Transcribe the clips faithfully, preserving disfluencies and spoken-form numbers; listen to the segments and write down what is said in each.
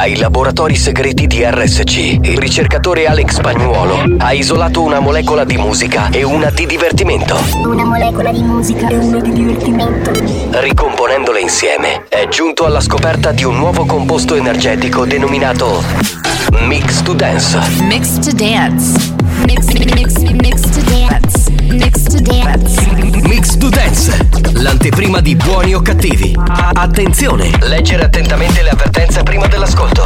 Dai laboratori segreti di R S C, il ricercatore Alex Spagnuolo ha isolato una molecola di musica e una di divertimento. Una molecola di musica e una di divertimento. Ricomponendole insieme, è giunto alla scoperta di un nuovo composto energetico denominato Mix to Dance. Mix to Dance. Mix, mix, mix to Dance. Mix to Dance. Mix to Dance, l'anteprima di Buoni o Cattivi. Attenzione, leggere attentamente le avvertenze prima dell'ascolto.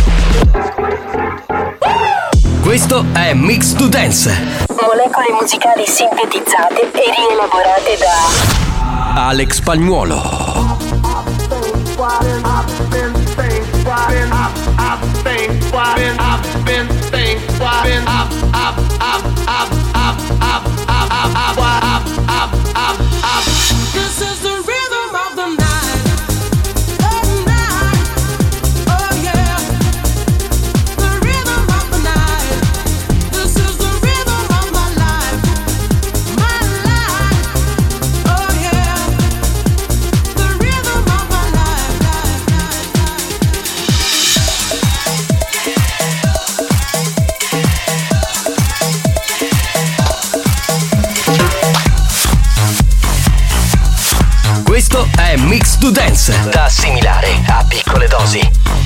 Questo è Mix to Dance. Molecole musicali sintetizzate e rielaborate da Alex Spagnuolo. This is the rhythm of the night. Oh, night. Oh, yeah. The rhythm of the night. This is the rhythm of my life. My life. Oh, yeah. The rhythm of my life. Questo è Mix to Dance, da assimilare a piccole dosi.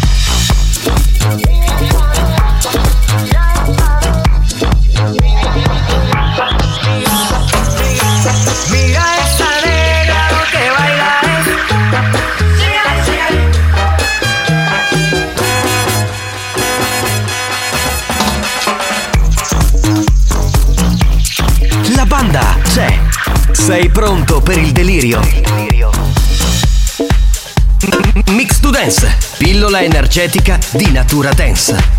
Mira esa negra lo que baila es. La banda c'è. Sei pronto per il delirio? Mix to Dance, pillola energetica di natura dance.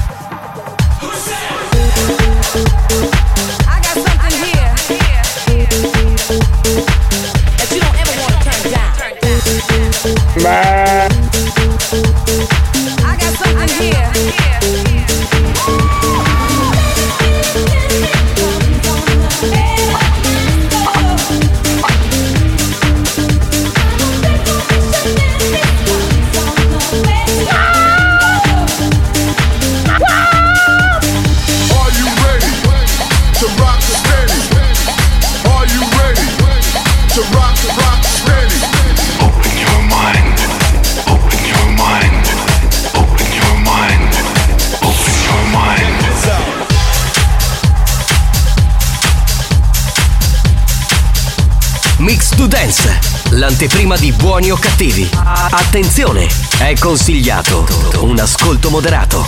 Mix to Dance, l'anteprima di Buoni o Cattivi. Attenzione, è consigliato un ascolto moderato.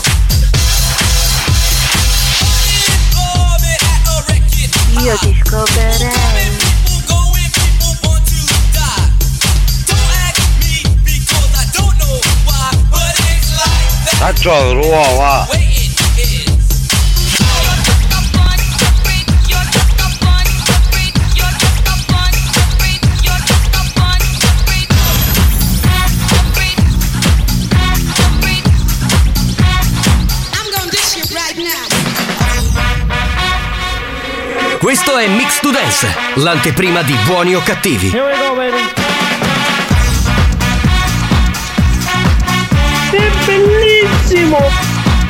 Io ti scoperei. Faccio l'uova. Questo è Mix to Dance, l'anteprima di Buoni o Cattivi. Here we go, baby. È bellissimo!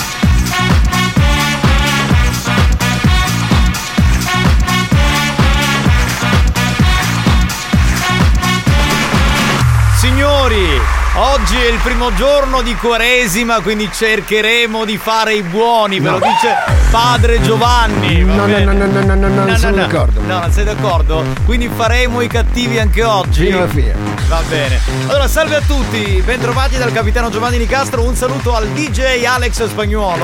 Signori, oggi è il primo giorno di Quaresima, quindi cercheremo di fare i buoni, ve No. lo dice Padre Giovanni. va No, no, bene? no, no, no, no, no, No, non sono no, d'accordo. No, non sei d'accordo? Quindi faremo i cattivi anche oggi? Fino alla fine. Va bene. Allora, salve a tutti, bentrovati dal capitano Giovanni Nicastro, un saluto al D J Alex Spagnuolo.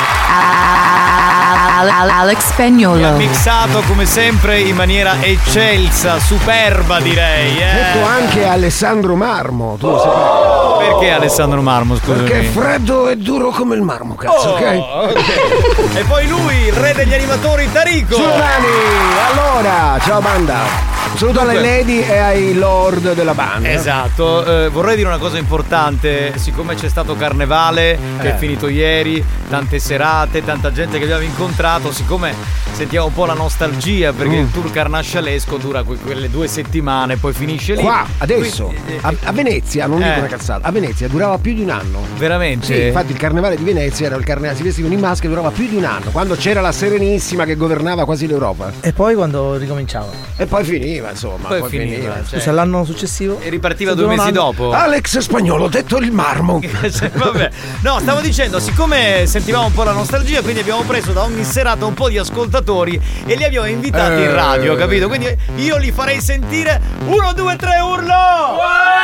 Alex Mi ha Spagnuolo. mixato come sempre in maniera eccelsa, superba direi. Eh. Detto anche Alessandro Marmo, tu lo sapevi? Perché Alessandro Marmo, scusami? Perché è freddo e duro come il marmo, cazzo, Oh, ok? ok. E poi lui, il re degli animatori, Tarico. Giovanni, allora, ciao banda. Saluto alle lady e ai lord della banda. Esatto, eh, vorrei dire una cosa importante, siccome c'è stato Carnevale che Eh. è finito ieri, tante serate, tanta gente che abbiamo incontrato, siccome sentiamo un po' la nostalgia perché Mm. il tour carnascialesco dura que- quelle due settimane, poi finisce lì. Qua, adesso, Quindi, eh, a, a Venezia, non dico Eh. una cazzata, a Venezia durava più di un anno. Veramente? Sì, infatti il carnevale di Venezia era il carnevale, si vestivano in maschera, durava più di un anno, quando c'era la Serenissima che governava quasi l'Europa. E poi quando ricominciava? E poi finiva, insomma. Poi Poi, finiva, finiva. cioè. Scusa, l'anno successivo? E ripartiva Se due dura un mesi anno- dopo. Alex Spagnolo, detto il marmo. Cioè, vabbè. No, stavo dicendo, siccome sentivamo un po' la nostalgia, quindi abbiamo preso da ogni serata un po' di ascoltatori e li abbiamo invitati Eh. in radio, capito? Quindi io li farei sentire uno, due, tre, urlo!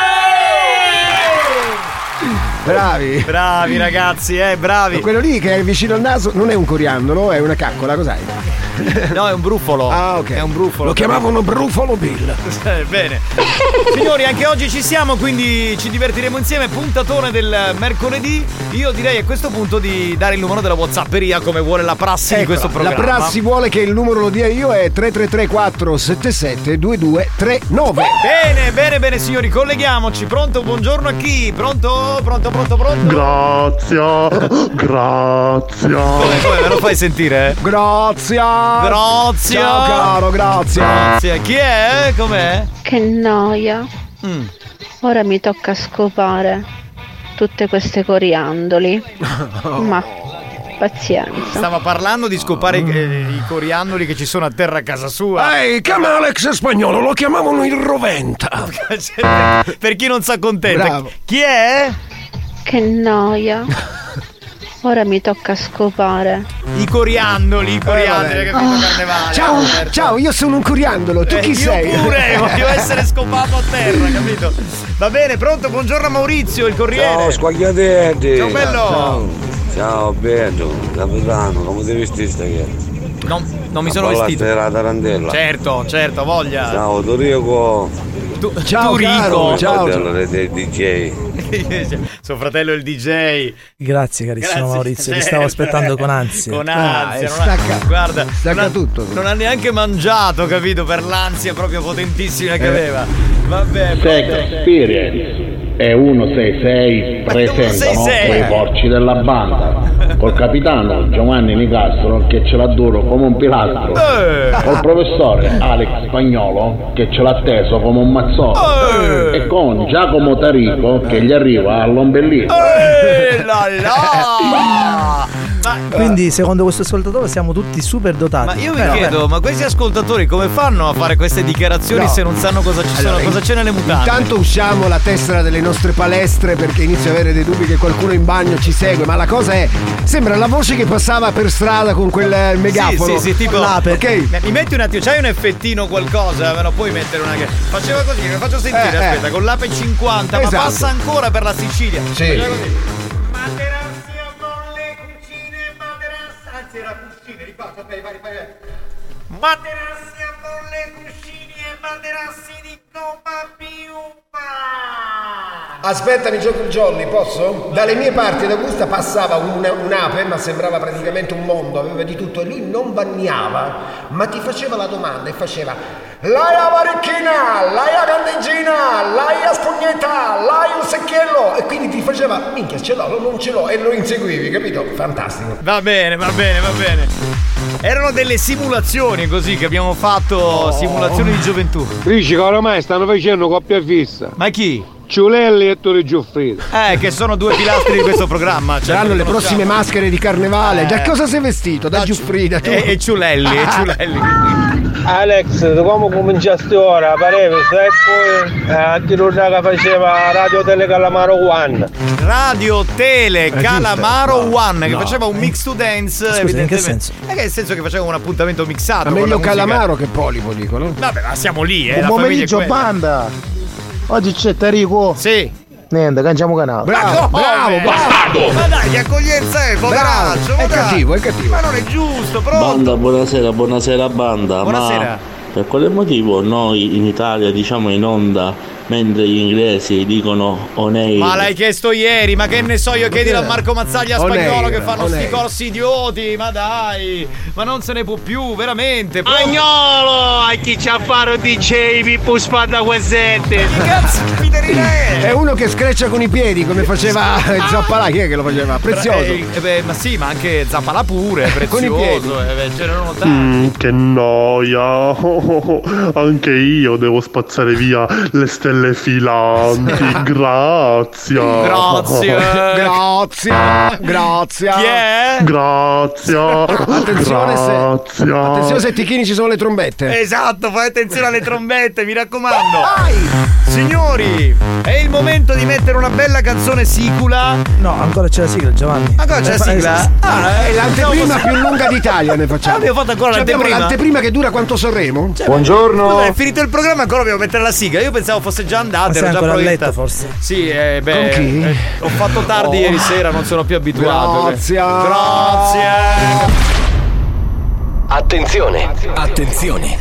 Bravi. Bravi ragazzi, eh, bravi. Quello lì che è vicino al naso non è un coriandolo, è una caccola, cos'hai? No, è un brufolo. Ah, ok. È un brufolo. Lo chiamavano Brufolo Bill. Eh, Bene. Signori, anche oggi ci siamo, quindi ci divertiremo insieme. Puntatone del mercoledì. Io direi a questo punto di dare il numero della WhatsApperia come vuole la prassi di questo Eccola, programma. la prassi vuole che il numero lo dia io, è tre tre tre quattro sette sette due due tre nove. Bene, bene, bene signori, colleghiamoci. Pronto? Buongiorno a chi? Pronto? Pronto, pronto, pronto? Grazie, grazie. Come, come me lo fai sentire? eh? Grazie. Grazie. Ciao caro, grazie. Grazie. Chi è? Com'è? Che noia. Mm. Ora mi tocca scopare tutte queste coriandoli. Ma pazienza. Stava parlando di scopare i, eh, i coriandoli che ci sono a terra a casa sua. Ehi, chiama Alex Spagnolo, lo chiamavano il Roventa. Per chi non sa contenta. Bravo. Chi è? Che noia. Ora mi tocca scopare. I coriandoli, i coriandoli, hai capito? Carnevale. Ciao, Alberto. ciao, io sono un coriandolo, tu Eh, chi io sei? pure, voglio essere scopato a terra, capito? Va bene, pronto? Buongiorno a Maurizio, il corriere. Ciao squagliatetti. Ciao, bello. Ciao, ciao bello, capitano, come ti vestiti stasera? Non, non mi sono A ballare vestito. la tarantella. Certo, certo, voglia. Ciao Dorico. Tu, Ciao, tu Rico. caro, ciao. Fratello del D J. Suo fratello è il D J. Grazie carissimo Grazie, Maurizio, ti certo. stavo aspettando con ansia. Con Ah, ansia, e non ha- stacca- guarda, stacca non ha, tutto. non ha neanche mangiato, capito? Per l'ansia proprio potentissima che Eh. aveva. Vabbè, Sex pronto? Experience e centosessantasei Ma presentano centosessantasei? quei porci della banda col capitano Giovanni Nicastro che ce l'ha duro come un pilastro, Eh. col professore Alex Spagnolo che ce l'ha teso come un mazzolo Eh. e con Giacomo Tarico che gli arriva all'ombellino. Eh, la la! Ma, Quindi secondo questo ascoltatore siamo tutti super dotati. ma io mi Però, chiedo, ma questi ascoltatori come fanno a fare queste dichiarazioni No. se non sanno cosa ci Allora, sono, cosa c'è nelle mutande? Intanto usciamo la tessera delle nostre palestre perché inizio a avere dei dubbi che qualcuno in bagno ci segue, ma la cosa è, sembra la voce che passava per strada con quel megafono. Sì, sì, sì, tipo L'ape. Ok. Mi metti un attimo, c'hai un effettino qualcosa? Me lo puoi mettere una che. Faceva così, me lo faccio sentire, Eh, aspetta, eh. con l'ape cinquanta, Esatto. ma passa ancora per la Sicilia. Sì. Faceva così. Materassi a bolle, cucine, materassi. Anzi, era cucine, ricordo, vai, vai, vai. Materassi a bolle, cuscini e materassi di gomma piuma. Aspetta, mi gioco il jolly, posso? Dalle mie parti ad Augusta passava una- un'ape, ma sembrava praticamente un mondo, aveva di tutto e lui non bagnava, ma ti faceva la domanda e faceva Lai a varecchina, lai a candeggina, lai a spugnetta, lai un secchiello e quindi ti faceva minchia ce l'ho, non ce l'ho e lo inseguivi, capito? Fantastico. Va bene, va bene, va bene. Erano delle simulazioni così che abbiamo fatto, simulazioni di gioventù. Dici che oramai stanno facendo coppia fissa. Ma chi? Ciulelli e Tore Giuffrida. Eh, che sono due pilastri di questo programma. Cioè, Saranno le conosciamo. prossime maschere di carnevale. Eh. Da cosa sei vestito? Da Giuffrida tu? E, e Ciulelli, e Ciulelli. Alex, come cominciaste ora? Pareva, e poi eh, anche l'urna che faceva Radio Tele Calamaro One. Radio Tele giusto? Calamaro No, One che no. faceva un mix to dance. Scusa, in che evidentemente. senso? Eh, che nel senso che faceva un appuntamento mixato. Ma con meglio la musica. calamaro che polipo, dicono. Vabbè, ma siamo lì, eh. Buon la famiglia è pomeriggio quella. banda. Oggi c'è Tarico. Sì. Niente, cangiamo canale. Bravo, Ma bravo, come? bravo. Ma dai, che accoglienza è, poveraccio. Bravo. ma È dai. cattivo, è cattivo. Ma non è giusto, pronto? Banda, buonasera, buonasera banda. Buonasera. Ma per quale motivo noi in Italia diciamo in onda mentre gli inglesi dicono oneir. Ma l'hai chiesto ieri, ma che ne so io, chiedilo a Marco Mazzaglia Spagnolo che fanno sti corsi idioti, ma dai, ma non se ne può più, veramente. Agnolo, a chi c'ha fare D J Pippo Spada Quasette. Che cazzo è? È uno che screccia con i piedi come faceva Zappalà, chi è che lo faceva? Prezioso. Eh, eh, beh, ma sì, ma anche Zappalà pure, prezioso. Con i piedi. Eh, beh, c'erano tanti. Mm, che noia. Anche io devo spazzare via le stelle filanti. Grazie. Grazie. Grazie. Grazie. Chi è? Grazie. Attenzione Grazie. se Attenzione se Tichini ci sono le trombette. Esatto, fai attenzione alle trombette, mi raccomando. Signori, è il momento di mettere una bella canzone sicula. No, ancora c'è la sigla, Giovanni. Ancora c'è la sigla? Ah, è l'anteprima più lunga d'Italia, ne facciamo. Abbiamo fatto ancora Cioè, abbiamo l'anteprima. l'anteprima che dura quanto Sanremo? Cioè, Buongiorno. Vabbè, è finito il programma, ancora dobbiamo mettere la sigla. Io pensavo fosse già andata. Ma sei ero già ancora a proiettata. letto, forse? Sì, eh, beh. Con chi? eh, ho fatto tardi Oh. ieri sera, non sono più abituato. Grazie. Grazie. Attenzione, attenzione.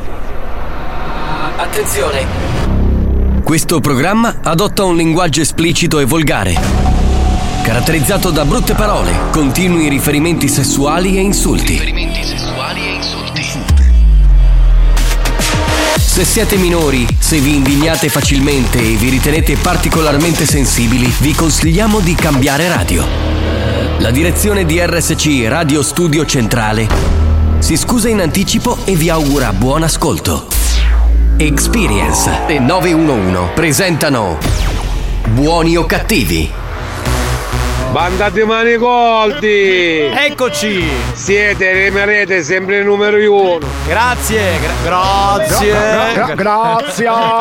Attenzione. Questo programma adotta un linguaggio esplicito e volgare, caratterizzato da brutte parole, continui riferimenti sessuali e insulti. Riferimenti sessuali e insulti. Se siete minori, se vi indignate facilmente e vi ritenete particolarmente sensibili, vi consigliamo di cambiare radio. La direzione di R S C Radio Studio Centrale si scusa in anticipo e vi augura buon ascolto. Experience e nove uno uno presentano Buoni o Cattivi. Banda di manicoldi. Eccoci. Siete, rimarrete sempre il numero uno. Grazie, gra- grazie. Gra- gra- grazie.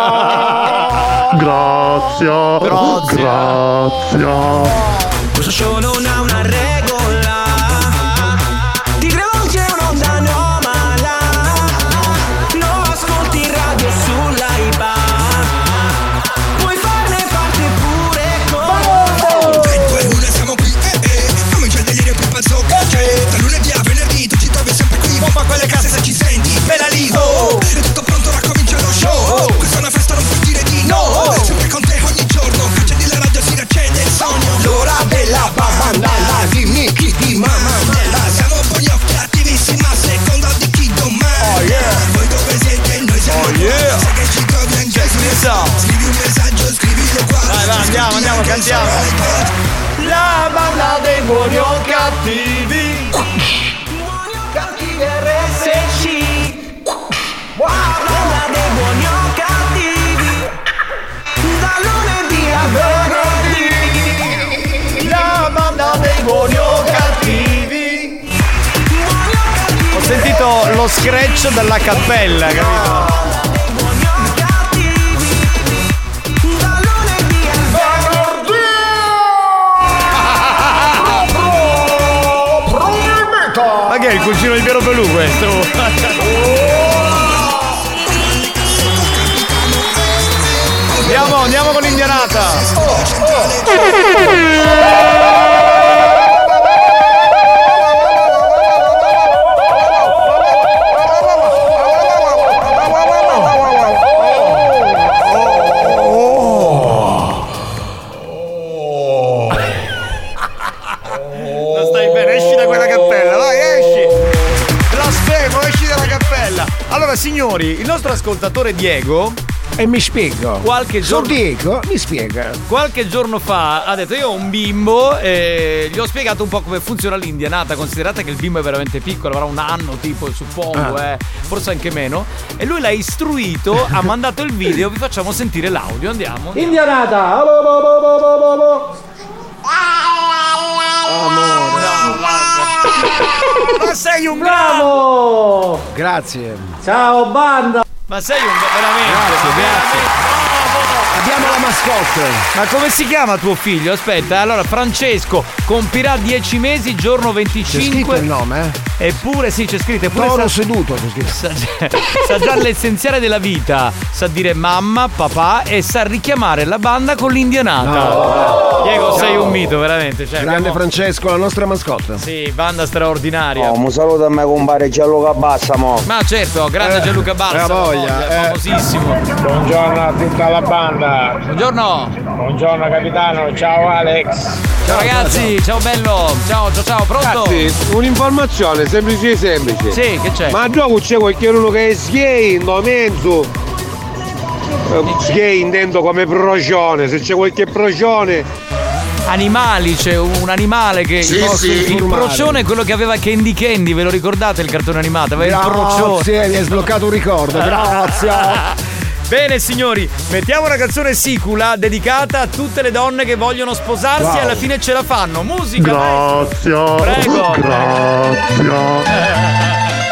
Grazie. Grazie. Grazie. Questo show non ha una regola, ti rivolge un'onda anomala, non ascolti radio sull'Aiba, puoi farne parte pure con tre, due, uno e siamo qui, eh eh, comincia il delirio più pazzo che c'è, da lunedì a venerdì tu ci trovi sempre qui, pompa quelle casse se ci senti, bella lì, oh, è tutto pronto, ora comincia lo show, questa è una festa, non puoi dire di no, sempre con te ogni giorno, accendi la radio, si riaccende il sogno, l'ora della babandalla, dimmi chi di mamma, siamo buoni o cattivissimi a seconda di chi domani, oh yeah, voi dove siete, noi siamo Oh qua, yeah. sai che ci trovi anche su scrivi un messaggio, scrivilo qua, Vai, vai, andiamo, andiamo, cantiamo. La banda dei buoni o cattivi. cattivi R S C, la banda dei buoni o cattivi, da lunedì a venerdì, La banda dei buoni o cattivi. Ho sentito lo scratch della cappella, capito? Ma che è il cugino di Piero Pelù questo? Andiamo, andiamo con l'indianata. Non stai bene, esci da quella cappella, vai, esci. Blasfemo, esci dalla cappella. Allora, signori, il nostro ascoltatore Diego. E mi spiego. Qualche giorno. Diego, mi spiega. Qualche giorno fa ha detto: io ho un bimbo e gli ho spiegato un po' come funziona l'indianata. Considerate che il bimbo è veramente piccolo, avrà un anno tipo, suppongo, Ah. eh, forse anche meno. E lui l'ha istruito, ha mandato il video, vi facciamo sentire l'audio, andiamo. Indianata! Ma sei un Grazie. Ciao banda! Ma sei un veramente. Grazie, grazie. Abbiamo la mascotte. Ma come si chiama tuo figlio? Aspetta, allora Francesco compirà dieci mesi, giorno venticinque. C'è scritto il nome, eh? Eppure sì, c'è scritto. Eppure Toro sa, seduto, c'è scritto. Sa, sa già l'essenziale della vita. Sa dire mamma, papà e sa richiamare la banda con l'indianata. No. Diego, No. sei un mito, veramente. Cioè, Grande abbiamo... Francesco, la nostra mascotte. Sì, banda straordinaria. Oh, un saluto a me compare Gianluca Bassa, mo. Ma certo, grande Eh, Gianluca Balsa, la voglia, eh. famosissimo. Buongiorno a tutta la banda. Buongiorno. Buongiorno capitano, ciao Alex. Ciao ragazzi, ciao bello. Ciao, ciao, ciao, pronto? Ragazzi, un'informazione semplice semplice. Sì, che c'è? Ma a gioco c'è qualcuno che è sgay, no mezzo. Eh, Sgay intendo come procione, se c'è qualche procione. Animali, c'è un animale che Sì, il, sì, il normale. procione è quello che aveva Candy Candy, ve lo ricordate il cartone animato? Aveva il procione. Grazie, mi hai sbloccato un ricordo, grazie. Bene signori, mettiamo una canzone sicula dedicata a tutte le donne che vogliono sposarsi Wow. e alla fine ce la fanno. Musica, Grazie. Prego. Grazie.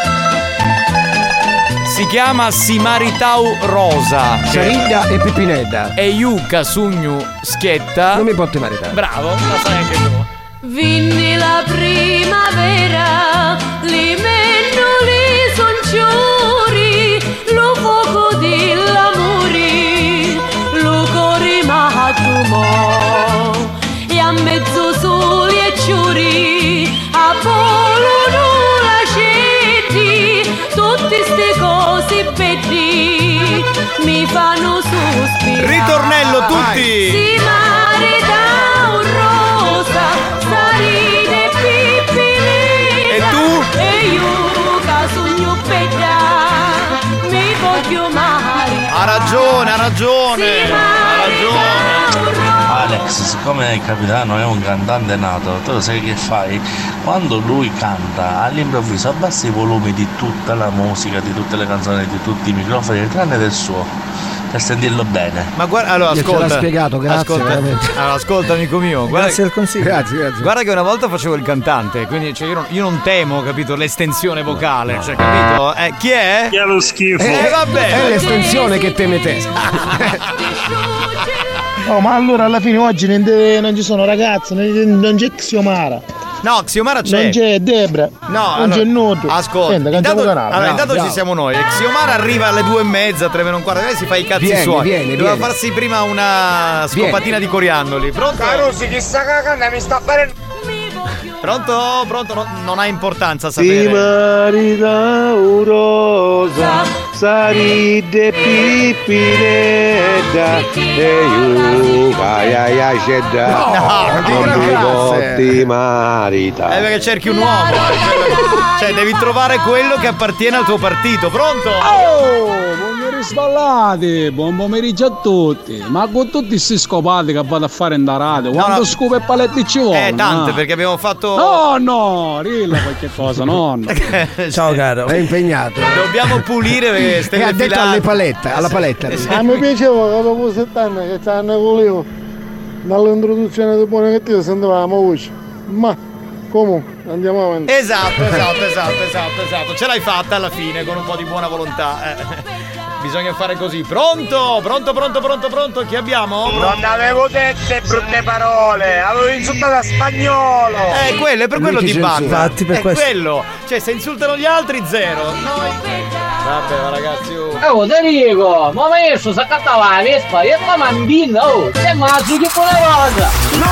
si chiama Simaritau Rosa. Sarinda e Pipinedda. E Yuka Sugnu Schietta. Non mi potti maritare. Bravo, la sai anche tu. Vinni la primavera, li mennoli son ciuri, lo fuoco dell'amore, lo cuore m'addumò, e a mezzo sole e ciuri, a polo lacetti, tutte ste cose belli, mi fanno sospirare. Ritornello tutti! Si marita un rosa, sarine pippine. E tu? E io che sogno bella, mi voglio mare. Ha ragione, ha ragione, ha ragione. Alex, siccome il capitano è un cantante nato, tu sai che fai? Quando lui canta, all'improvviso abbassi i volumi di tutta la musica, di tutte le canzoni, di tutti i microfoni, tranne del suo, per sentirlo bene. Ma guarda, allora Io ce ascolta. l'ha spiegato, grazie, Ascolta, veramente. allora, ascolta amico mio. Guarda, Grazie del consiglio. Grazie, grazie. guarda che una volta facevo il cantante, quindi cioè, io, non, io non temo, capito, l'estensione vocale, cioè, capito? Eh, chi è? Chi è lo schifo? Eh, vabbè. È l'estensione che teme te. Oh, ma allora alla fine oggi non, deve- non ci sono ragazzi, non non c'è Xiomara, No, Xiomara c'è. non c'è Debra, No, non allora, c'è Nuto. ascolta, Senta, intanto, cantiamo canale. allora, Bravo, intanto bravo. ci siamo noi. E Xiomara arriva alle due e mezza, tre meno un quarto, lei si fa i cazzi Vieni, suoi. vieni, Doveva vieni. farsi prima una scopatina di coriandoli. Pronto? Carusi, chissà cagando mi sta bene. Pronto? Pronto? No, non ha importanza sapere. marita rosa, saride pippinedda, e io caia scedda. No, di non gran mi classe. potti marita. Eh, perché cerchi un uomo. eh. Cioè, devi trovare quello che appartiene al tuo partito. Pronto? Oh, buon sballati, buon pomeriggio a tutti. Ma con tutti questi scopati che vado a fare in da radio, quanto no. scope e paletti ci vogliono? Eh, tante, ah? perché abbiamo fatto. No, no, rilla qualche cosa, no. no. Ciao caro. È impegnato. Dobbiamo pulire perché E stai ha detto alle palette, alla paletta. A me piaceva che dopo sett'anni che stanno con io, dall'introduzione di buone cattive sentivamo voce. Ma comunque andiamo avanti. Esatto, esatto, esatto, esatto, esatto. Ce l'hai fatta alla fine con un po' di buona volontà. Eh. Bisogna fare così. Pronto? Pronto, pronto, pronto, pronto? Chi abbiamo? Non avevo dette brutte parole, avevo insultato a spagnolo. Eh, quello, è per Lui quello ti di censura. banda. Infatti, per è questo. quello. Cioè, se insultano gli altri, zero. Noi. Vabbè, ma ragazzi. Oh. Oh, te dico, ma adesso si accattava la Vespa, io sto mandando, oh, sei mazzo che buona cosa!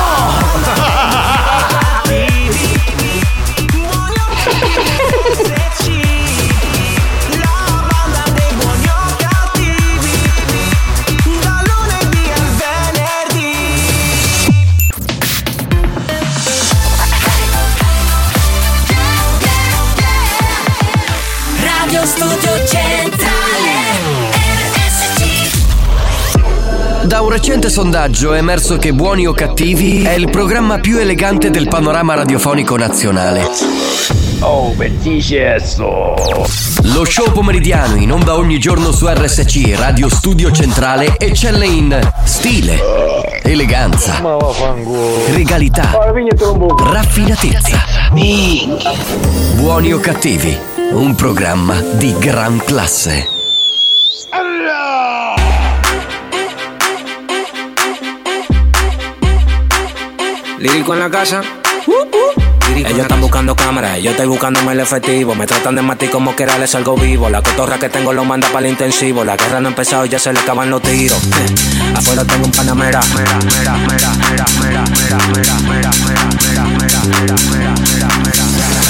Radio Studio Centrale R S C. Da un recente sondaggio è emerso che Buoni o Cattivi è il programma più elegante del panorama radiofonico nazionale. Oh, bellissimo! Lo show pomeridiano in onda ogni giorno su R S C Radio Studio Centrale eccelle in stile, eleganza, regalità, raffinatezza. Buoni o Cattivi, un programma di gran classe. Lírico en la casa. Ellos están buscando cámaras, yo estoy buscándome el efectivo. Me tratan de matar como quiera, les salgo vivo. La cotorra que tengo lo manda para el intensivo. La guerra no ha empezado, ya se le acaban los tiros. Afuera tengo un panamera. Mera, mera, mera, mera, mera, mera, mera, mera, mera, mera, mera, mera, mera, mera.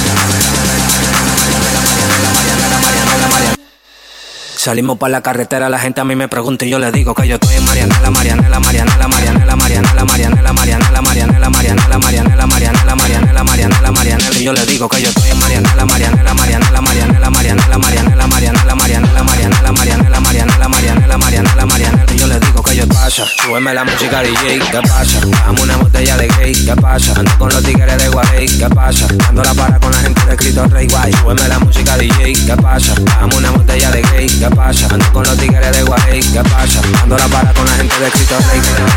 Salimos para la carretera, la gente a mí me pregunta y yo le digo que yo estoy en Marianela, Marianela, Marianela, Marianela, Marianela, Marianela, Marianela, Marianela, Marianela, Marianela, Marianela, Marianela, Marianela, Marianela, y yo le digo que yo estoy en Marianela, Marianela, Marianela, Marianela, Marianela, Marianela, Marianela, Marianela, Marianela, Marianela, Marianela, Marianela, Marianela, Marianela, y yo le digo que yo pasa, súbeme la música D J, ¿qué pasa? Dame una botella de gay, ¿qué pasa? Ando con los tigres de Guarey, ¿qué pasa? Dando la para con la gente de Cristo Rey, guay, súbeme la música D J, ¿qué pasa? Dame una botella de gay, ¿qué pasa? Ando con los tigres de Guarey, ¿qué pasa? Dando la para con la gente de Cristo Rey.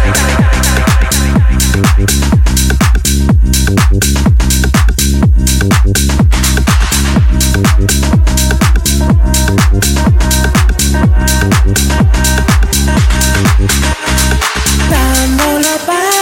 Dando la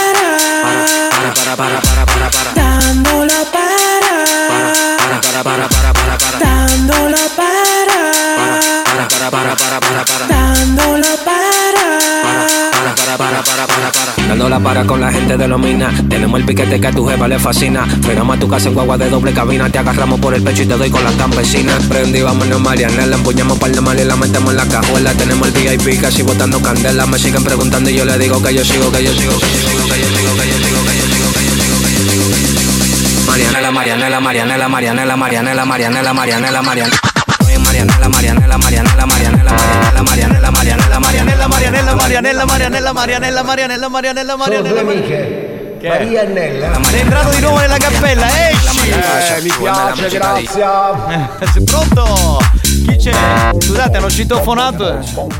para, para, para, para, para, para, para. Dando la para, para, para, para, para, para, para. Dando la para, para, para, para, para, para, para. Dando la para, para, para, para, para, para, para. Dando la para con la gente de los minas. Tenemos el piquete que a tu jefa le fascina. Frenamos a tu casa en guagua de doble cabina. Te agarramos por el pecho y te doy con las campesinas. Prendí, vámonos Marianela. Empuñamos par de mal y la metemos en la cajuela. Tenemos el V I P casi botando candela. Me siguen preguntando y yo le digo que yo sigo, que yo sigo, que yo sigo, que yo sigo, que yo sigo, que yo sigo, que yo sigo, que yo sigo, que yo sigo. Marianela, Marianela, Marianela, Marianela, Marianela, Marianela, Marianela, Marianela. Marianela, Marianela, Marianela, Marianela, Marianela, Marianela, Marianela, Marianela, Marianela, Marianella, Marianella, Marianella, Marianella, Marianella, Marianella, Marianella, amiche. Maria e Nella. Sei entrato di nuovo nella cappella, esci! Eh, mi piace, grazie. Sei pronto? Chi c'è? Scusate, hanno citofonato.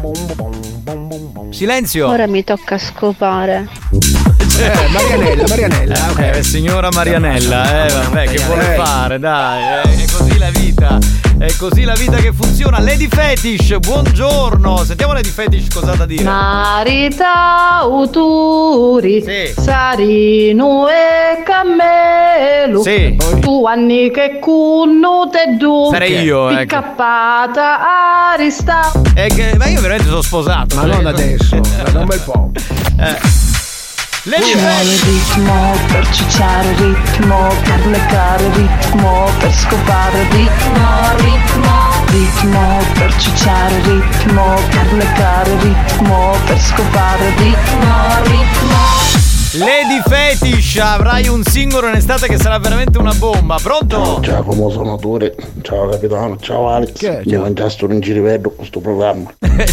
Silenzio. Ora mi tocca scopare. Eh, Marianella, Marianella, ok. Eh, signora Marianella, eh, vabbè, che vuole fare, dai, eh, è così la vita. È così la vita che funziona. Lady Fetish, buongiorno. Sentiamo Lady Fetish cosa ha da dire. Marita uturi sì. Sarino e cammelo sì. Tu anni che cunno te du sarei io, ecco. Piccappata arista. È che, ma io veramente sono sposato. Ma non adesso, da un bel po'. Eh. Vuole ritmo per cicciare, ritmo per leccare, ritmo per scopare, ritmo, ritmo, ritmo per cicciare, ritmo per leccare, ritmo per scopare, ritmo, ritmo. Lady Fetish, avrai un singolo in estate che sarà veramente una bomba. Pronto? Ciao, come sono Tore. Ciao capitano, ciao Alex. Che mi mangiato un girivello questo programma.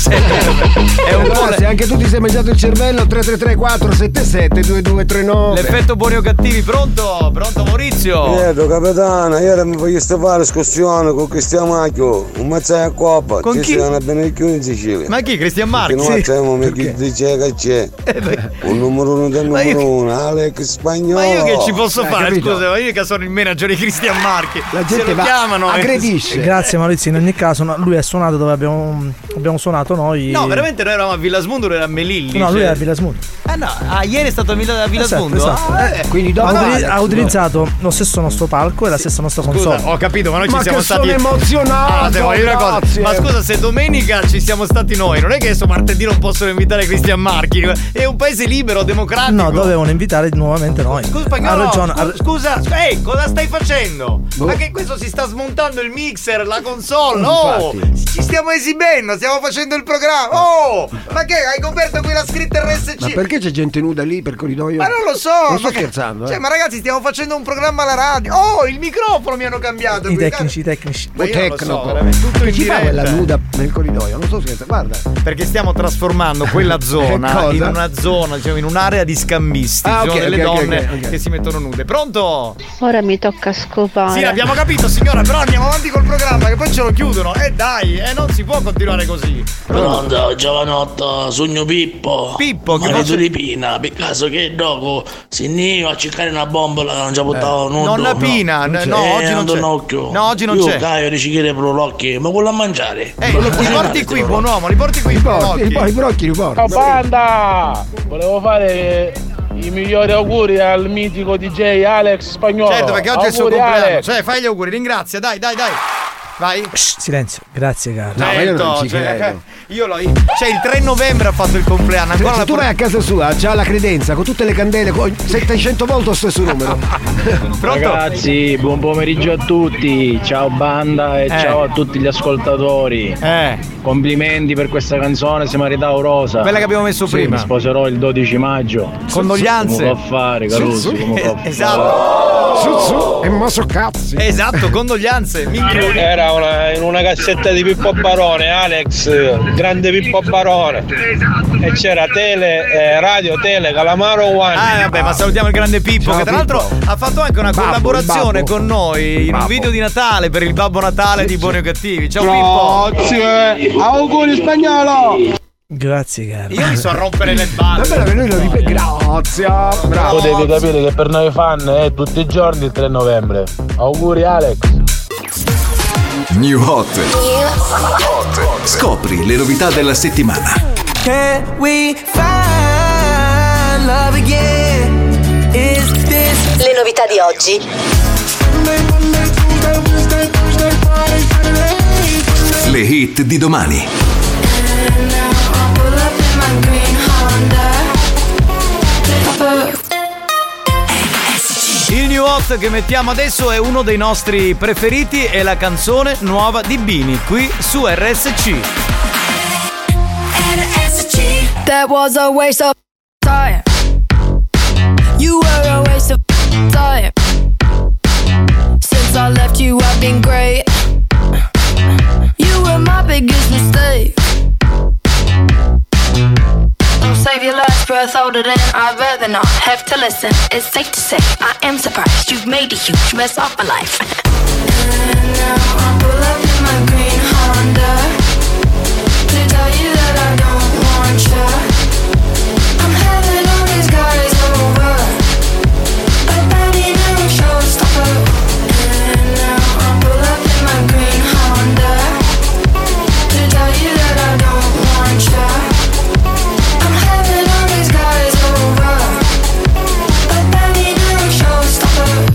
È un po' se anche tu ti sei mangiato il cervello. Tre tre tre quattro sette sette due due tre nove. L'effetto buoni o cattivi. Pronto? Pronto Maurizio? Pietro capitano, ieri mi voglio fare escursione con Cristian Marchio. Un mazzai a coppa. Con chi? Ci sono benedicchio in Sicilia. Ma chi? Cristian Marchi? Che non facciamo chi dice che c'è. Un numero uno del numero uno, Alex Spagnolo. Ma io che ci posso Eh, fare? capito? Scusa, ma io che sono il manager di Cristian Marchi. La gente Se lo va- chiamano eh. aggredisce. Grazie Maurizio, in ogni caso no, lui è suonato dove abbiamo, abbiamo suonato noi. No, veramente noi eravamo a Villasmundo, lui era a Melilli. No, lui cioè- era a Villasmundo. Ah no, ah, ieri è stato a Villa- a Villasmundo? Esatto, Ah, esatto. eh, quindi dopo ha, utili- Alex, ha utilizzato lo stesso nostro palco e la stessa nostra console. Scusa, ho capito, ma noi ci Ma siamo che stati. sono emozionato, Ah, devo dire una cosa. grazie. Ma scusa, se domenica ci siamo stati noi, non è che adesso martedì non possono invitare Cristian Marchi. È un paese libero, democratico. No, dovevano invitare nuovamente noi. Scusa, ha Spagnolo, ragione. ha- scusa, scusa, ehi, cosa stai facendo? Boh. Ma che questo si sta smontando il mixer, la console? Oh, Infatti. ci stiamo esibendo, stiamo facendo il programma. Oh, ma che hai coperto qui la scritta R S C? Ma perché c'è gente nuda lì per corridoio? Ma non lo so. Non sto ma che- scherzando, Cioè, eh. ma ragazzi, stiamo facendo un programma alla radio. Oh, il microfono mi hanno cambiato. I qui. tecnici, i tecnici. Ma io non lo so, Tecnico. veramente, tutto Che in ci fa diretta. quella nuda nel corridoio? Non sto scherzando, guarda. Perché stiamo trasformando quella zona Cosa? in una zona, diciamo, in un'area di scambisti. Ah, Ci sono ok, delle ok, ok, donne ok, ok. che si mettono nude. Pronto? Ora mi tocca scopare. Sì, l'abbiamo capito, signora, però andiamo avanti col programma che poi ce lo chiudono. E eh dai, eh, non si può continuare così. Pronto, giovanotto, sogno Pippo. Pippo, che marito faccio- di Pina, per caso che dopo si ne a cercare una bombola che non ci ha portato nudo. Nonna Pina, no, no, Eh, oggi non c'è. occhio. No, oggi non Io c'è. Caio ricicchiere per l'occhio, ma quello a mangiare. Eh, li porti qui, buon uomo, li porti qui. I porti, Brocchi. i brocchi li porti. Ciao banda! Volevo fare i migliori auguri al mitico D J Alex Spagnolo. Certo, perché oggi auguri, è il suo compleanno. Alex. Cioè, fai gli auguri, ringrazia, dai, dai, dai. Vai. Shh, silenzio, grazie caro. No, ma io non ci cioè, credo. io l'ho. Cioè, il tre novembre ha fatto il compleanno. Ancora Se la tu vai a casa sua, c'ha la credenza con tutte le candele, con settecento volt lo stesso numero. Ragazzi, buon pomeriggio a tutti. Ciao banda e Eh. ciao a tutti gli ascoltatori. Eh. Complimenti per questa canzone, si marità Rosa. Quella che abbiamo messo Sì, prima. Mi sposerò il dodici maggio. Condoglianze. Come fa a fare, Caruso? Su, su. Come fa a Esatto. Su su e mosso cazzi. Esatto, condoglianze. Minchia. Era una, in una cassetta di Pippo Barone, Alex, grande Pippo Barone. E c'era Tele, eh, Radio Tele, Calamaro One. Ah, vabbè, ma salutiamo il grande Pippo, Ciao, che tra Pippo. l'altro ha fatto anche una Babbo, collaborazione il babbo. con noi in Babbo. un video di Natale per il Babbo Natale di Buoni o Cattivi. Ciao Pippo. Grazie. Auguri Spagnolo. Grazie caro. Io mi so a rompere le balle. Vabbè, che noi lo ripet- Grazie. Bravo. Potevi capire che per noi fan è tutti i giorni il tre novembre. Auguri Alex. New Hot. Scopri le novità della settimana. Can we find love again? Is this Le novità di oggi. Le hit di domani. Il new hot che mettiamo adesso è uno dei nostri preferiti, è la canzone nuova di Bini, qui su R S C. That was a waste of time. You were a waste of time. Since I left you, I've been great. You were my biggest mistake. Don't save your last breath older than I'd rather not have to listen. It's safe to say I am surprised you've made a huge mess of my life. And now I pull up in my green Honda to tell you that I don't want you. I'm having all these guys over, but that ain't no showstopper. And now I pull up in my green Honda to tell you that I don't want you. I'm having all these guys over, but that ain't no showstopper.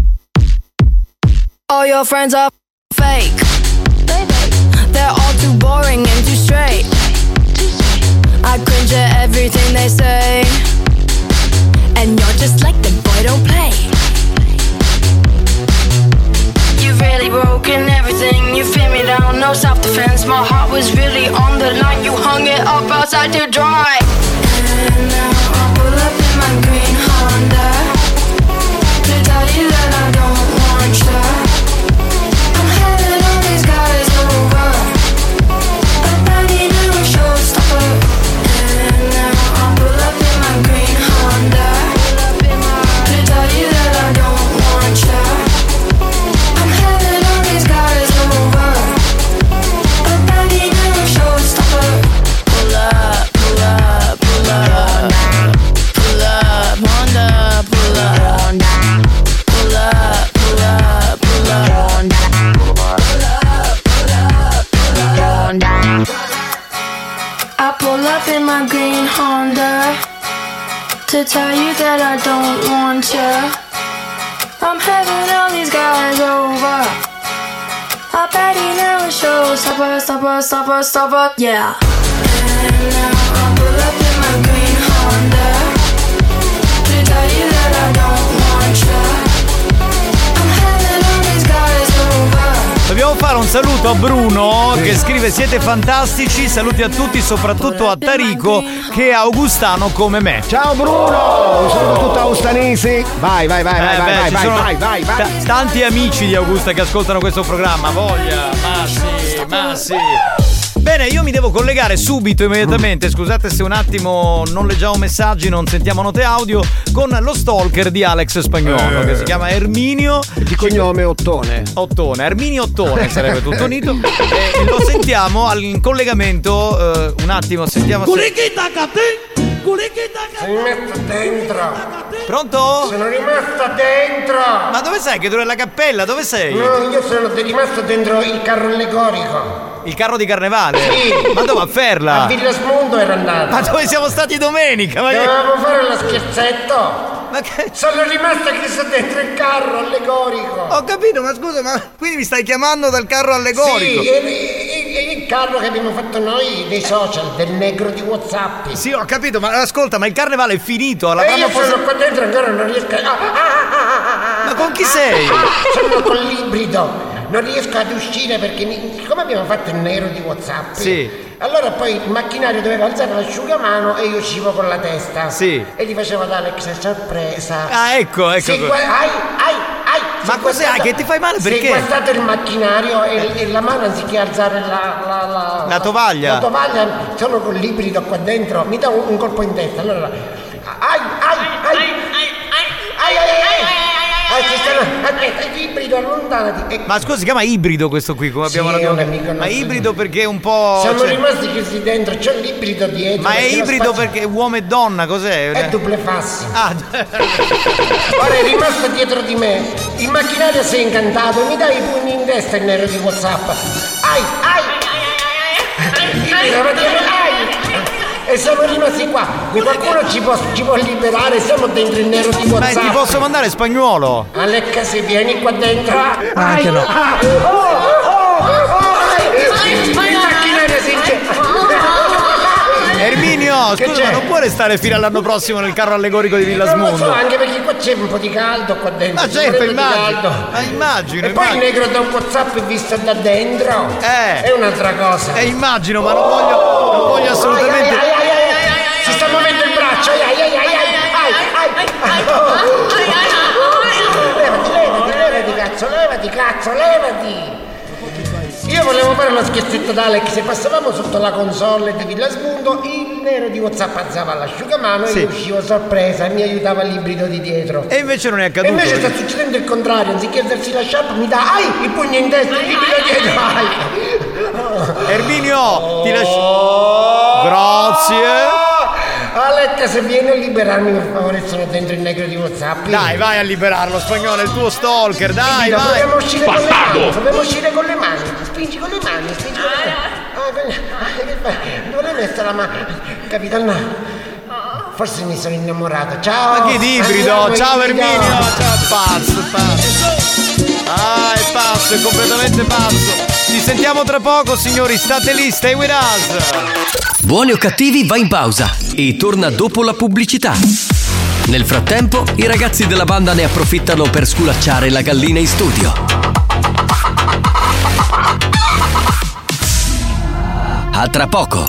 All your friends are fake. They're all too boring and too straight. I cringe at everything they say, and you're just like them, boy, don't play. You've really broken everything, you pinned me down, no self-defense. My heart was really on the line, you hung it up outside to dry. And now I pull up in my green Honda to tell you that I don't want you. I'm having all these guys over, but that ain't no showstopper. And now I pull up in my green Honda to tell you that I don't want you. I'm having all these guys over, but that ain't no showstopper. Pull up, pull up, pull up, pull up, Honda, pull up, pull up, pull up, pull up, I pull up in my green Honda to tell you that I don't want you. I'm having all these guys over. I bet he never shows. Stopper, stopper, stopper, stopper, yeah. And now I pull up in my green Honda to tell you that I don't want you. I'm having all these guys over. Dobbiamo fare un saluto a Bruno che scrive siete fantastici, saluti a tutti, soprattutto a Tarico che è augustano come me. Ciao Bruno, un saluto a tutti augustanesi. Vai, vai, vai, vai, Eh, vai, beh, vai, ci vai, sono vai, vai, vai. ta- tanti amici di Augusta che ascoltano questo programma, voglia, ma sì, ma sì. Bene, io mi devo collegare subito, immediatamente, scusate se un attimo non leggiamo messaggi, non sentiamo note audio, con lo stalker di Alex Spagnolo, Eh. che si chiama Erminio. Di cognome Ottone. Ottone, Erminio Ottone sarebbe tutto unito. E lo sentiamo al- in collegamento, eh, un attimo, sentiamo se... Si rimetta dentro. Pronto? Sono rimasta dentro. Ma dove sei? Che tu eri alla cappella? Dove sei? No, io sono rimasto dentro il carro allegorico. Il carro di carnevale? Sì. Ma dove? A Ferla? A Villasmondo era andato. Ma dove siamo stati domenica? Ma che- Dovevamo fare lo scherzetto. Ma che... Sono rimasto chiuso dentro il carro allegorico. Ho capito, ma scusa, ma quindi mi stai chiamando dal carro allegorico? Sì, è, è- è il carro che abbiamo fatto noi dei social, del negro di WhatsApp. Sì, ho capito, ma ascolta, ma il carnevale è finito. E L'avranno io sono posa- qua dentro ancora non riesco a... Ah, ah, ah, ah, Ma con chi sei? Sono con l'ibrido. Non riesco ad uscire perché mi- siccome abbiamo fatto il nero di WhatsApp. Sì. Allora poi il macchinario doveva alzare l'asciugamano e io uscivo con la testa. Sì. E gli facevo ad Alex sorpresa. Ah, ecco, ecco. Sì, gua- ai, ai, ai. Ma Sì, cos'è? guarda- Che ti fai male? Sì, Perché? guardate il macchinario e, e la mano anziché alzare la, la, la, La tovaglia. La tovaglia, sono con l'ibrido qua dentro, mi dà un, un colpo in testa. Allora. Ai, ai, ai, ai, ai, ai, ai. Ah, ci stanno, aspetta, ibrido, allontanati. E- Ma scusa, si chiama ibrido questo qui, come abbiamo Sì, l'abbiamo- un amico Ma nostro. ibrido perché è un po'. Siamo cioè- rimasti chiusi dentro, c'è l'ibrido dietro. Ma è perché lo ibrido spazio- perché uomo e donna, cos'è? È duple fassi. Ah, Ora è rimasto dietro di me. Il macchinario si è incantato, mi dai i pugni in testa il nero di WhatsApp. Ai, ai, ibrido, ma dire, ai. E siamo rimasti qua. Qualcuno ci può, ci può liberare, siamo dentro il nero di Ma WhatsApp. ti posso mandare spagnolo? Alecca, se vieni qua dentro. Anche no. Ah, oh, oh, oh, oh, ai. Il macchinario si ince- Erminio, Che scusa, c'è? ma non puoi restare fino all'anno prossimo nel carro allegorico di Non lo so, Villasmondo? anche perché qua c'è un po' di caldo qua dentro. Ma ci certo, vorrebbe di immagino. caldo. Ma immagino, E poi il immagino. negro da WhatsApp visto da dentro Eh. è un'altra cosa. Eh, immagino, ma non voglio, non voglio assolutamente. Ai, ai, ai, ai, ai, ai, ai. Si sta muovendo il braccio. Ai, ai, ai, ai, ai, ai, ai. Oh. Levati, levati, levati, cazzo, levati, cazzo, levati. Io volevo fare lo scherzetto ad Alex, se passavamo sotto la console di Villasmondo, il nero di WhatsApp alzava l'asciugamano Sì. e io uscivo sorpresa e mi aiutava l'ibrido di dietro. E invece non è E accaduto. invece sta succedendo il contrario, anziché alzarsi la sciarpa mi dà ai il pugno in testa e l'ibrido dietro. Ai. Erminio, ti lascio. Grazie. Alex, se vieni a liberarmi per favore, sono dentro il negro di WhatsApp. Dai, vai a liberarlo, spagnolo, è il tuo stalker, dai, Ibrido, vai. Dobbiamo uscire con le mani, dobbiamo uscire con le mani. Spingi con le mani, spingi con le mani. Ah, quella- ah, che fai? Dove l'hai messa la mano? Capitano, forse mi sono innamorato. Ciao. Ma che di ibrido? Andiamo, Ciao ibrido. Erminio, ciao, pazzo, pazzo. Ah, è pazzo, è completamente pazzo. Ci sentiamo tra poco, signori, state lì, stay with us. Buoni o cattivi va in pausa e torna dopo la pubblicità. Nel frattempo, i ragazzi della banda ne approfittano per sculacciare la gallina in studio. A tra poco.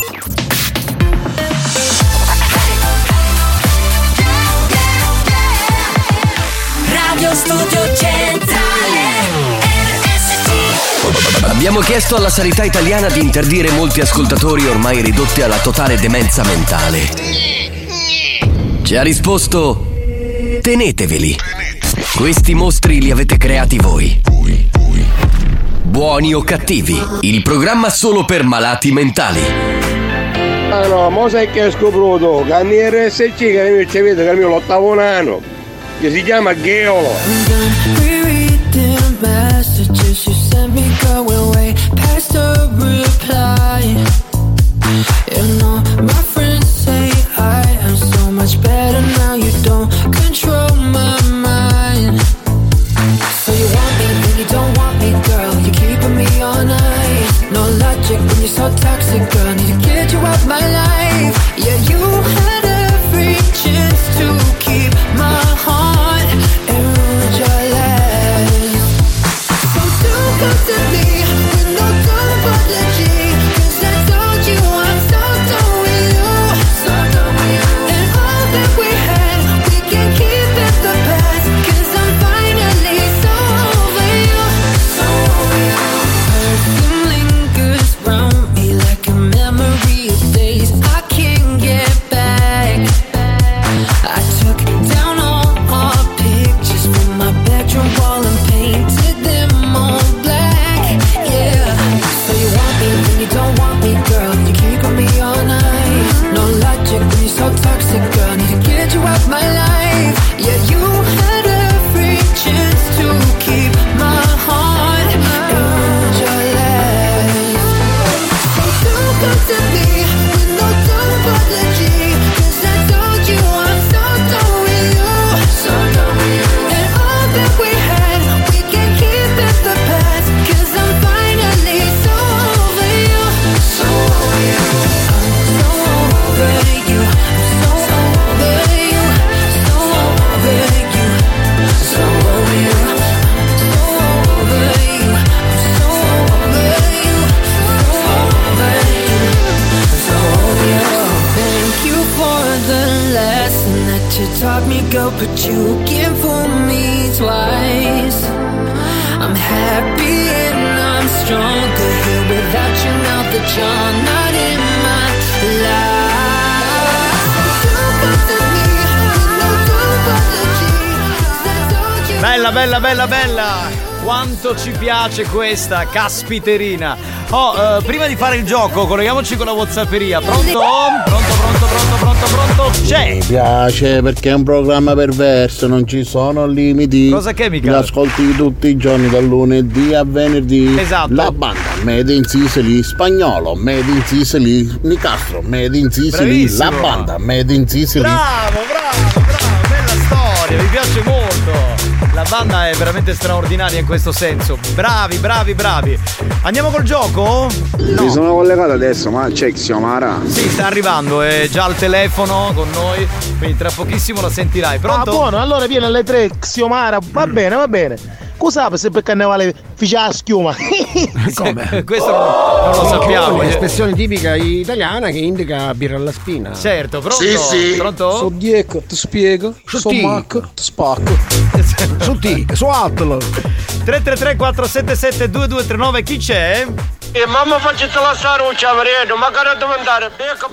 Radio Studio Centrale R S C. Abbiamo chiesto alla sanità italiana di interdire molti ascoltatori ormai ridotti alla totale demenza mentale. Ci ha risposto: teneteveli. Questi mostri li avete creati voi. Buoni o cattivi, il programma solo per malati mentali. Ah no, ma sai che ho scoperto? Che in R S C che io ci vedo che è il mio l'ottavo nano, che si chiama Gheolo. Rereading messages you sent me, girl, we're way past the reply. You know, my friends say I am so much better now. You don't control my mind. So you want me, then you don't want me, girl. You're keeping me on ice. No logic when you're so toxic, girl. Need to get you out my life. Yeah, you had every chance to keep my heart and ruin your life. So don't come to me with no apology, 'cause I don't looking for me twice. I'm happy and I'm stronger here without you now that you're not in my life. Bella, bella, bella, bella! Quanto ci piace questa caspiterina! Oh, eh, prima di fare il gioco, colleghiamoci con la WhatsApperia. Pronto? Pronto, pronto, pronto, pronto, pronto? C'è! Mi piace perché è un programma perverso, non ci sono limiti. Cosa che mica? Li ascolti tutti i giorni, dal lunedì a venerdì. Esatto. La banda Made in Sicily, spagnolo, Made in Sicily, Nicastro, Made in Sicily. Bravissimo. La banda Made in Sicily. Bravo, bravo, bravo, bella storia, mi piace molto. La banda è veramente straordinaria in questo senso. Bravi, bravi, bravi. Andiamo col gioco? No. Mi sono collegato adesso, ma c'è Xiomara? Sì, sta arrivando, è già al telefono con noi, quindi tra pochissimo la sentirai. Pronto? Ah, buono, allora viene alle tre, Xiomara. Va mm. bene, va bene. Cosa se per carnevale ficia la schiuma? Come? Questo non, non lo sappiamo. È un'espressione tipica italiana che indica birra alla spina. Certo, pronto? Sì, sì. Pronto? So diecco, ti spiego. So macco, ti spacco. Su T, su Atlo. tre tre tre quattro sette sette due due tre nove, chi c'è? E mamma faccio la saruccia, Mariano, magari a domandare.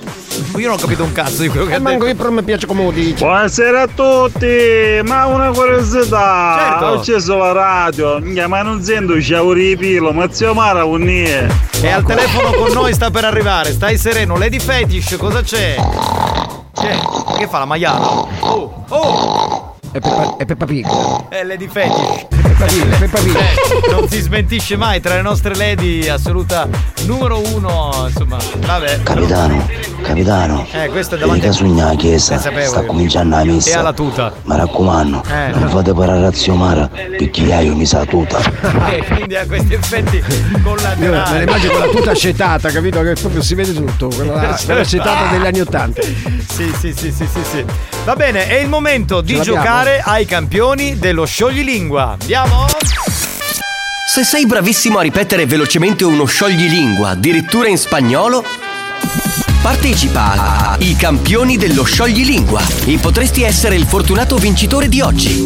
Io non ho capito un cazzo di quello che eh, ha manco detto. che però mi piace come lo dici. Buonasera a tutti, ma una curiosità. Certo. Ho acceso la radio, ma non sento sciauri di pilo, ma zio Mara un nie. È al telefono con noi, sta per arrivare, stai sereno. Lady Fetish, cosa c'è? C'è? Che fa la maiala? Oh, oh! È Peppa, è Peppa Pig. È Lady Fetish. Peppa Pig, Peppa Pig. Eh, non si smentisce mai, tra le nostre lady assoluta numero uno, insomma, vabbè. Capitano, capitano. Eh, questo è vedi davanti che sogna la chiesa, Eh, sapevo sta io. cominciando la messa. E alla tuta. Mi raccomando, Eh. non fate parare a zio Mara, perché io mi sa tuta. E quindi ha questi effetti collaterali. Me la immagino con la tuta acetata, capito? Che proprio si vede tutto. Quella, quella acetata degli anni ottanta. Sì, sì, sì, sì, sì, sì. Va bene, è il momento di Ce l'abbiamo? giocare ai campioni dello scioglilingua. Andiamo? Se sei bravissimo a ripetere velocemente uno scioglilingua, addirittura in spagnolo, partecipa ai campioni dello scioglilingua e potresti essere il fortunato vincitore di oggi.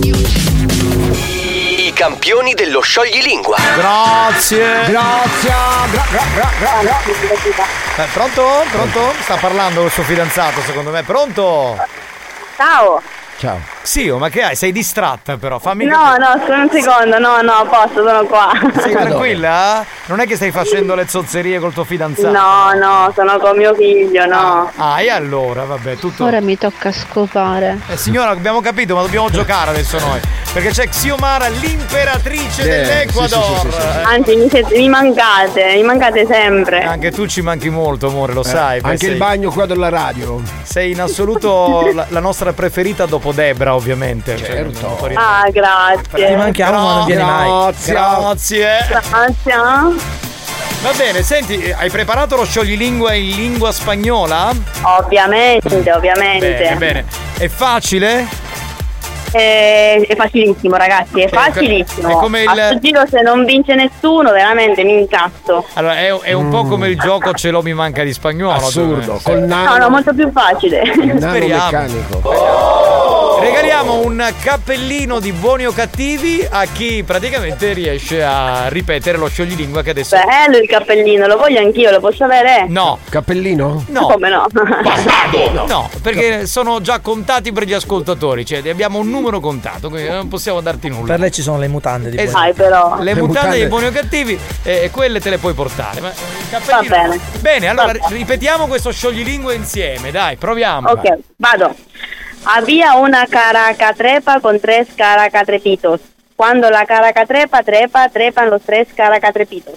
I campioni dello scioglilingua. Grazie. Grazie. Gra, gra, gra, gra, gra. Eh, pronto? Pronto? Sta parlando il suo fidanzato, secondo me. Pronto? Ciao. Ciao. Sì, ma che hai? Sei distratta però, fammi No, capire. no, solo un secondo, no, no, a posto, sono qua. Sei tranquilla? Non è che stai facendo le zozzerie col tuo fidanzato? No, no, sono con mio figlio, no. Ah, e allora, vabbè, tutto. Ora mi tocca scopare. Eh, signora, abbiamo capito, ma dobbiamo giocare adesso noi. Perché c'è Xiomara, l'imperatrice Eh, dell'Ecuador. sì, sì, sì, sì, sì. Anzi, mi, siete- mi mancate, mi mancate sempre. Anche tu ci manchi molto, amore, lo sai. beh, Anche sei, il bagno qua della radio. sei in assoluto la, la nostra preferita dopo Debra, ovviamente. Cioè, non può ri- Ah, grazie. Ti manchiamo, ma non vieni mai. Grazie. Grazie. Grazie. Va bene, senti, hai preparato lo scioglilingua in lingua spagnola? Ovviamente, ovviamente. Bene, bene. È facile? Eh, È facilissimo, ragazzi, è facilissimo. è come il- A sto giro, se non vince nessuno, veramente mi incazzo. Allora, è, è un po' come il gioco Ce l'ho mi manca di spagnolo. Assurdo. dove- Col No, nano, no, molto più facile. nano speriamo. meccanico. Regaliamo un cappellino di buoni o cattivi a chi praticamente riesce a ripetere lo scioglilingua che adesso. Bello il cappellino, lo voglio anch'io, lo posso avere? No, Cappellino? no. Come no? No, perché sono già contati per gli ascoltatori, cioè abbiamo un numero contato, quindi non possiamo darti nulla. Per lei ci sono le mutande di Esatto. Dai, però. Le, Le mutande mutande. dei buoni o cattivi, eh, quelle te le puoi portare. Ma il Va cappellino- bene. Bene, allora Va bene. ripetiamo questo scioglilingua insieme, dai, proviamo. Ok, vado. Había una caracatrepa con tres caracatrepitos. Cuando la caracatrepa trepa, trepan los tres caracatrepitos.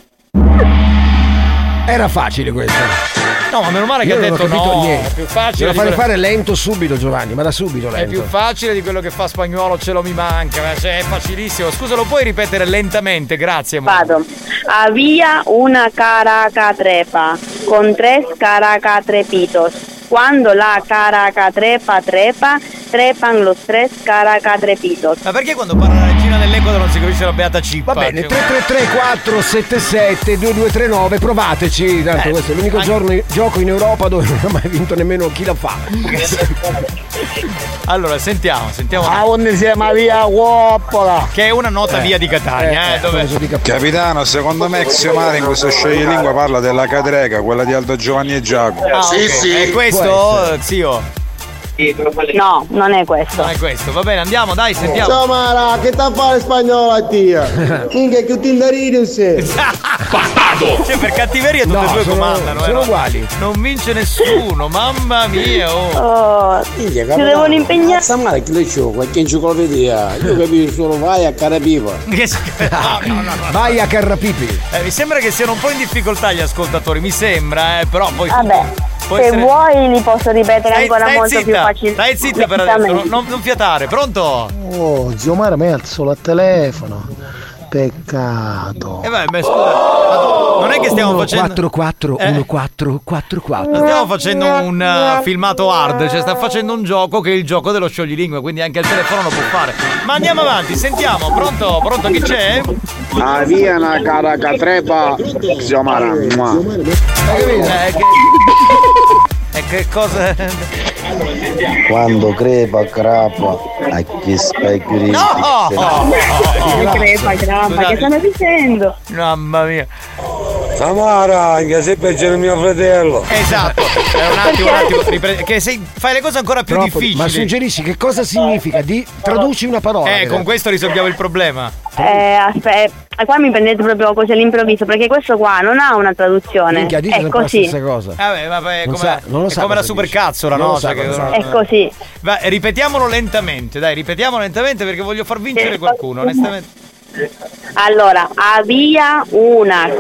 Era facile questo. No, ma meno male che Io ha non ho detto capito no. niente. È più Me facile lo di fai quello- fare lento subito, Giovanni, ma da subito È lento. più facile di quello che fa spagnolo, ce lo mi manca, ma cioè, è facilissimo. Scusa, lo puoi ripetere lentamente? Grazie, amore. Vado. Había una caracatrepa con tres caracatrepitos. Cuando la caracatrepa trepa, trepan los tres caracatrepitos. Ma perché quando parla la regina dell'Ecuador non si capisce la beata cippa? Va bene, tre tre tre quattro sette sette due due tre nove, provateci, tanto Eh, questo è l'unico anche- giorno, gioco in Europa dove non ha mai vinto nemmeno chi la fa. Allora, sentiamo, sentiamo. Ah, onde siamo via Guoppola. Che è una nota via di Catania, eh, dove... Capitano, secondo me Xiomara in questo scioglilingua parla della cadrega, quella di Aldo Giovanni e Giacomo. Ah, ok. È questo, zio? No, non è questo. Non è questo, va bene, andiamo, dai, sentiamo. Ciao Mara, che sta a fare spagnolo a tia? Minchia che tindarino sei. Bastardo! Cioè, per cattiveria tutte No, e due sono- comandano, sono eh, no? uguali. Non vince nessuno, mamma mia, oh. Oh, si devono impegnare. Samara che le c'ho, qualche enciclopedia. Io capisco solo vai a Carapipa. Che- no, no, no, no. Vai a Carrapipi. Eh, mi sembra che siano un po' in difficoltà gli ascoltatori, mi sembra, eh, però poi... Vabbè, può se essere- vuoi li posso ripetere Stai, ancora stai molto zitta, più facile. stai zitta per adesso, non, non- non fiatare, pronto? Oh, zio Mara mi alzo solo al telefono. Peccato. E vai, beh, scusa, ma tu- non è che stiamo facendo... quattro quattro uno quattro quattro quattro. Non stiamo facendo un uh, filmato hard, cioè sta facendo un gioco che è il gioco dello scioglilingue, quindi anche il telefono lo può fare. Ma andiamo avanti, sentiamo, pronto? Pronto chi c'è? Ah, via una caracatrepa, Xiomara. mua. Eh, che... E che cosa... Quando crepa crapa a chi specchi. No! Crepa, grappa, che stanno dicendo? Mamma mia. Samara, anche se peggio del mio fratello. Esatto, è un attimo, un attimo, ripre- che se fai le cose ancora più Troppo- difficili. Ma suggerisci che cosa significa? Di traduci una parola. Eh, con questo risolviamo il problema. Eh, aspetta, qua mi prendete proprio così all'improvviso, perché questo qua non ha una traduzione. Minchia, dite È sempre la così. stessa cosa. Vabbè, ma è Non come, sa- non lo è sa come la cosa supercazzola, dice. Non no? lo sa Cioè che- cosa È così. Va, ripetiamolo lentamente, dai, ripetiamolo lentamente perché voglio far vincere qualcuno, onestamente. Allora, había una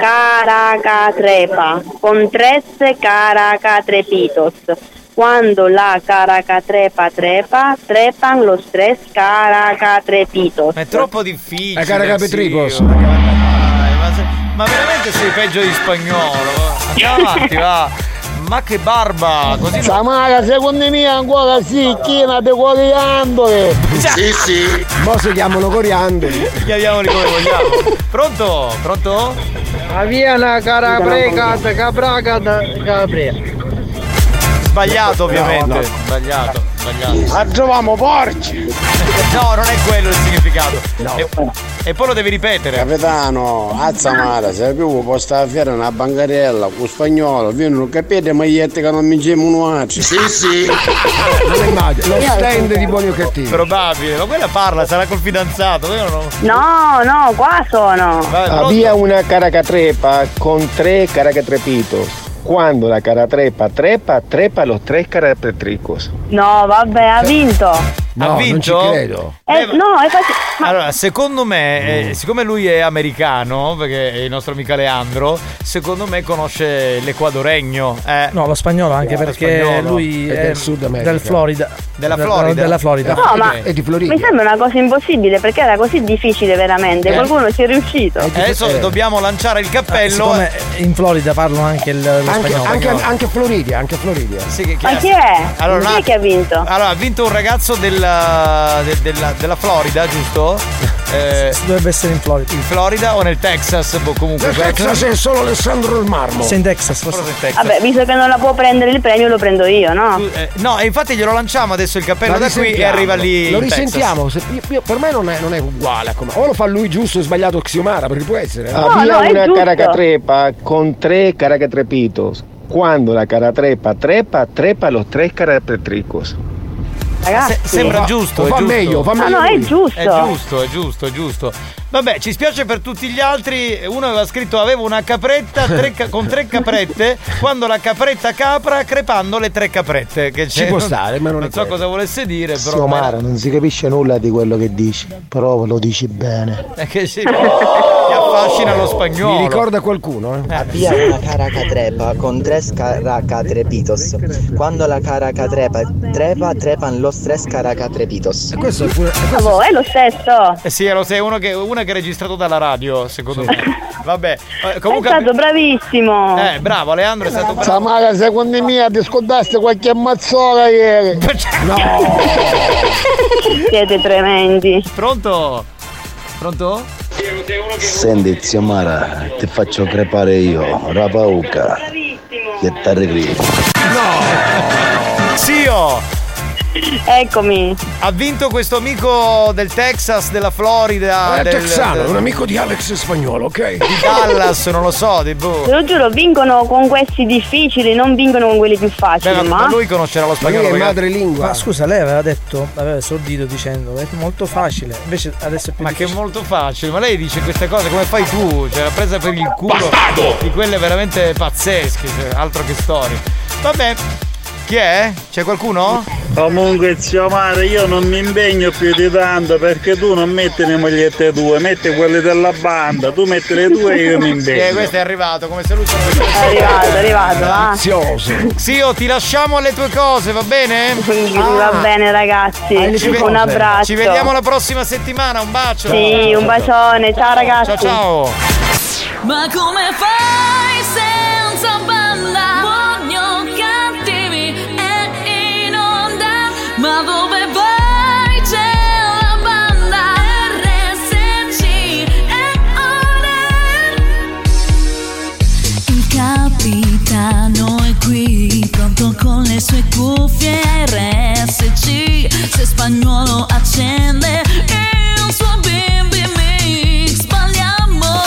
caracatrepa con tres caracatrepitos. Quando la caracatrepa trepa, trepan los tres caracatrepitos. Ma è troppo difficile. La caracapetripos. zio. Dai, ma, se- ma veramente sei peggio di spagnolo. Andiamo avanti, va. Ma che barba, così non... Samara, secondo me ancora sì, china di coriandoli. Sì, sì. Mo si chiamano coriandoli. Chiamiamoli come vogliamo. Pronto? Pronto? Avvia una carapreca, capraca, caprea. Sbagliato ovviamente. No, no. Sbagliato, sbagliato. La troviamo porci. No, non è quello il significato. E, e poi lo devi ripetere. Capitano, a Samara, se più posta a fiera una bancarella con spagnolo, viene capite magliette che non mingiamo un altro. Sì, sì. Non immagino. Lo stand di buoni o cattivi. Probabile, ma quella parla, sarà col fidanzato, vero o no? No, no, qua sono. Vai, pronto? Había una caracatrepa con tres caracatrepitos. Cuando la caratrepa trepa, trepa los tres carapetricos. No, vabbè, ha vinto. No, ha vinto? non ci credo. Eh, no, è facile. Ma Allora, secondo me, eh, siccome lui è americano, perché è il nostro amico Leandro, secondo me conosce l'equadoregno. Eh. No, lo spagnolo anche Lo perché spagnolo. lui È è del Sud America. del Florida. Della Da- Florida? Della Florida. No, ma È di Florida. mi sembra una cosa impossibile perché era così difficile veramente. Eh. Qualcuno ci è riuscito. Adesso Eh. dobbiamo lanciare il cappello. Siccome in Florida parlano anche il, lo Anche, spagnolo. anche, anche Floridia, anche Floridia. Sì, che- Ma che- chi è? Allora, Chi un è che ha vinto? Allora, ha vinto un ragazzo della, de- della, della Florida, giusto? Eh, Dovrebbe essere in Florida. in Florida o nel Texas? Boh, comunque. Nel Texas è solo Alessandro il Marmo. Sei in Texas, Forse forse. in Texas. Vabbè, visto che non la può prendere il premio, lo prendo io, no? Eh, no, e infatti glielo lanciamo adesso il cappello Ma da qui e risentiamo. arriva lì. Lo in Texas. risentiamo. Se- io- io- per me non è, non è uguale. a come- O lo fa lui giusto e sbagliato Xiomara, perché può essere. eh. No, Había no, è una giusto. caracatrepa con tres caracatrepitos. Cuando la caratrepa trepa, trepa los tres carapetricos. Ragazzi. Se- sembra Fa- giusto, o è fa giusto. meglio, fa Ah, meglio. no, è lui. giusto. È giusto, è giusto, è giusto. Vabbè, ci spiace per tutti gli altri. Uno aveva scritto avevo una capretta tre ca- con tre caprette. Quando la capretta capra, crepando le tre caprette. Che Ci c'è- può stare, ma non è Non so quello. cosa volesse dire, però. Xiomara, non si capisce nulla di quello che dici, però lo dici bene. È che sì, ti affascina lo spagnolo. Mi ricorda qualcuno, eh? Había una caracatrepa con tres caracatrepitos. Cuando la caracatrepa trepa, trepan los tres caracatrepitos. Questo è pure. Ah, boh, è lo stesso. Eh sì, lo sei uno che, una che è registrato dalla radio, secondo me. vabbè. Eh, comunque... È stato bravissimo. Eh, bravo, Leandro è stato bravo. Samara, secondo me ti scordaste qualche mazzola ieri. No. Siete tremendi. Pronto? Pronto? Senti zio Mara, ti faccio crepare io, rapauca. Che t'arrivi. No! Zio! Eccomi. Ha vinto questo amico del Texas, della Florida. È del, texano, del, un amico di Alex Spagnolo, ok? Di Dallas, non lo so, di boh. Te lo giuro, vincono con questi difficili, non vincono con quelli più facili. Beh, ma, ma lui conoscerà lo spagnolo. Lui è madrelingua. Ma scusa, lei aveva detto, aveva esordito dicendo è molto facile. Invece adesso è più Ma difficile. che è molto facile, ma lei dice queste cose come fai tu? Cioè l'ha presa per il culo. Bastardo! Di quelle veramente pazzesche, cioè, altro che storie. Vabbè. Chi è? C'è qualcuno? Comunque zio Mare, io non mi impegno più di tanto perché tu non metti le mogliette tue, metti quelle della banda, tu metti le tue e io mi impegno. Sì, questo è arrivato, come se lui fosse È arrivato, è arrivato, va. Zio, ti lasciamo alle tue cose, va bene? Ah. Va bene ragazzi, Ci ve- un abbraccio. Ci vediamo la prossima settimana, un bacio. Sì, un bacione, ciao ragazzi. Ciao ciao. Ma come fai senza banda? Buoni o cattivi è in onda. Ma dove vai c'è la banda. R S C è on air. Il capitano è qui, pronto con le sue cuffie R S C. Se Spagnolo accende il suo bimbi mix, balliamo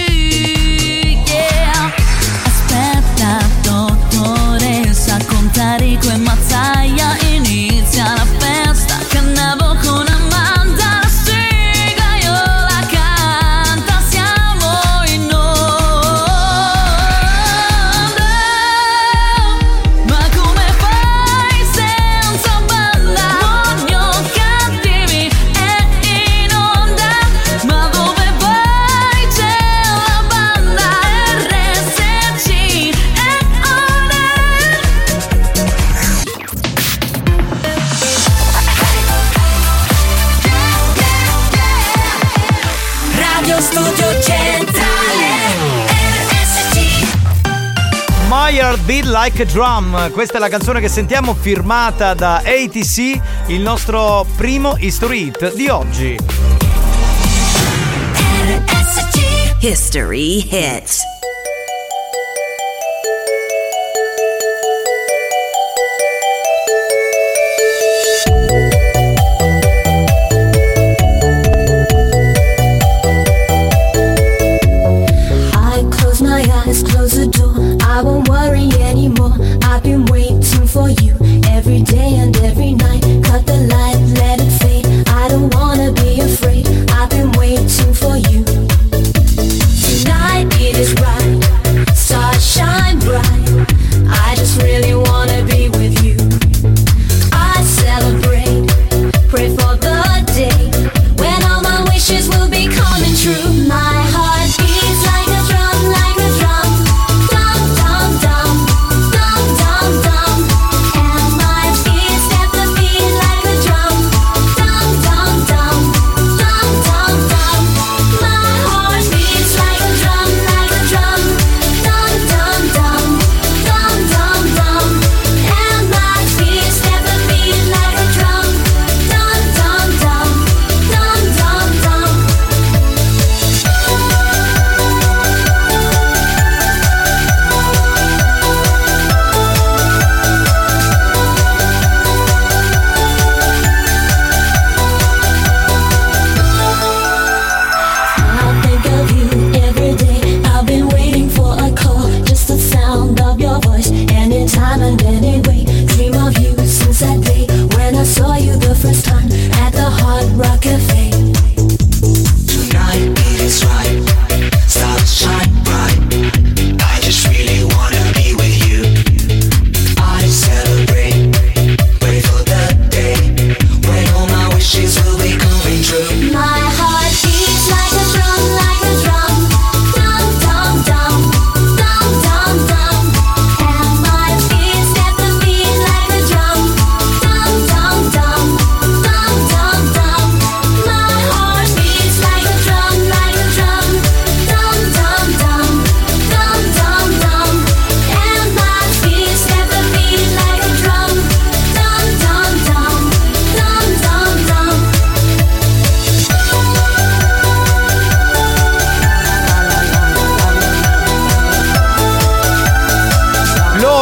sì, yeah. Aspetta dottoressa, con Tarico e Mazzaia inizia la festa. Cannavo con Amanda, la strega io la canta, siamo in onda. Ma come fai senza banda? Buoni o cattivi è in onda. Ma dove vai c'è la banda. R S C è on air. Radio Studio Centrale R S C. My Heart Beat Like a Drum. Questa è la canzone che sentiamo, firmata da A T C, il nostro primo History Hit di oggi. History Hits. I close my eyes, close the door. I won't worry anymore. I've been waiting for you every day and every night. Cut the light, let it fade. I don't wanna be afraid. I've been waiting for you. Tonight it is right.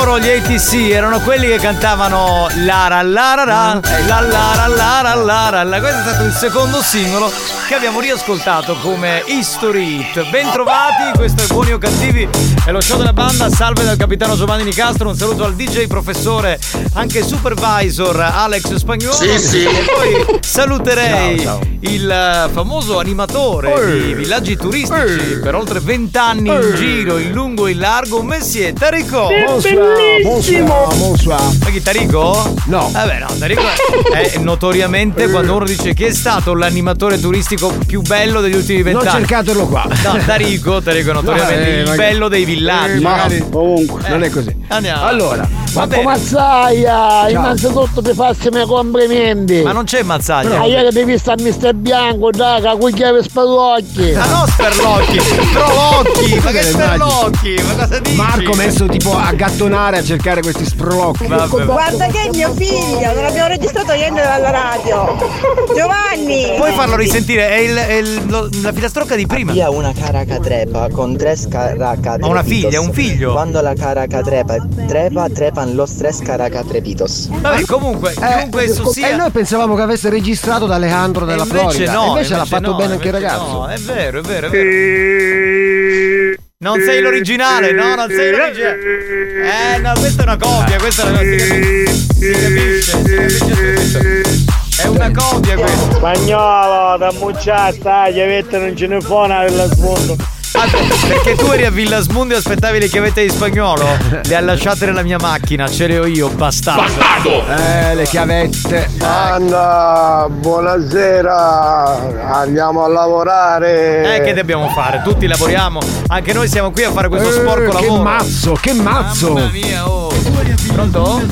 erano gli A T C, erano quelli che cantavano la la la la la la la la la la la. Questo è stato il secondo singolo che abbiamo riascoltato come History Hit. Ben trovati, questo è Buoni o Cattivi, è lo show della banda. Salve dal capitano Giovanni Nicastro, un saluto al D J professore, anche supervisor Alex Spagnuolo. Sì, sì. E poi saluterei Ciao, ciao. il famoso animatore Ehi. di villaggi turistici per oltre vent'anni in giro, in lungo e in largo, Messie Tarico. Bellissimo. Ma chi, Tarico? No. Vabbè, no, Tarico è, è notoriamente quando uno dice chi è stato l'animatore turistico più bello degli ultimi vent'anni. Non cercatelo qua. No, Tarico, Tarico è notoriamente No, eh, il magari- bello dei villaggi. Eh, Ma magari- Comunque, non è così. Andiamo. Allora, ma bene. come Mazzaia, innanzitutto ti faccio i miei complimenti. Ma non c'è Mazzaglia. Ma ieri devi stare a mister Bianco, raga, con chiave sperlocchi. Ma no, sperlocchi, prolocchi, ma che sperlocchi? Ma cosa dici? Marco messo tipo a gattonare a cercare questi sprolocchi. Guarda che è mio figlio, non abbiamo registrato niente dalla radio. Giovanni! Puoi farlo risentire, è, il, è il- lo- la filastrocca di prima. Abbia una caracatrepa con tres caracatrepitos. Ha una figlia, un figlio. Quando la caracatrepa trepa, trepan los tres caracatrepitos. Vabbè, comunque, chiunque esso sia. E noi pensavamo che avesse registrato da Alejandro della E invece Florida. no, E invece, l'ha invece fatto no, bene anche il invece ragazzo. No, è vero, è vero, è vero. Non sei l'originale, no, non sei l'originale. Eh no, questa è una copia, questa è una cosa. Si capisce, si capisce, si capisce tutto. È una copia questa. Spagnolo, da mucciata, gli avete non ce ne fa una della sfondo. Ah, perché tu eri a Villa Smundi e aspettavi le chiavette di Spagnolo? Le ha lasciate nella mia macchina, ce le ho io, bastardo. Bastardo! Eh, le chiavette. Anna, buonasera, andiamo a lavorare. Eh, che dobbiamo fare? Tutti lavoriamo, anche noi siamo qui a fare questo sporco che lavoro. mazzo, che mazzo! Mamma mia, oh. Pronto? Oh,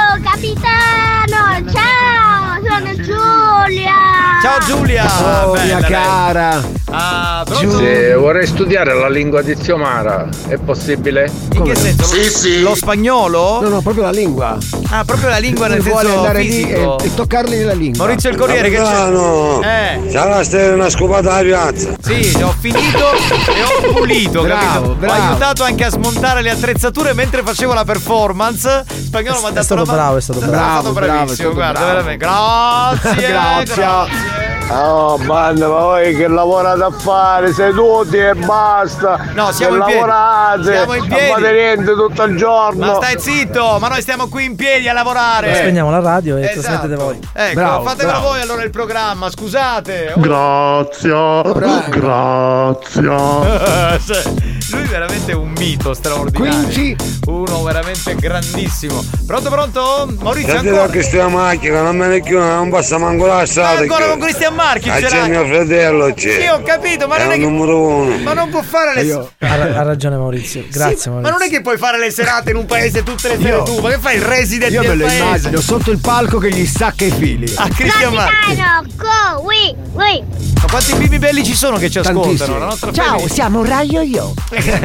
capitano, ciao, sono Giulia. Ciao Giulia! Oh, Bella, mia lei. cara! Ah, pronto? Se vorrei studiare la lingua di Zio Mara, è possibile? In che senso? Sì, sì. Lo spagnolo? No, no, proprio la lingua. Ah, proprio la lingua nel Vuole senso andare lì fisico. e, e toccargli la lingua. Maurizio il Corriere che Capitano, c'è? Eh. c'ha la stella una scopata alla piazza. Sì, ho finito e ho pulito, Bravo, capito? bravo. Ho aiutato anche a smontare le attrezzature mentre facevo la performance. Spagnolo mi ha dato stato una mano. bravo, è stato È bravo. stato Bravo, bravissimo, è stato guarda, bravo. veramente. Grazie. Grazie. Oh, banda, ma voi che lavorate a fare? Seduti e basta. No, siamo che in piedi. lavorate. Siamo in piedi. Non fate niente tutto il giorno. Ma stai zitto, ma noi stiamo qui in piedi a lavorare. Spegniamo la radio e Esatto. trasmettete voi. Ecco, Bravo, fatevelo bravo. voi allora il programma, scusate. Oh. Grazie, grazie. Cioè, lui è veramente un mito straordinario. Quinci. Uno veramente grandissimo. Pronto, pronto? Maurizio Senti ancora? che stiamo a macchina, non me ne chiudo, non passa manco la Ma strada. ancora con Cristian Marchi Ah, ce c'è l'hai? mio fratello, c'è. Sì, ho capito, ma È non è un che. numero uno. Ma non può fare le. Io- Ha, ha ragione Maurizio. Grazie Sì, Maurizio. ma non è che puoi fare le serate in un paese tutte le sere Io- tu, ma che fai il resident Io me del lo paese? immagino sotto il palco che gli sacca i fili. A Cristian Marchi. Capitano, go, oui, oui. Ma quanti bimbi belli ci sono che ci ascoltano? Tantissimi. La nostra Ciao, family. siamo Raio io.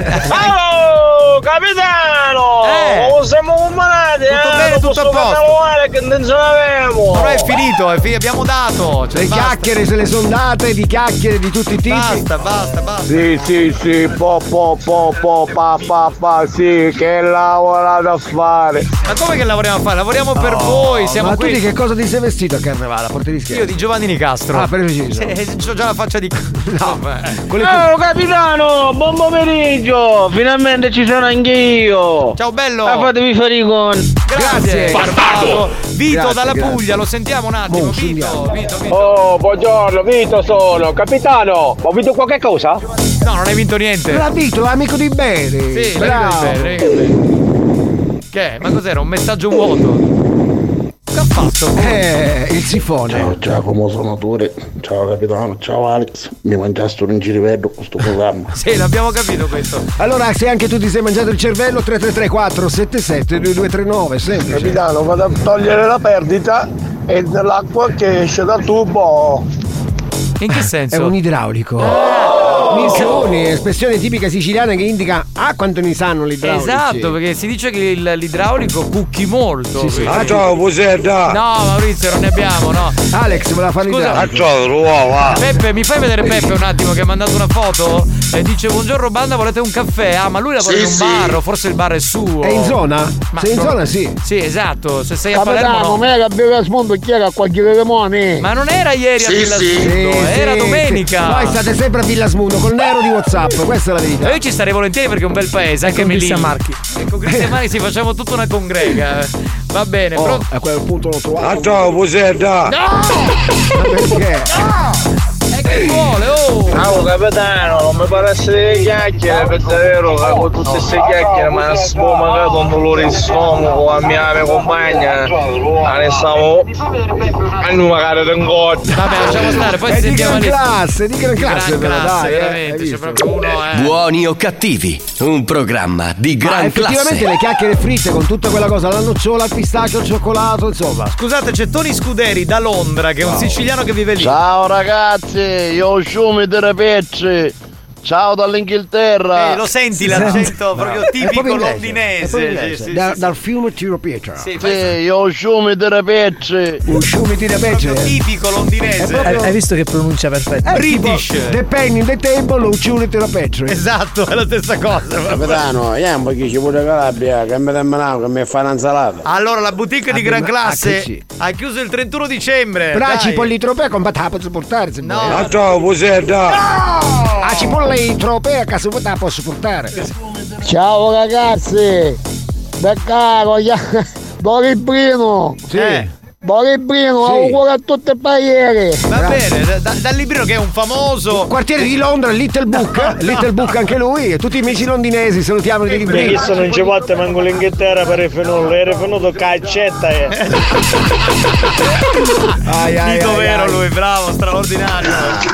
Oh, capitano! Eh. Oh, siamo combinati, Tutto eh! bene, dopo tutto a sto posto. carnevale che non ce l'avevamo! Però è finito, è fi- abbiamo dato. Cioè, Le basta. chiacchiere se le sono date, di chiacchiere di tutti i tipi. Basta, basta, basta. Sì, sì, sì, po, po, po, po, pa, pa, pa, sì, che lavorate a fare. Ma come che lavoriamo a fare? Lavoriamo per voi, siamo Ma qui. tu di che cosa ti sei vestito a carnevale? A parte di scherzo. Io di Giovanni Nicastro. Ah, preciso. Sì, ho già la faccia di. No, Vabbè. con le Oh, capitano! Buon pomeriggio! Finalmente ci sono anch'io! Ciao bello! Ah, fatevi fare i con. Grazie, Barbato. Vito Grazie, dalla grazie. Puglia, lo sentiamo un attimo. Boh, Vito, sentiamo. Vito, Vito. Oh, buongiorno, Vito sono! Capitano, ho vinto qualche cosa? No, non hai vinto niente. l'ha vinto, l'amico di Beri. Sì, bravo. bene, bene, bene. Che è? Ma cos'era? Un messaggio vuoto? Che ha fatto? Eh, il sifone. Ciao Giacomo, sono Tore. Ciao capitano, ciao Alex. Mi mangiaste un girivello questo programma. Sì, l'abbiamo capito questo. Allora, se anche tu ti sei mangiato il cervello, tre tre tre quattro sette sette due due tre nove, semplice. Capitano, vado a togliere la perdita e dell'acqua che esce dal tubo. In che È senso? un idraulico. Ah, Minchioni, espressione tipica siciliana che indica ah quanto ne sanno l'idraulici. Esatto, perché si dice che il- l'idraulico cucchi molto. Sì, sì. quindi- Ah, ciao, Pusedda. No, Maurizio, non ne abbiamo, no. Alex voleva fare Scusa. l'idraulico. Ah, ciao, uova. Peppe, mi fai vedere Peppe un attimo che ha mandato una foto? E dice buongiorno banda, volete un caffè? Ah, ma lui lavora Sì, in un sì. bar, o forse il bar è suo. È in zona? Ma Se in non- zona sì. Sì, esatto. Se sei a Palermo Capitano, no. me che abbiamo smondo chi era qualche limone. Ma non era ieri a Sì, Villa sì. Smundo, Sì, era sì, domenica. sì. Voi state sempre a Villa Smundo col nero di WhatsApp, questa è la verità. E io ci starei volentieri perché è un bel paese, anche con Melilli. Cristian Marchi. E con Cristian Marchi sì, facciamo tutta una congrega. Va bene, Oh, però. a quel punto l'ho trovato. Ah, ciao, Pusedda. No! Ma perché? E che vuole, oh! Ciao capitano, non mi pare essere chiacchiere, per davvero che con tutte queste chiacchiere mi ha sfomagato un dolore di stomaco a mia, mia compagna. Ne stavo a non magari rincotta. Vabbè, lasciamo stare, poi È di sentiamo gran lì. classe, di gran Di classe gran però, classe, dai, eh, veramente. hai C'è visto? proprio uno, eh. Buoni o cattivi, un programma di Ma gran effettivamente classe. le chiacchiere fritte con tutta quella cosa, la nocciola, il pistacchio, il cioccolato, insomma. Scusate, c'è Tony Scuderi da Londra, che è un siciliano che vive lì. Ciao ragazzi, io Sciumi delle Pecce. Ciao dall'Inghilterra. Eh, lo senti l'accento proprio È tipico proprio inglese, londinese. è proprio inglese. Sì, sì, Da- sì, dal fiume Tiro Pietra. sì, Sì, io Sciumi delle Pecce. Un fiume Tiro proprio Pietra. tipico londinese. È proprio- Hai visto che pronuncia perfetta? È tipo British. The pen in the table, un fiume Tiro Pietra. Esatto, è la stessa cosa. Capitano, andiamo che ci vuole Calabria, che mi dammi che mi fa un'insalata. Allora, la boutique di Ah, gran ma- classe ah, così. ha chiuso il trentuno dicembre. Però la dai. cipolla tropea con la posso portare se No. vuoi. Ah, ciao, Pusedda. La cipolla tropea che se vuoi te la posso portare. Ciao ragazzi. Beccaro, Boribrino. Sì. Eh. Boribrino, Sì. auguro a tutte le barriere. Va bene, da- da- dal librino che è un famoso. Quartiere di Londra, Little Book, Little Book anche lui, e tutti i amici londinesi salutiamo di librino. Questo non ci porta manco l'Inghilterra per il fenuto, era venuto caccetta eh. Ai, ai, Dito ai, vero ai. lui, bravo, straordinario.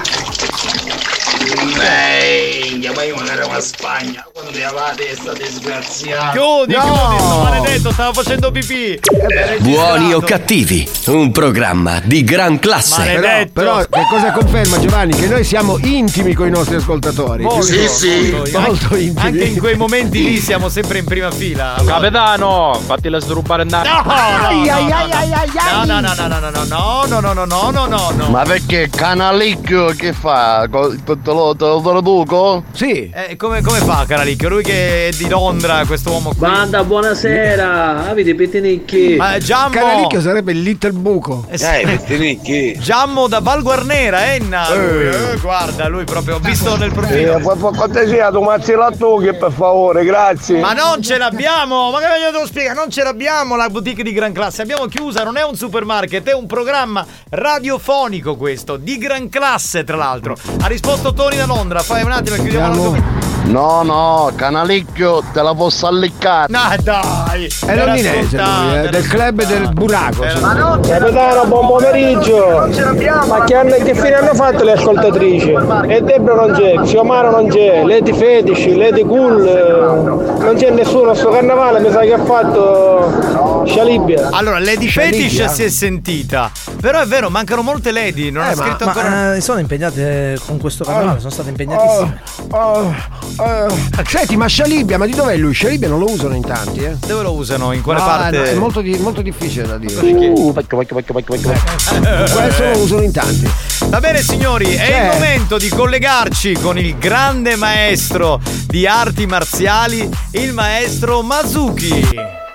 Ehi, ma io magari a Spagna, quando eravate sta disgraziata. Chiudi, No. chiudi, sto maledetto, stava facendo pipì. È Buoni o registrato. cattivi, un programma di gran classe. Male- Però, Detto. però che cosa conferma Giovanni? Che noi siamo intimi con i nostri ascoltatori. Molto, Sì, sì. molto, Molto anche, intimi. anche in quei momenti lì siamo sempre in prima fila. Capitano, fatela srubare andare. No, no, Ai, no, ai, no, ai, no. ai, ai, ai. No, no, no, no, no, no, no, no, no, no, no, no, no, no. Ma perché Canalicchio che fa? Co- Te lo, te lo traduco? Sì. Eh, come, come fa Canalicchio? Lui che è di Londra, questo uomo qui. Banda, buonasera. Avete pettinicchi? Ma Giammo. Canalicchio sarebbe il Little Buco. Eh, sì. Eh, Pettinicchi. Giammo da Val Guarnera, Enna. Lui, eh, guarda, lui proprio ho visto nel profilo. Per cortesia, tu mazzi la tughe per favore, grazie. Ma non ce l'abbiamo! Ma che io devo spiegare? Non ce l'abbiamo la boutique di gran classe, abbiamo chiusa, non è un supermarket, è un programma radiofonico questo, di gran classe tra l'altro. Ha risposto Tony da Londra, fai un attimo e chiudiamo l'argomento. No, no, Canalicchio te la posso alliccare. No, dai! È londinese lui, eh, del club del buraco. insomma. Capitano, buon pomeriggio. Ma che, hanno, che fine hanno fatto le ascoltatrici? E Debra non c'è, Xiomara non c'è, Lady Fetish, Lady Cool, eh, non c'è nessuno a sto carnavale, mi sa che ha fatto Scialibia. Allora, Lady Fetish si è sentita, però è vero, mancano molte lady, non ha Eh, ma, scritto ma, ancora. eh, sono impegnate con questo canale, sono state impegnatissime. Oh, oh. Senti, ma Scialibia, ma di dov'è lui? Scialibia non lo usano in tanti, eh? Dove lo usano? In quale No, parte? no, è molto, di- molto difficile da dire. Uh, vecchio, vecchio, vecchio, vecchio, vecchio. Questo lo usano in tanti. Va bene signori, è C'è. il momento di collegarci con il grande maestro di arti marziali, il maestro Mazuki.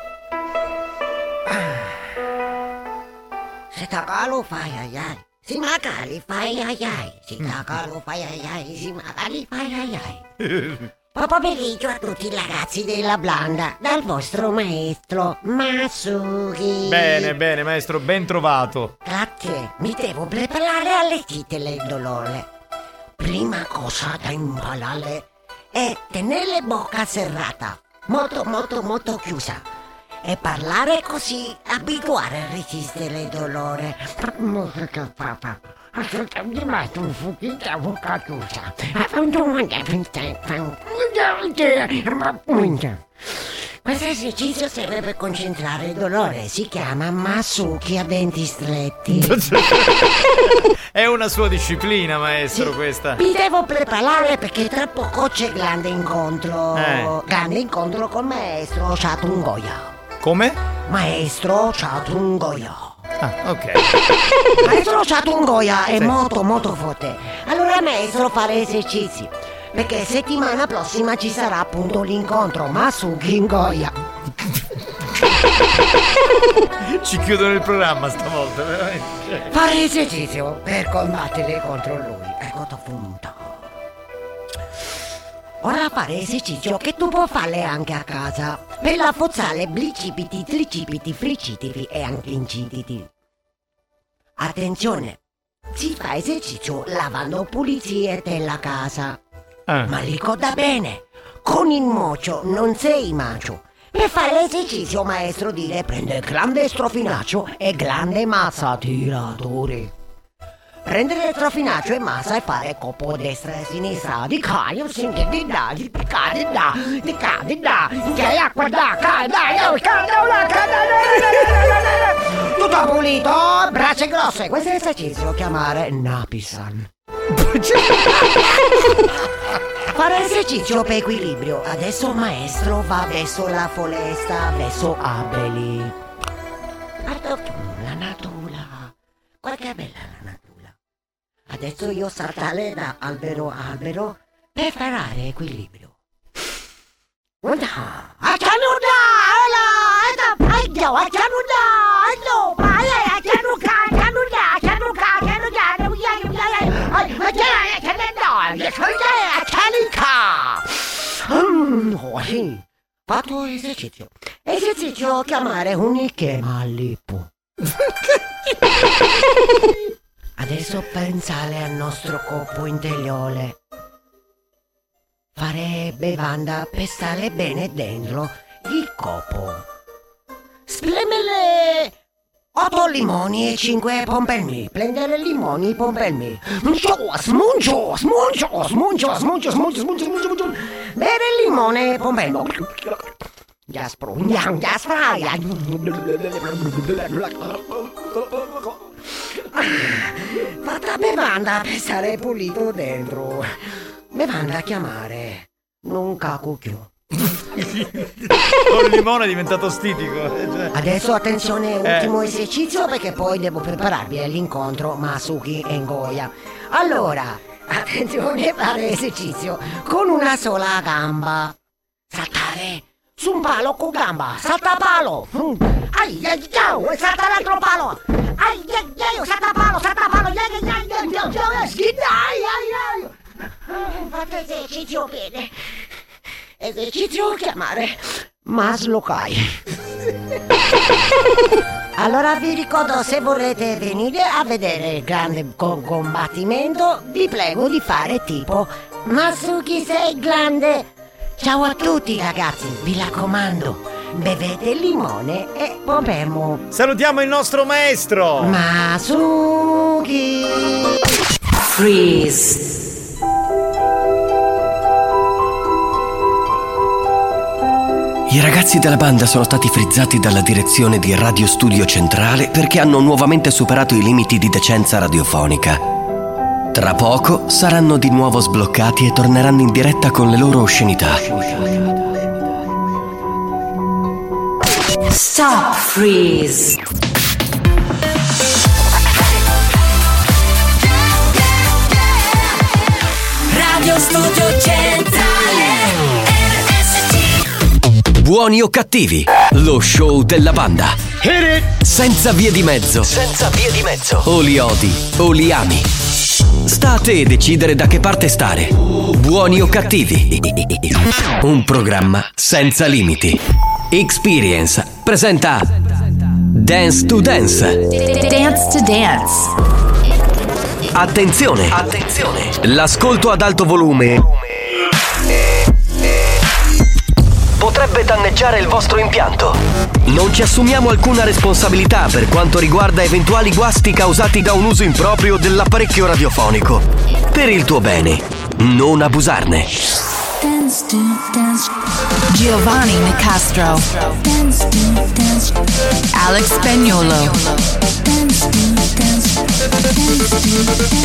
Se takalo fai ai ai, si magari fai ai ai, si takalo fai ai ai, si magari fai ai ai. Buon pomeriggio a tutti i ragazzi della Blanda, dal vostro maestro Masuki. Bene, bene maestro, ben trovato. Grazie, mi devo preparare alle chite del dolore. Prima cosa da imparare è tenere bocca serrata, molto molto molto chiusa. E parlare così, abituare a resistere il dolore. Musica papà. Ascoltami mai un fuochino a bocca chiusa. Questo esercizio serve per concentrare il dolore, si chiama Masuki a denti stretti. È una sua disciplina, maestro, sì, questa. Mi devo preparare perché tra poco c'è grande incontro. Eh. Grande incontro con maestro Chatungoya. Come? Maestro Chatungoya. Ah, ok. Maestro Chatungoya è sì. molto molto forte. Allora maestro fare esercizi. Perché settimana prossima ci sarà appunto l'incontro Masuki Ngoya. Ci chiudono il programma stavolta, veramente. Fare esercizio per combattere contro lui. Ecco punto. Ora fare esercizio che tu puoi fare anche a casa. Per la forzare blicipiti, tricipiti, fricitivi e anche incititi. Attenzione! Si fa esercizio lavando pulizie della casa. Ah. Ma ricorda bene, con il mocio non sei macio. Per fare l'esercizio maestro dire prende grande strofinaccio e grande massa tiratore. Prendere strofinaccio e massa e fare coppo destra e sinistra. Di caio, sinche di da, di ca di da, di ca di da, che acqua da, ca da, io ca da, una ca da, tutto pulito, braccia grosse. Questo esercizio chiamare Napisan. Fare esercizio per equilibrio. Adesso maestro va verso la foresta, verso Abeli. Guarda la natura. Guarda che bella la natura. Adesso io saltare da albero a albero per fare equilibrio. Guarda, accianuda, alla, accianuda, accianuda, accianuda, accianuda, accianuda, accianuda. Fatto esercizio. Esercizio chiamare un schema all'ippo. Adesso pensare al nostro corpo interiore. Fare bevanda per stare bene dentro il corpo. Spremere otto limoni e cinque pompelmi. Prendere limoni e pompelmi. Smuncio, smuncio, smuncio, smuncio, smuncio, smuncio, smuncio, smuncio. Bere limone e pompelmo. Jaspro, jaspra, fatta bevanda per stare pulito dentro. Bevanda a chiamare non cacucchio. Con il limone è diventato stitico. Adesso attenzione, ultimo eh. esercizio perché poi devo prepararvi all'incontro Masuki e Ngoya. Allora, attenzione, fare esercizio con una sola gamba. Saltare su un palo con gamba, salta palo. Ai ai ai, salta l'altro palo. Ai ai ai, salta palo, salta palo. Ai ai ai, ai ai ai. Fate esercizio bene. Esercizio chiamare Maslokai. Allora vi ricordo, se volete venire a vedere il grande combattimento, vi prego di fare tipo Masuki sei grande. Ciao a tutti ragazzi, vi raccomando, bevete limone e pompelmo. Salutiamo il nostro maestro Masuki. Freeze. I ragazzi della banda sono stati frizzati dalla direzione di Radio Studio Centrale perché hanno nuovamente superato i limiti di decenza radiofonica. Tra poco saranno di nuovo sbloccati e torneranno in diretta con le loro oscenità. Stop freeze. Radio Studio Centrale. Buoni o cattivi, lo show della banda. Senza vie di mezzo. Senza vie di mezzo. O li odi o li ami. Sta a te decidere da che parte stare. Buoni o cattivi. Un programma senza limiti. Experience presenta Dance to Dance. Dance to Dance. Attenzione. Attenzione. L'ascolto ad alto volume potrebbe danneggiare il vostro impianto. Non ci assumiamo alcuna responsabilità per quanto riguarda eventuali guasti causati da un uso improprio dell'apparecchio radiofonico. Per il tuo bene, non abusarne. Dance to dance. Giovanni Nicastro. Dance to dance. Alex Spagnuolo. Dance to dance. Dance to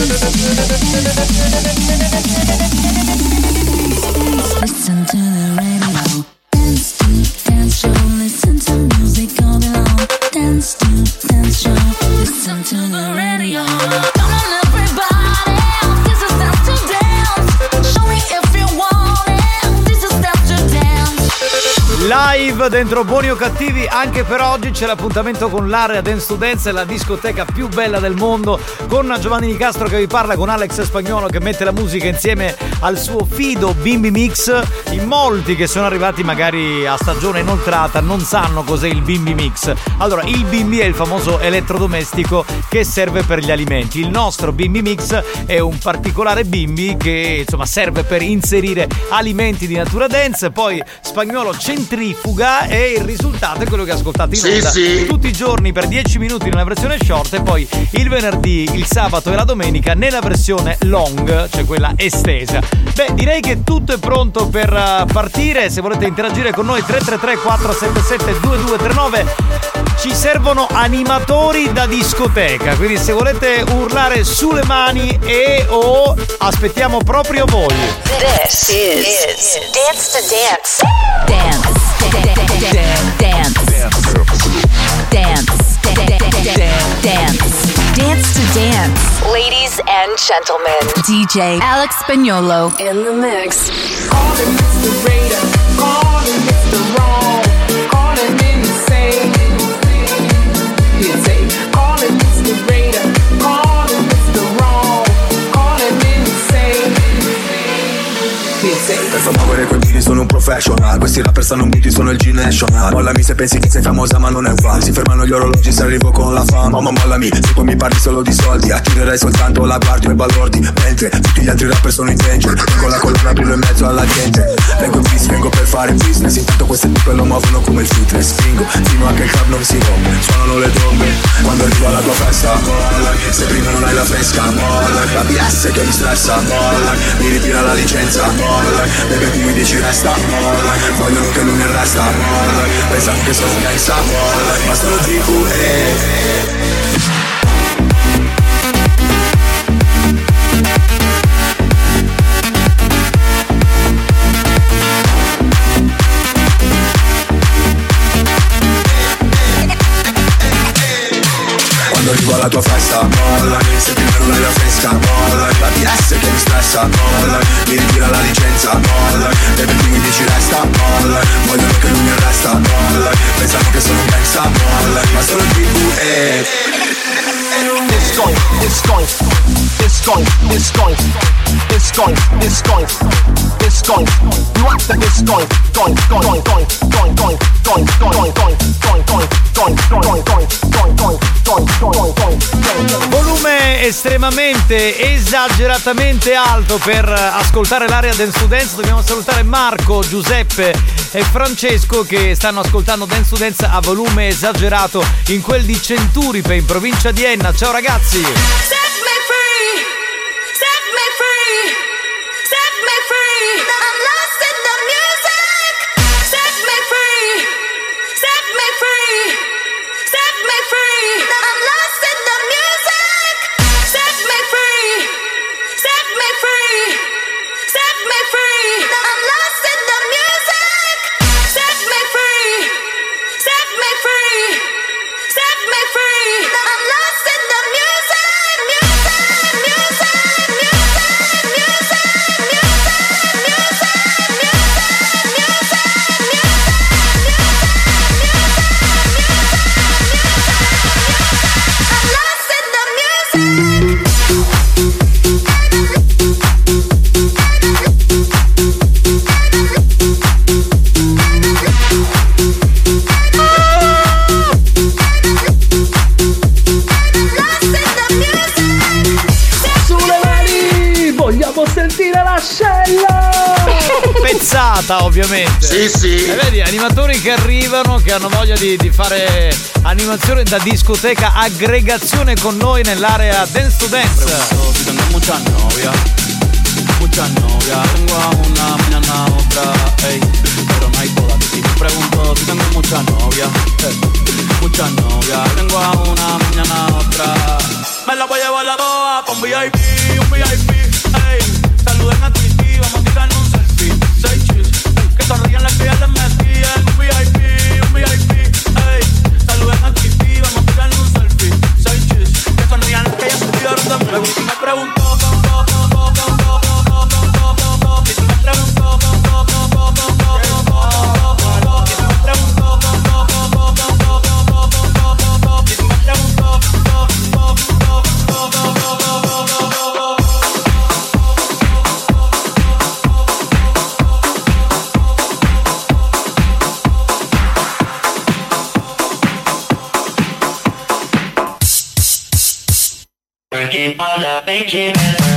dance. Listen to the radio. Dance to dance show. Listen to music all day long. Dance to dance show. Listen to the radio. Come on everybody, this is dance to dance. Show me if you want it. This is dance to dance. Live dentro Buoni o Cattivi, anche per oggi c'è l'appuntamento con l'area Dance to Dance, la discoteca più bella del mondo, con Giovanni Nicastro che vi parla, con Alex Spagnuolo che mette la musica insieme al suo fido Bimbi Mix. In molti che sono arrivati magari a stagione inoltrata non sanno cos'è il Bimbi Mix. Allora, il Bimbi è il famoso elettrodomestico che serve per gli alimenti. Il nostro Bimbi Mix è un particolare Bimbi che insomma serve per inserire alimenti di natura dance, poi Spagnuolo centrifuga e il risultato è quello che ascoltate in Sì, onda sì. tutti i giorni per dieci minuti nella versione short, e poi il venerdì, il sabato e la domenica nella versione long, cioè quella estesa. Beh, direi che tutto è pronto per uh, partire. Se volete interagire con noi, tre tre tre quattro sette sette due due tre nove. Ci servono animatori da discoteca, quindi se volete urlare sulle mani e o aspettiamo proprio voi. This is Dance to Dance. Dance. Dance. Dance. Dance. Dance to Dance. Ladies and gentlemen, D J Alex Spagnuolo in the mix. Calling Mister Raider, calling Mister Wrong, calling insane. He'd say, calling Mister Raider, calling Mister Wrong, calling insane. He'd say, per favore coi beat sono un professional. Questi rapper stanno beat, sono il G-National. Mollami se pensi che sei famosa ma non è uguale. Si fermano gli orologi se arrivo con la fama. Ma mollami se poi mi parli solo di soldi. Attirerai soltanto la guardia e balordi, mentre tutti gli altri rapper sono in danger. Con la colonna aprirò in mezzo alla gente. Vengo in peace, vengo per fare business. Intanto queste tipe lo muovono come il fitness. Spingo fino a che il club non si rompe. Suonano le trombe quando arrivo alla tua festa. Mollami se prima non hai la fresca. Mollami la B S che mi stressa. Mollami mi ritira la licenza. Mollami perché tu mi dici resta. Mollami vogliono che lui mi resta. Mollami pensano che sono gangsta. Mollami ma sono G Q E. Quando arrivo alla tua festa, mollami se prima non hai la fresca. Mollami la B S che mi stressa. Mollami mi ritira la licenza. Mollami perché tu mi dici resta. Mollami vogliono che lui mi arresta. Mollami pensano che sono gangsta. Mollami ma sono G Q E. It's going, it's going, it's going, it's going, it's going, it's going, it's going. What the it's going, going, going, going, going, going, going, going, going, going, going, going, going, going, going, going, going, going. Volume estremamente, esageratamente alto per ascoltare l'area Dance to Dance. Dobbiamo salutare Marco, Giuseppe e Francesco che stanno ascoltando Dance to Dance a volume esagerato in quel di Centuripe in provincia di Enna. Ciao ragazzi! Set me free, set me free, set me free. I'm lost in the music. Set me free, set me free, set me free. I'm lost in the music. Set me free, set me free, set me free. I'm lost in the music. Set me free, set me free, set me free. I'm lost in the music. Pezzata ovviamente. Sì, sì. E vedi, animatori che arrivano, che hanno voglia di, di fare animazione da discoteca, aggregazione con noi nell'area Dance to Dance. Tengo mucha novia, muchas novias. Tengo a una, mañana a otra, ey, pero no hay boda. Si me pregunto si tengo muchas novias, ey, muchas novias. Tengo a una, mañana a otra. Me la voy a llevar la boa pa' un V I P, un V I P, ey. Saluden a Twitty, vamos a tirarnos un selfie. Say cheese, que sonrían las que ya les metían. Un V I P, un V I P, ey. Saluden a Twitty, vamos a tirarnos un selfie. Say cheese, que sonrían las que ya se pierden. Si me pregunto, working on the baking.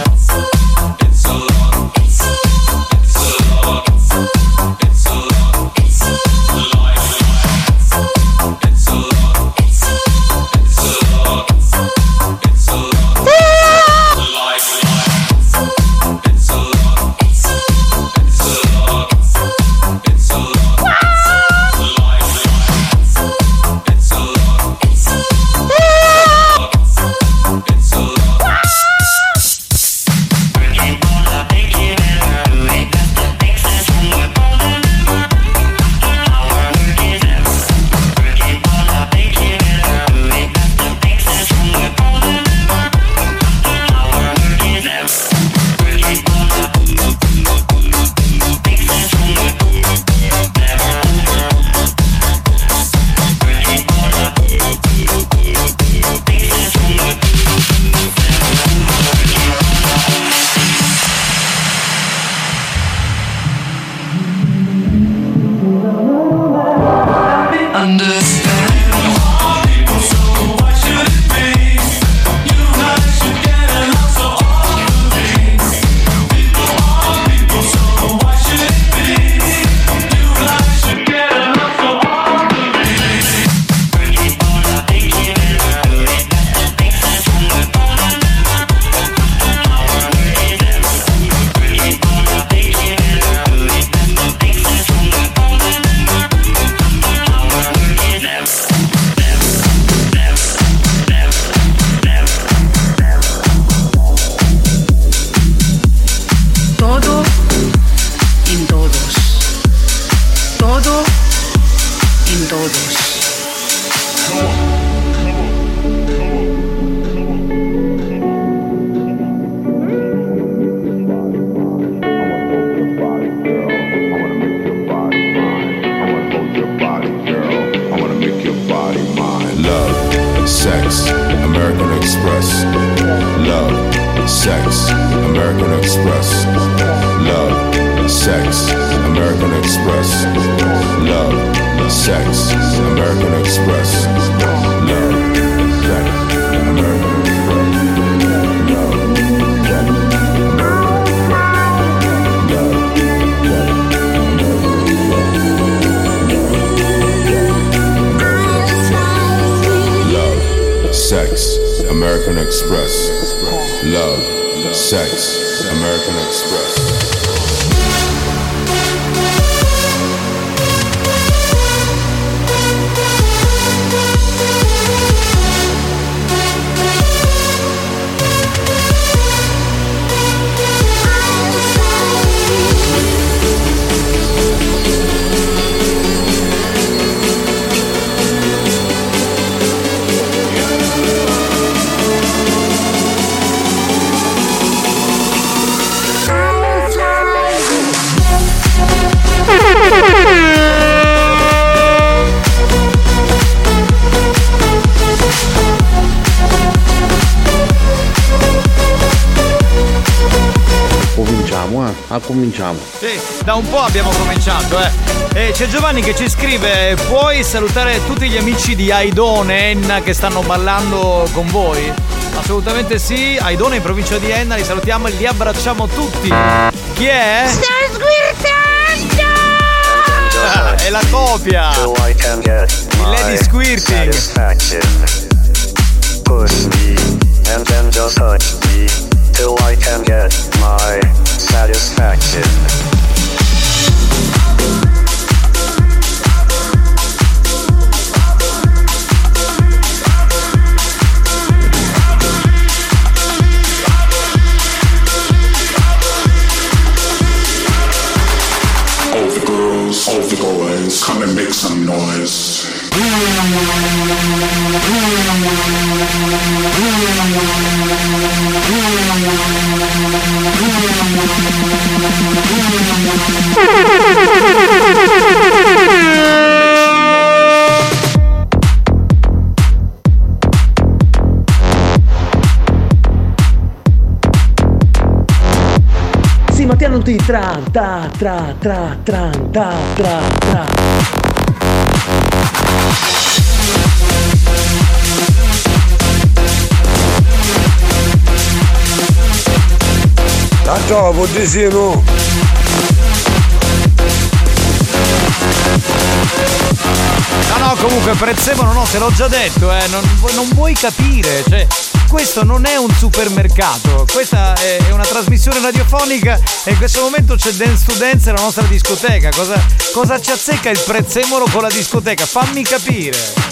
American Express. Love, sex, American Express. Ah, cominciamo. Sì, da un po' abbiamo cominciato, eh. E c'è Giovanni che ci scrive: puoi salutare tutti gli amici di Aidone, Enna, che stanno ballando con voi? Assolutamente sì, Aidone in provincia di Enna, li salutiamo e li abbracciamo tutti. Chi è? Sto squirtando! Ah, è la copia! Il Lady Squirting. Push me and then just touch me till I can get my satisfaction. all the goers, come and make some noise. Sì, ma ti hanno tutti tra tra tra tra tra tra tra tra. Ciao, Poddesino! No, no, comunque Prezzemolo no, te l'ho già detto, eh, non, non vuoi capire, cioè questo non è un supermercato, questa è, è una trasmissione radiofonica e in questo momento c'è Dance to Dance, la nostra discoteca. Cosa, cosa ci azzecca il Prezzemolo con la discoteca? Fammi capire.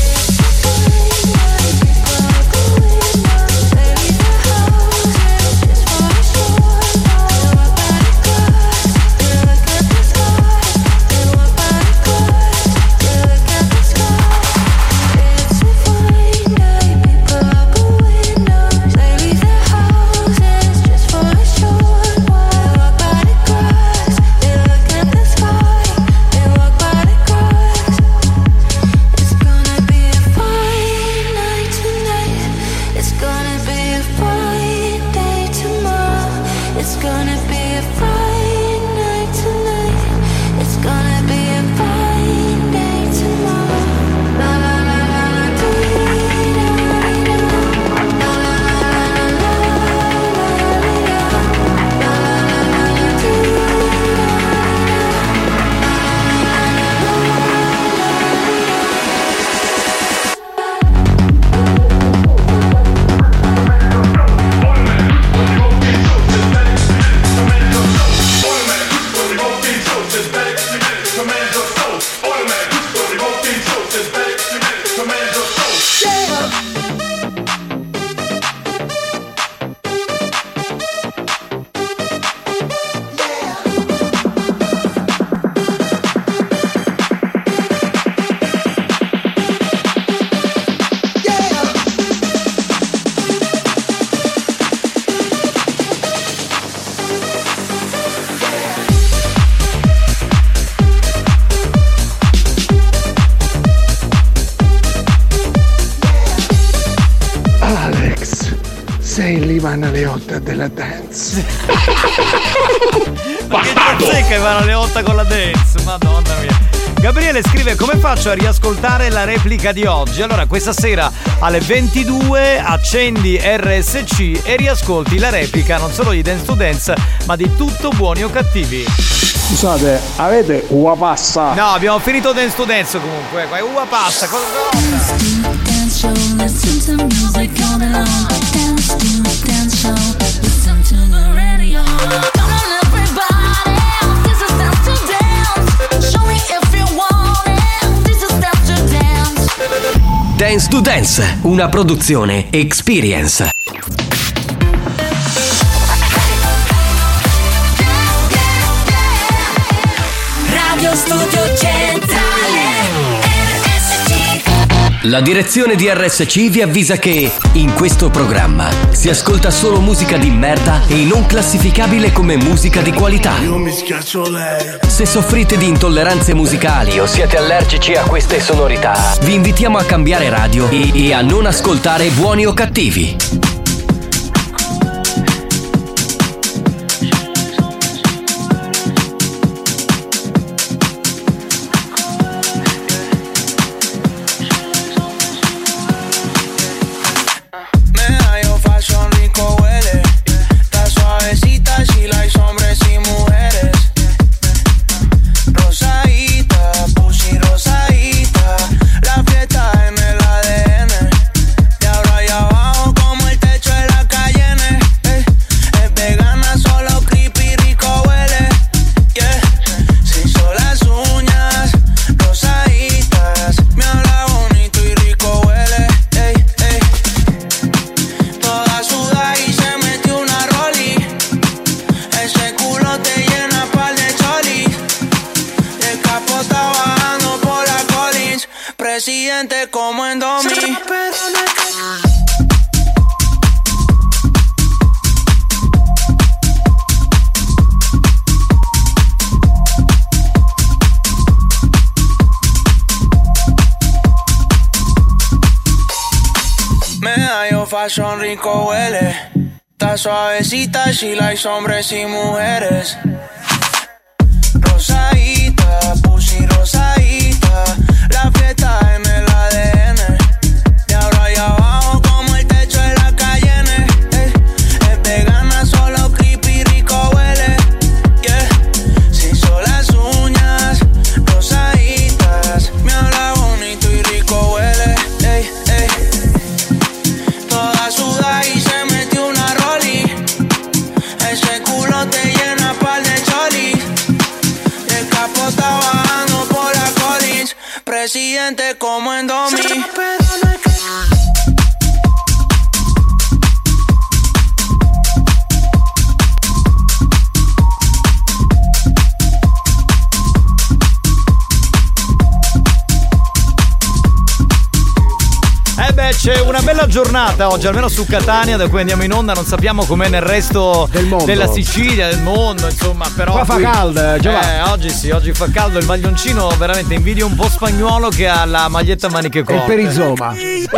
Sei l'Ivana Leotta della dance. Ma che c'è Ivana Leotta con la dance? Madonna mia. Gabriele scrive: come faccio a riascoltare la replica di oggi? Allora questa sera alle ventidue accendi R S C e riascolti la replica non solo di Dance to Dance ma di Tutto Buoni o Cattivi. Scusate, avete uva passa? No, abbiamo finito Dance to Dance comunque. Qua è uva passa, cosa no? Listen to music all day long. Dance to dance show. Listen to the radio. Come on everybody, this is Dance to Dance. Show me if you want it. This is Dance to Dance. Dance to Dance, una produzione Experience. Radio Studio Centrale. La direzione di R S C vi avvisa che in questo programma si ascolta solo musica di merda e non classificabile come musica di qualità. Io mi schiaccio lei. Se soffrite di intolleranze musicali o siete allergici a queste sonorità, vi invitiamo a cambiare radio e, e a non ascoltare Buoni o Cattivi. La fiesta en el A D N y ahora ya abajo como el siente como en domi. Medallo fashion rico huele. Está suavecita, she likes hombres y mujeres. Rosadita, pussy rosadita. La fiesta en el A D N. Y ahora allá abajo como el techo de la Cayenne. Eh, es vegana, solo creepy, rico huele. Yeah. Se hizo las uñas rosaditas. Me habla bonito y rico huele. Ey, ey. Toda suda y se metió una roli. Ese culo te llena par de choli. El capo está bajando por la Collins. Presidente como en domi. Eh beh, c'è una bella giornata oggi, almeno su Catania, da cui andiamo in onda. Non sappiamo com'è nel resto del mondo, della Sicilia, del mondo, insomma, però qua fa qui, caldo, Giovanni. Eh, oggi sì, oggi fa caldo. Il maglioncino veramente invidia un po' Spagnuolo che ha la maglietta a maniche corte. Il perizoma.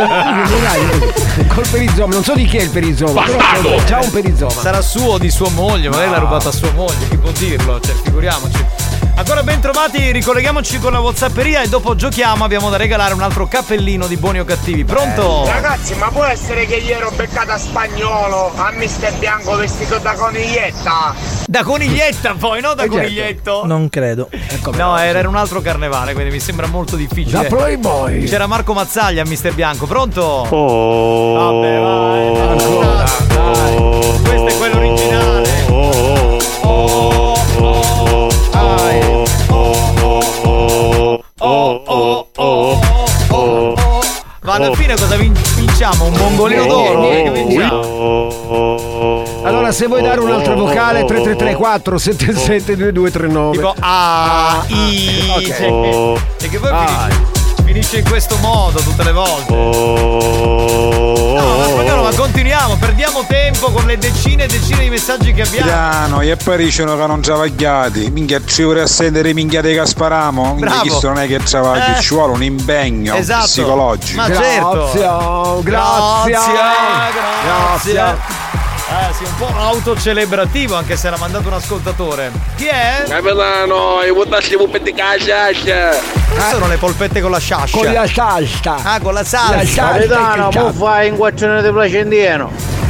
Col perizoma, non so di chi è il perizoma, però c'ha un perizoma. Sarà suo o di sua moglie, magari No. l'ha rubato a sua moglie, chi può dirlo? Cioè, figuriamoci. Ancora ben trovati, ricolleghiamoci con la WhatsApperia e dopo giochiamo. Abbiamo da regalare un altro cappellino di buoni o cattivi. Pronto? Eh, ragazzi, ma può essere che ieri ho beccato a Spagnolo, a mister Bianco vestito da coniglietta? Da coniglietta poi, no da Eh, certo. coniglietto? Non credo. No, era, era un altro carnevale, quindi mi sembra molto difficile. Da Playboy. C'era Marco Mazzaglia a mister Bianco, pronto? Oh. Vabbè, vai. Ancora. Dai. Questo è quello originale. Oh, oh, oh. Dai. Oh, oh, oh, oh, oh. Ma alla fine cosa vin- vinciamo? Un mongolino d'oro? Che vinciamo? Allora, se vuoi dare un'altra vocale, tre tre tre quattro sette sette due due tre nove. Tipo A, I. Ok. Cioè, e che poi Ah. finisce, finisce in questo modo tutte le volte. No, ma Spagnolo, ma continuiamo, perdiamo tempo con le decine e decine di messaggi che abbiamo. Piano, e poi dicono che non travagliati. Minchia, ci vorrei sentire minchiate che sparamo. Minchia, Bravo. questo non è che travagli, Eh. ci vuole un impegno Esatto. psicologico. Ma certo. Grazie, grazie, grazie. grazie. Eh sì, un po' autocelebrativo, anche se l'ha mandato un ascoltatore. Chi è? Capitano, i buttati i pupetti cascia. Che sono le polpette con la sciascia? Con la salsa. Ah, con la salsa. La salsa. Capitano, mo fai un guaccione di placentino.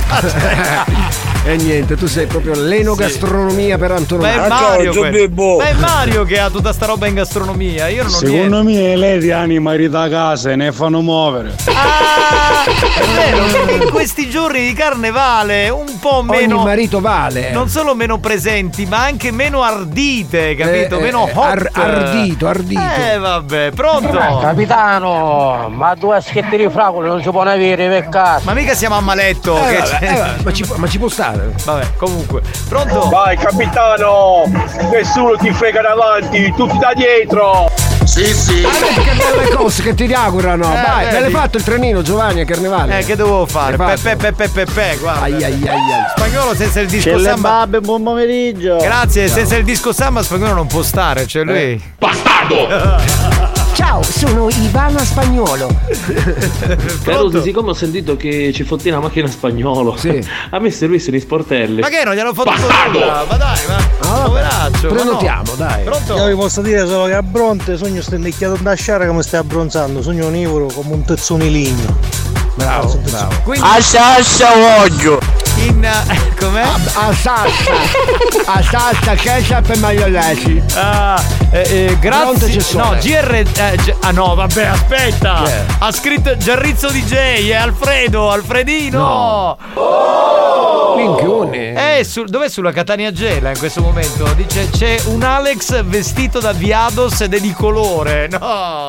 E niente, tu sei proprio l'enogastronomia per Ma è antonomasia. Mario quello. Ma è Mario che ha tutta sta roba in gastronomia. Io non ho niente. Secondo me lei ti anima marito a casa e ne fanno muovere. Ah, è vero, perché in questi giorni di carnevale un po' meno. Ogni marito vale. Non solo meno presenti, ma anche meno ardite, capito? Eh, meno eh, hot. ar- ardito, ardito. Eh, vabbè, pronto? Capitano, ma due schetti di fragole non si può avere per caso. Ma mica siamo a maletto. Eh, che vabbè, c'è? eh, vabbè, ma, ci, può- ma ci può stare. Vabbè, comunque. Pronto? Vai capitano, nessuno ti frega davanti, tutti da dietro. Sì, sì. Ah, vedi che belle cose che ti augurano. Eh, Vai, me l'hai vedi. fatto il trenino, Giovanni, a Carnevale. Eh, che dovevo fare? L'hai Pepe, fatto? pepe, pepe, guarda. Ai, ai, ai, ai. Spagnolo senza il disco C'è le samba. babbe, buon pomeriggio. Grazie, senza il disco samba Spagnolo non può stare, cioè lui. Ciao, sono Ivana Spagnolo. Pronto? siccome ho sentito che ci fotti una macchina spagnolo, Sì. a me servissero i sportelli. Ma che non gliel'ho fatto nulla? Ma dai, ma poveraccio. ma Prenotiamo, no. dai. Pronto? Io vi posso dire solo che a Bronte sogno stendecchiato da sciara che mi stai abbronzando, sogno onivoro come un tezzone di legno. Bravo, bravo. Quindi Ascia ascia voglio. in eh, com'è? A salsa. A salsa, ketchup e maionese. Ah, eh, eh, Pronto, grazie. c'è No, sole. G R. eh, G- ah no, vabbè, aspetta. Chi è? Ha scritto Giarrizzo D J e Alfredo, Alfredino. Minchione. Eh, su, dov'è sulla Catania Gela in questo momento? Dice c'è un Alex vestito da Viados ed è di colore. No.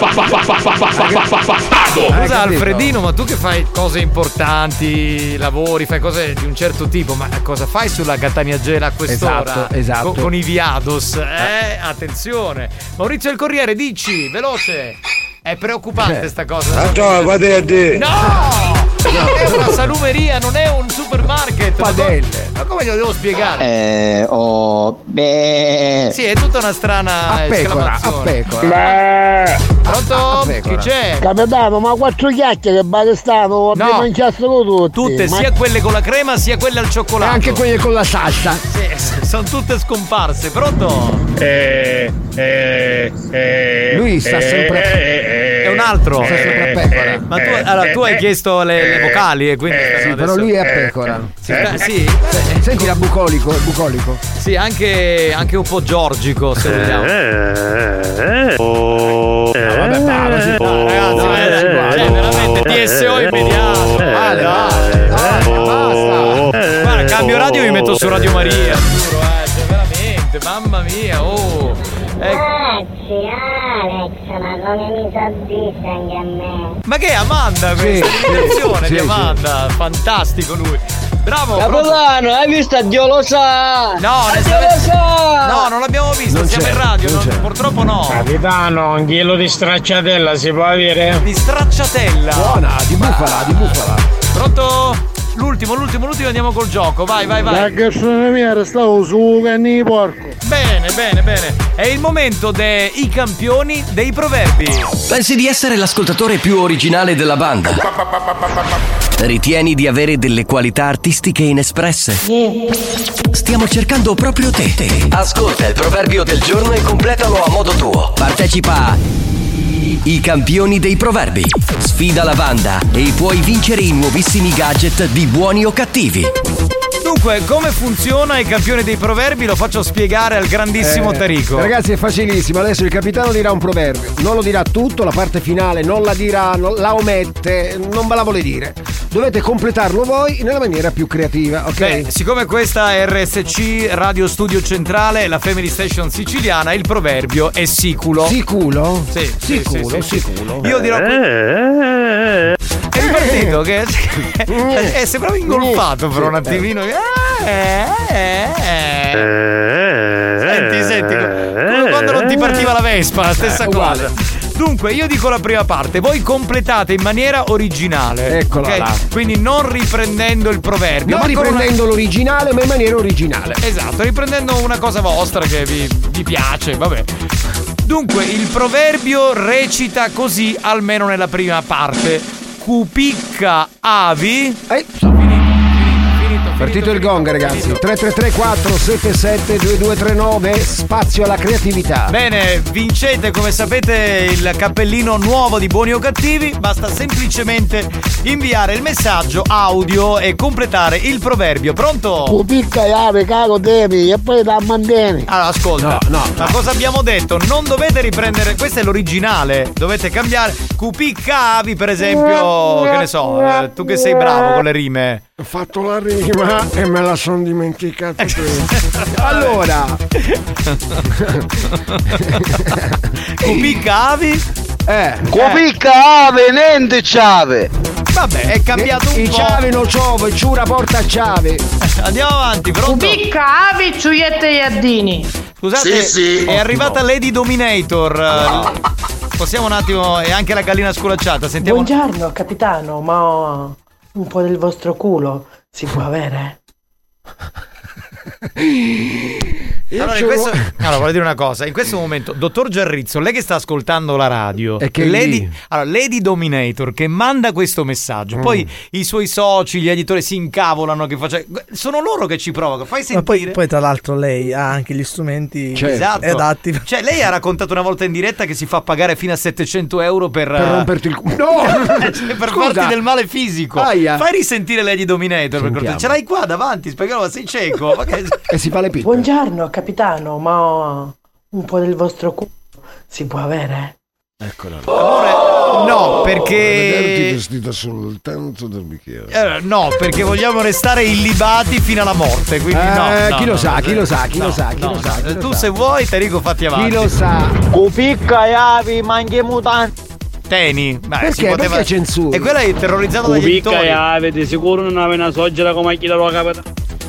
Scusa Alfredino, ma tu che fai cose importanti, lavori, fai cose di un certo tipo, ma cosa fai sulla Catania Gela a quest'ora? Esatto, esatto. Con, con i Viados, eh? Attenzione. Maurizio del Corriere, dici, veloce. È preoccupante Eh. sta cosa. Ah, ciao, padelle. No! È una salumeria, non è un supermarket. Padelle. Ma come glielo devo spiegare? Eh, oh, beh. Sì, è tutta una strana A pecora, esclamazione. a pecora. Pronto? Chi c'è? Capitano, ma quattro chiacchiere che batestano, No. abbiamo mangiato tutti. Tutte, Ma- sia quelle con la crema sia quelle al cioccolato. E anche quelle con la salsa. Sì, sono tutte scomparse. Pronto? Eh, eh, eh, Lui sta sempre. È un altro. Sta sempre a pecora. Ma tu, allora, tu hai chiesto le, le vocali e quindi Sì, stanno però adesso- lui è a pecora. Sì, beh, sì. Senti la bucolico, il bucolico. Sì, anche, anche un po' giorgico se vogliamo. Ah, vabbè, parla, si No, ragazzi, eh, cioè, veramente T S O immediato. Vale, vale, vale, basta. Guarda, cambio radio e mi metto su Radio Maria, giuro, eh, cioè, veramente, mamma mia, oh. Eh, Grazie Alex, ma come mi soddisfa anche a me. ma che è Amanda questa? Sì, L'imitazione sì, di sì. Amanda, fantastico lui. Bravo. Capitano, hai visto Dio lo sa? No, Dio lo sa! No, non l'abbiamo visto, Non siamo c'è, in radio, non non- c'è. purtroppo no. Capitano, un chilo di stracciatella si può avere? Di stracciatella. Buona, di bufala, di bufala. Pronto? L'ultimo, l'ultimo, l'ultimo andiamo col gioco. Vai, vai, La vai. gastronomia restavo su canni di porco. Bene, bene, bene. È il momento dei campioni dei proverbi. Pensi di essere l'ascoltatore più originale della banda? Ritieni di avere delle qualità artistiche inespresse? Stiamo cercando proprio te. Ascolta il proverbio del giorno e completalo a modo tuo. Partecipa a I campioni dei proverbi. Sfida la banda e puoi vincere i nuovissimi gadget di Buoni o Cattivi. Dunque, come funziona il campione dei proverbi? Lo faccio spiegare al grandissimo Eh, Tarico. Ragazzi, è facilissimo. Adesso il capitano dirà un proverbio. Non lo dirà tutto, la parte finale non la dirà, non- la omette, non ve la vuole dire. Dovete completarlo voi nella maniera più creativa, ok? Beh, siccome questa è R S C, Radio Studio Centrale, la Family Station siciliana, il proverbio è siculo. Siculo? Sì, sì, Siculo, sì, sì, sì. siculo. Io dirò. È il partito che è sembrava ingolfato per un attimino. Eh, eh, eh. Senti, senti, come quando non ti partiva la Vespa, la stessa Eh, cosa. uguale. Dunque, io dico la prima parte, voi completate in maniera originale. Eccola ok? là. Quindi non riprendendo il proverbio, Non ma con riprendendo una- l'originale, ma in maniera originale. Esatto, riprendendo una cosa vostra che vi, vi piace, vabbè. Dunque, il proverbio recita così, almeno nella prima parte. Cupicca avi. Partito il gong, ragazzi. tre tre tre quattro sette sette due due tre nove, spazio alla creatività. Bene, vincete come sapete il cappellino nuovo di Buoni o Cattivi. Basta semplicemente inviare il messaggio audio e completare il proverbio. Pronto? Tu picca e ave, cago devi e poi da mandeni. Allora, ascolta. No, no, Ma cosa abbiamo detto? Non dovete riprendere. Questo è l'originale. Dovete cambiare. Cupiccavi, per esempio. Che ne so, eh, tu che sei bravo con le rime. Ho fatto la rima e me la sono dimenticata. Allora, Cupiccavi? Eh. Cupicca ave, nende ciave. Vabbè, è cambiato un I po'. ciavi non ciove, ciura porta a ciavi. Andiamo avanti, pronto? Picca, avi, ciuiette e iardini. Scusate, Sì, sì. è arrivata Lady Dominator. Possiamo un attimo. E anche la gallina sculacciata. Sentiamo. Buongiorno, capitano, ma un po' del vostro culo si può avere? Allora, in questo, allora, voglio dire una cosa. In questo momento, dottor Giarrizzo, lei che sta ascoltando la radio, E che Lady, lì? allora, Lady Dominator che manda questo messaggio, Mm. poi i suoi soci, gli editori si incavolano. Che face... Sono loro che ci provocano. Fai Ma sentire. poi, poi tra l'altro lei ha anche gli strumenti Esatto. adatti. Cioè, lei ha raccontato una volta in diretta che si fa pagare fino a settecento euro per, Per romperti il culo. No! Cioè, per Scusa. farti del male fisico. Aia. Fai risentire Lady Dominator per cortesia. Ce l'hai qua davanti, spiegalo, ma sei cieco. Ma che... E si fa le pizze. Buongiorno, capitano, ma un po' del vostro culo si può avere? Eccola. Amore, no, perché. Vederti vestita soltanto del bicchiere. Eh, no, perché vogliamo restare illibati fino alla morte. Quindi no, Eh, no, chi lo no, sa, no, chi lo sa, chi no, lo sa, chi no, lo sa, no. chi lo Tu sa. se vuoi, Tarico, fatti avanti. Chi lo sa? Cupicca e avi, manchi mutanti. Teni. Ma Perché? si poteva... Perché censura? E quella è terrorizzato dagli Cupicca editori. e ave, di sicuro non aveva una soggera come chi la capita.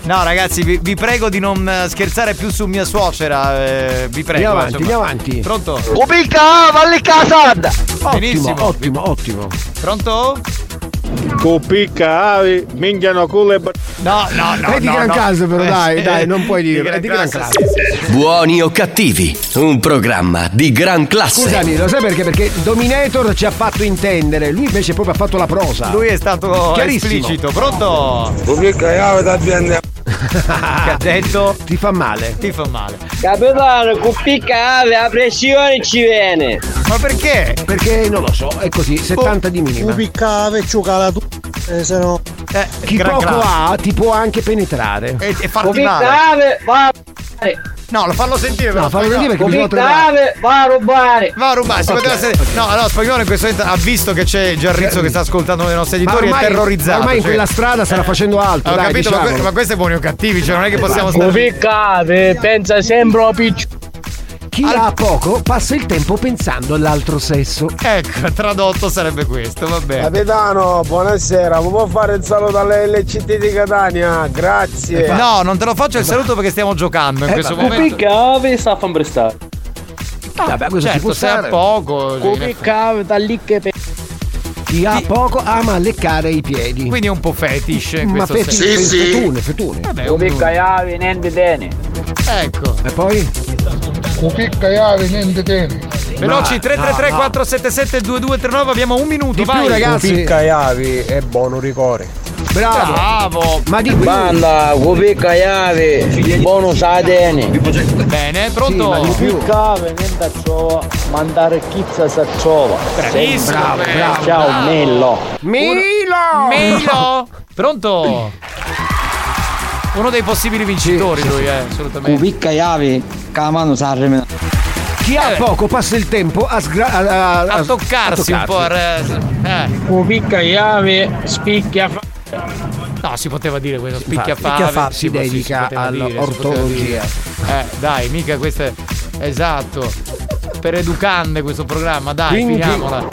No ragazzi, vi, vi prego di non scherzare più su mia suocera, eh, vi prego. Andiamo avanti, insomma. andiamo avanti. Pronto? Cupicca, valli casada. Benissimo. Ottimo, ottimo, ottimo. Pronto? Cupicca, avi, minchiano culo e... No, no, no. È di no, gran no. classe però, Eh, dai, eh, dai, non puoi di dire, gran è di gran classe, classe. sì, sì, sì. Buoni o cattivi, un programma di gran classe. Scusami, lo sai perché? Perché Dominator ci ha fatto intendere, lui invece proprio ha fatto la prosa. Lui è stato Chiarissimo. esplicito. Pronto? Cupicca, io da bianca. Che ha detto? Ti fa male. Ti fa male. Capitano, cupicca, la pressione ci viene. Ma perché? Perché non lo so, è così, settanta di minima. Cupicca, vecciucala tu. Eh, se no. Eh, Chi gran poco classe. ha ti può anche penetrare. E, e farti male. Cupicca, va a rubare. No, lo fallo sentire. No, però, fallo Spagnolo. sentire perché bisogna trovare. Cupicca, va a rubare. Va a rubare, si Ok. poteva sentire. No, allora Spagnolo in questo momento ha visto che c'è Giarrizzo che sta ascoltando i nostri Ma editori, ormai, è terrorizzato. ormai in cioè- quella strada starà facendo altro. Ho dai, capito, ma, diciamolo. que- ma questo è buoni o cattivi, cioè non è che possiamo stare. Cupicca, pensa sempre a piccio. Chi ha poco passa il tempo pensando all'altro sesso. Ecco, tradotto sarebbe questo, va bene. Capitano, buonasera, mi può fare il saluto alle L C T di Catania? Grazie. No, non te lo faccio il saluto perché stiamo giocando in Eh, questo vabbè. momento. Cupicca, vi sta a fare prestare. Vabbè, questo ci può Certo, sei a stare. poco. cioè, in effetti. Cupicca, da lì che pe... Chi ha poco ama leccare i piedi. Quindi è un po' fetish in Ma questo feti- senso. fe- fetune, fetune. Vabbè, un- Cupicca, iavi, niente bene. Ecco. E poi? Cupicca, iavi, niente bene. Veloci, No, tre tre tre no, no. quattro sette sette due due tre nove, abbiamo un minuto, Di vai. più, ragazzi. Cupicca e avi è buono ricore. Bravo. Bravo. Ma di più. Banda, cupicca, iavi, buono satene. Bene, pronto? Sì, ma di più. Cupicca, niente a ciò, mandare chizza sa ciova. Bravissimo. Bravo, bene, bravo. Ciao, bravo. Mello. Milo! Milo. Pronto? Uno dei possibili vincitori Sì, sì, lui, sì. eh, assolutamente. Cupicca, iavi, camano sarreme. Chi ha Eh. poco passa il tempo a, sgra- a, a- A toccarsi un po'. Eh. Cupicca, iavi, spicchia. No, si poteva dire questo, Infatti, spicchiafave. spicchiafave Sì, si sì, dedica poteva dire, si poteva all'ortologia. dire. Eh, dai, mica questo è esatto. Per educande questo programma, dai, Quindi- finiamola.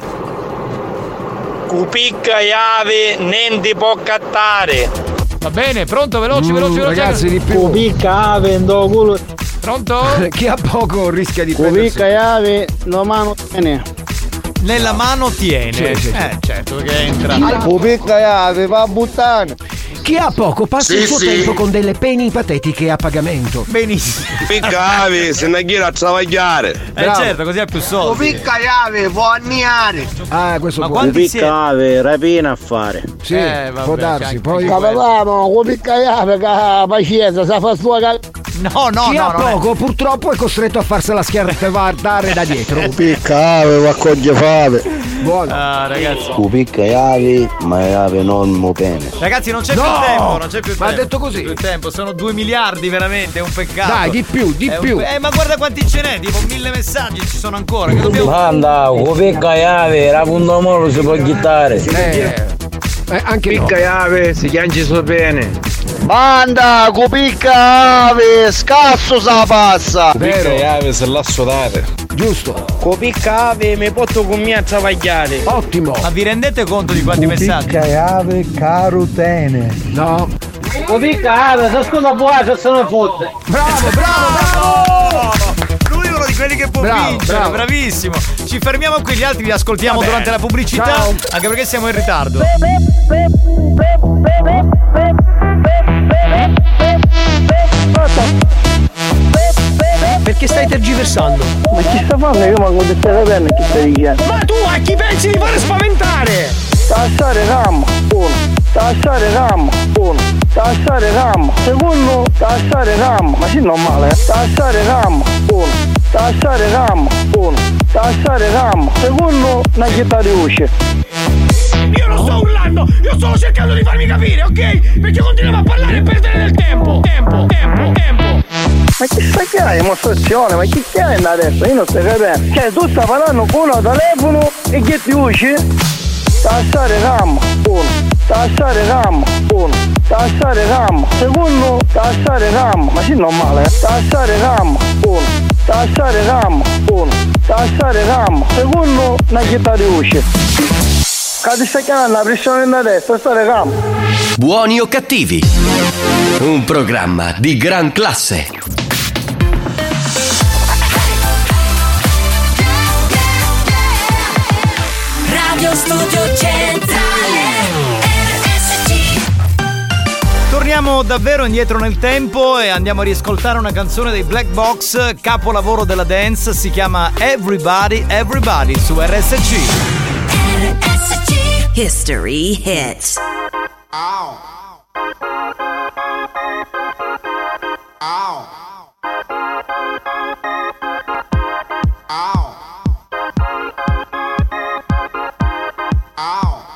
Cupicca, iavi, niente può cattare. Va bene, pronto, veloci, Mm, veloci, veloci. ragazzi, di più. Cupicca, avendo culo. Pronto? Chi ha poco rischia di prendersi. Cupicca, iavi, no mano bene. Nella mano tiene. Sì, sì, sì. Eh, certo che entra. Cupicca e avi, va a buttare. Chi ha poco passa Sì, il suo sì. tempo con delle pene patetiche a pagamento. Benissimo. Cupicca, avi, se ne gira a travagliare. Eh Bravo. certo, così ha più soldi. Cupicca e avi, può anniare. Ah, questo Ma può. quanti siete? ave, rapina a fare. Sì, Eh, vabbè, può c'è darsi. anche Poi quello. Capitano, cupicca e avi, che pazienza, sa fa sua cal... No, no, chi no, ha non è- poco purtroppo è costretto a farsela schiaffare da dietro. Cupicca, avi, va coglie fave. Buono. Ah, ragazzi. Cupicca e avi, ma e avi non mo pene. Ragazzi, non c'è No! più tempo, non c'è più Ma ha tempo. detto così? Più tempo, sono due miliardi veramente, è un peccato. Dai, di più, di È un più. pe- Eh, ma guarda quanti ce n'è, tipo mille messaggi ci sono ancora. Che dobbiamo. Banda, cupicca, iavi, rapunto molo si può chittare. Eh, eh, anche no. e avi, si chianci su bene. Banda, cupicca, ave, scasso sa passa. Vero, avi, se la sudate. giusto. Cupicca, ave, mi porto con me a travagliare. Ottimo. Ma vi rendete conto di quanti messaggi? e ave, carutene. No. Cupicca, ave, se scusa buona, se ne fotte. Bravo, bravo, bravo. Lui è uno di quelli che può Bravo, vincere, bravo. bravissimo. Ci fermiamo qui, gli altri li ascoltiamo Va bene. durante la pubblicità, Ciao. anche perché siamo in ritardo. Perché stai tergiversando? Ma chi sta facendo? Io ma come stai capendo chi stai dicendo? Ma tu a chi pensi di fare spaventare? Tassare RAM, uno. Tassare RAM, uno. Tassare RAM, secondo. Tassare RAM, ma sì normale, eh? Tassare RAM, uno. Tassare RAM, uno. Tassare RAM, secondo. Una chitarra di usce. Io non sto urlando, io sto cercando di farmi capire, ok? Perché continuiamo a parlare e perdere del tempo. Tempo, tempo, tempo. Ma chi sta che hai dimostrazione? Ma chi chiama adesso? Io non sto capendo. Cioè tu stai parlando con un telefono e che ti usci? Tassare RAM, uno. Tassare RAM, uno. Tassare RAM, secondo. Tassare RAM, ma sì normale, eh? Tassare RAM, uno. Tassare RAM, uno. Tassare RAM, secondo. Una chitarra di usci. Che ti stai chiamando la pressione da destra, stare RAM. Buoni o cattivi? Un programma di gran classe. Radio Studio Centrale R S C. Torniamo davvero indietro nel tempo e andiamo a riascoltare una canzone dei Black Box, capolavoro della dance, si chiama Everybody Everybody su R S C. R S C History Hits. Ow. Ow. Ow. Ow.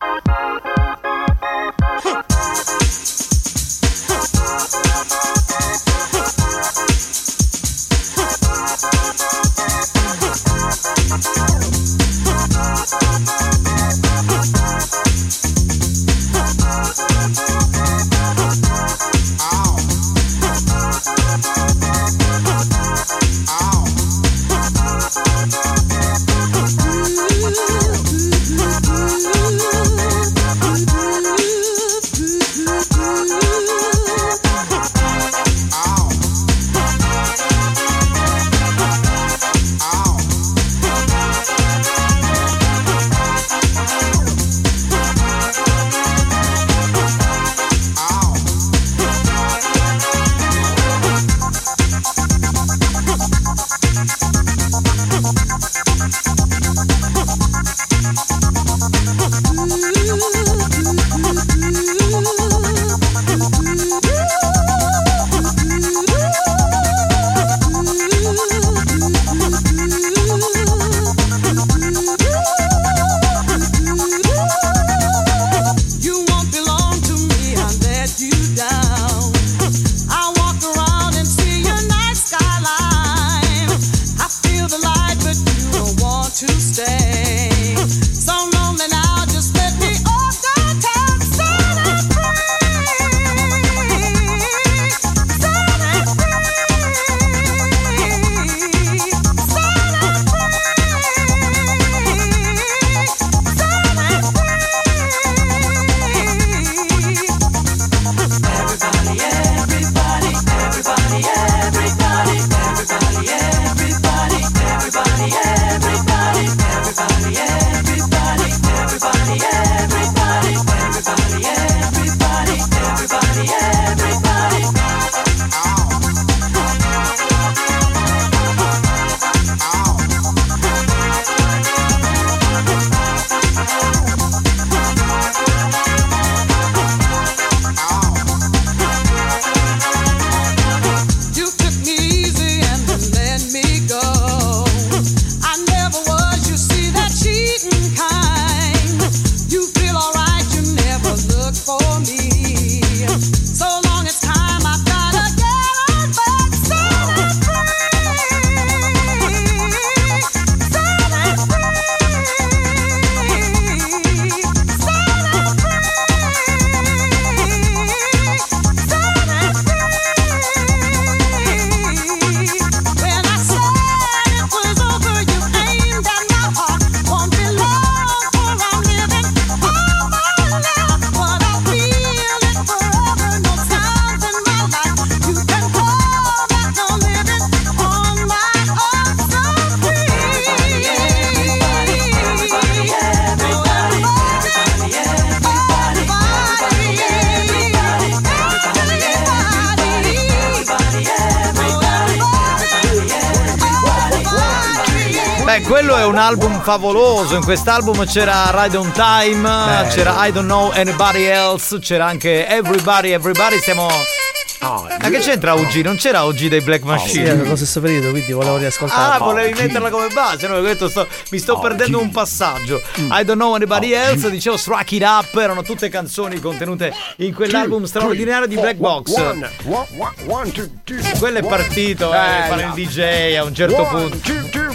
Beh, quello è un album favoloso. In quest'album c'era Ride on Time, Bello. C'era I Don't Know Anybody Else, c'era anche Everybody Everybody. Stiamo... Oh, ma che c'entra O G? Non c'era O G dei Black Machine? Oh, sì, era lo stesso periodo, quindi volevo riascoltare. Ah, volevi metterla come base? No, ho detto, sto, mi sto oh, perdendo G. un passaggio. Mm. I Don't Know Anybody oh, Else, G. dicevo Strike It Up, erano tutte canzoni contenute in quell'album straordinario di Black Box. One, one, one, one, two, two, Quello è partito, eh, fare il D J a un certo one, punto. Two, two,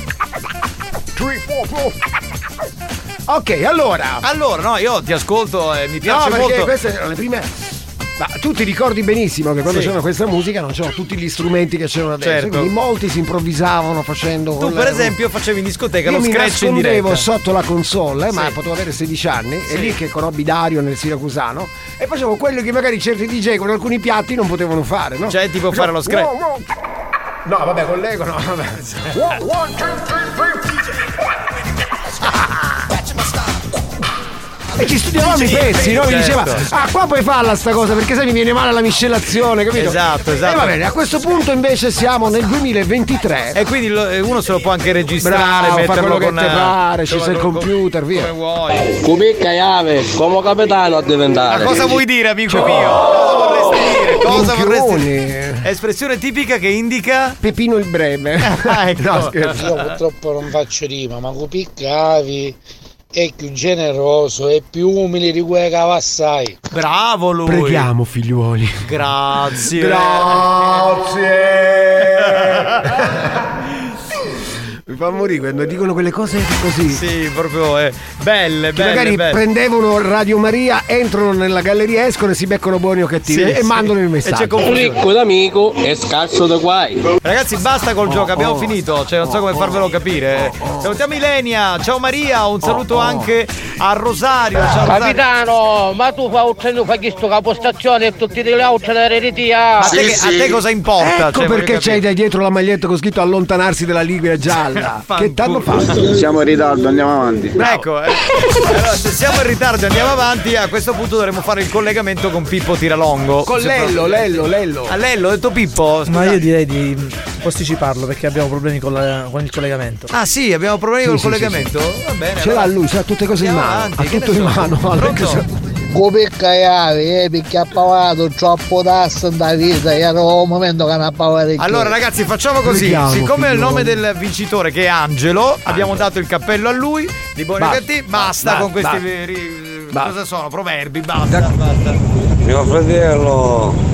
three, four, four. Ok, allora. Allora, no, io ti ascolto e mi piace no, perché molto. Queste erano le prime. Ma tu ti ricordi benissimo che quando Sì. c'era questa musica non c'erano tutti gli strumenti che c'erano adesso, Certo. quindi molti si improvvisavano facendo. Tu con per la- esempio facevi in discoteca Io lo mi scratch in nascondevo diretta. sotto la console, eh, ma Sì. potevo avere sedici anni, Sì. e lì che conobbi Dario nel Siracusano, e facevo quello che magari certi D J con alcuni piatti non potevano fare, no? Cioè, tipo fare lo scratch. Wow, wow. No, vabbè, con l'ego no, vabbè. E ci studiavamo i pezzi, no? Mi Certo. diceva, ah, qua puoi farla sta cosa, perché sai mi viene male la miscelazione, capito? Esatto, esatto. E va bene, a questo punto invece siamo nel duemilaventitré. E quindi lo- uno se lo può anche registrare, Bravo, fa metterlo quello che con te pare, ci con- sta il con- computer, via. come vuoi. Cubicca Iave, come capitano a Ma diventare. cosa vuoi dire, amico Cioè, mio? Cosa vorresti dire? Cosa vorresti Minchioni. dire? Espressione tipica che indica Pepino il breve. Ah, ecco. No, scherzo. Io purtroppo non faccio rima, ma con piccavi è più generoso e più umile di quei cavassai. Bravo lui. Preghiamo, figliuoli. Grazie. Grazie. Mi fa morire quando dicono quelle cose così. Sì, proprio eh, belle, Che belle, magari belle. prendevano Radio Maria, entrano nella galleria, escono e si beccano buoni o cattivi Sì, e sì. mandano il E c'è messaggio. confusione. Ricco d'amico e scarso da guai. Ragazzi, basta col gioco, abbiamo oh. finito, cioè non so come farvelo capire. Salutiamo Ilenia, ciao Maria, un saluto anche a Rosario. Ciao Rosario. Capitano, ma tu fai un treno, fai questo capostazione e tutti le altre dell'eredità. Ma a te, che- a te cosa importa? Ecco Cioè, voglio perché c'hai capire. da dietro la maglietta con scritto allontanarsi dalla Ligure gialla. Che t'hanno fatto? Siamo in ritardo, andiamo avanti. Ecco, eh. Allora, se siamo in ritardo e andiamo avanti, a questo punto dovremo fare il collegamento con Pippo Tiralongo. Con Se Lello, proprio- Lello, Lello. A Lello, ho detto Pippo? Ma Scusa. io direi di posticiparlo perché abbiamo problemi con, la- con il collegamento. Ah sì, abbiamo problemi Sì, col sì, collegamento? Va bene. Ce l'ha lui, sa tutte cose in Andiamo mano. avanti, Ha che tutto ne in so. mano. Pronto? Cubicca Iave, eh, perché ha pagato troppo tasso da vita, era un momento che non ha pagato. Allora ragazzi, facciamo così. Preghiamo, Siccome è il nome figliuolo. del vincitore che è Angelo, abbiamo dato il cappello a lui, di buoni o Basta, cattivi, basta basta, con questi basta. veri- Basta. cosa sono? Proverbi, basta, basta. Mio fratello.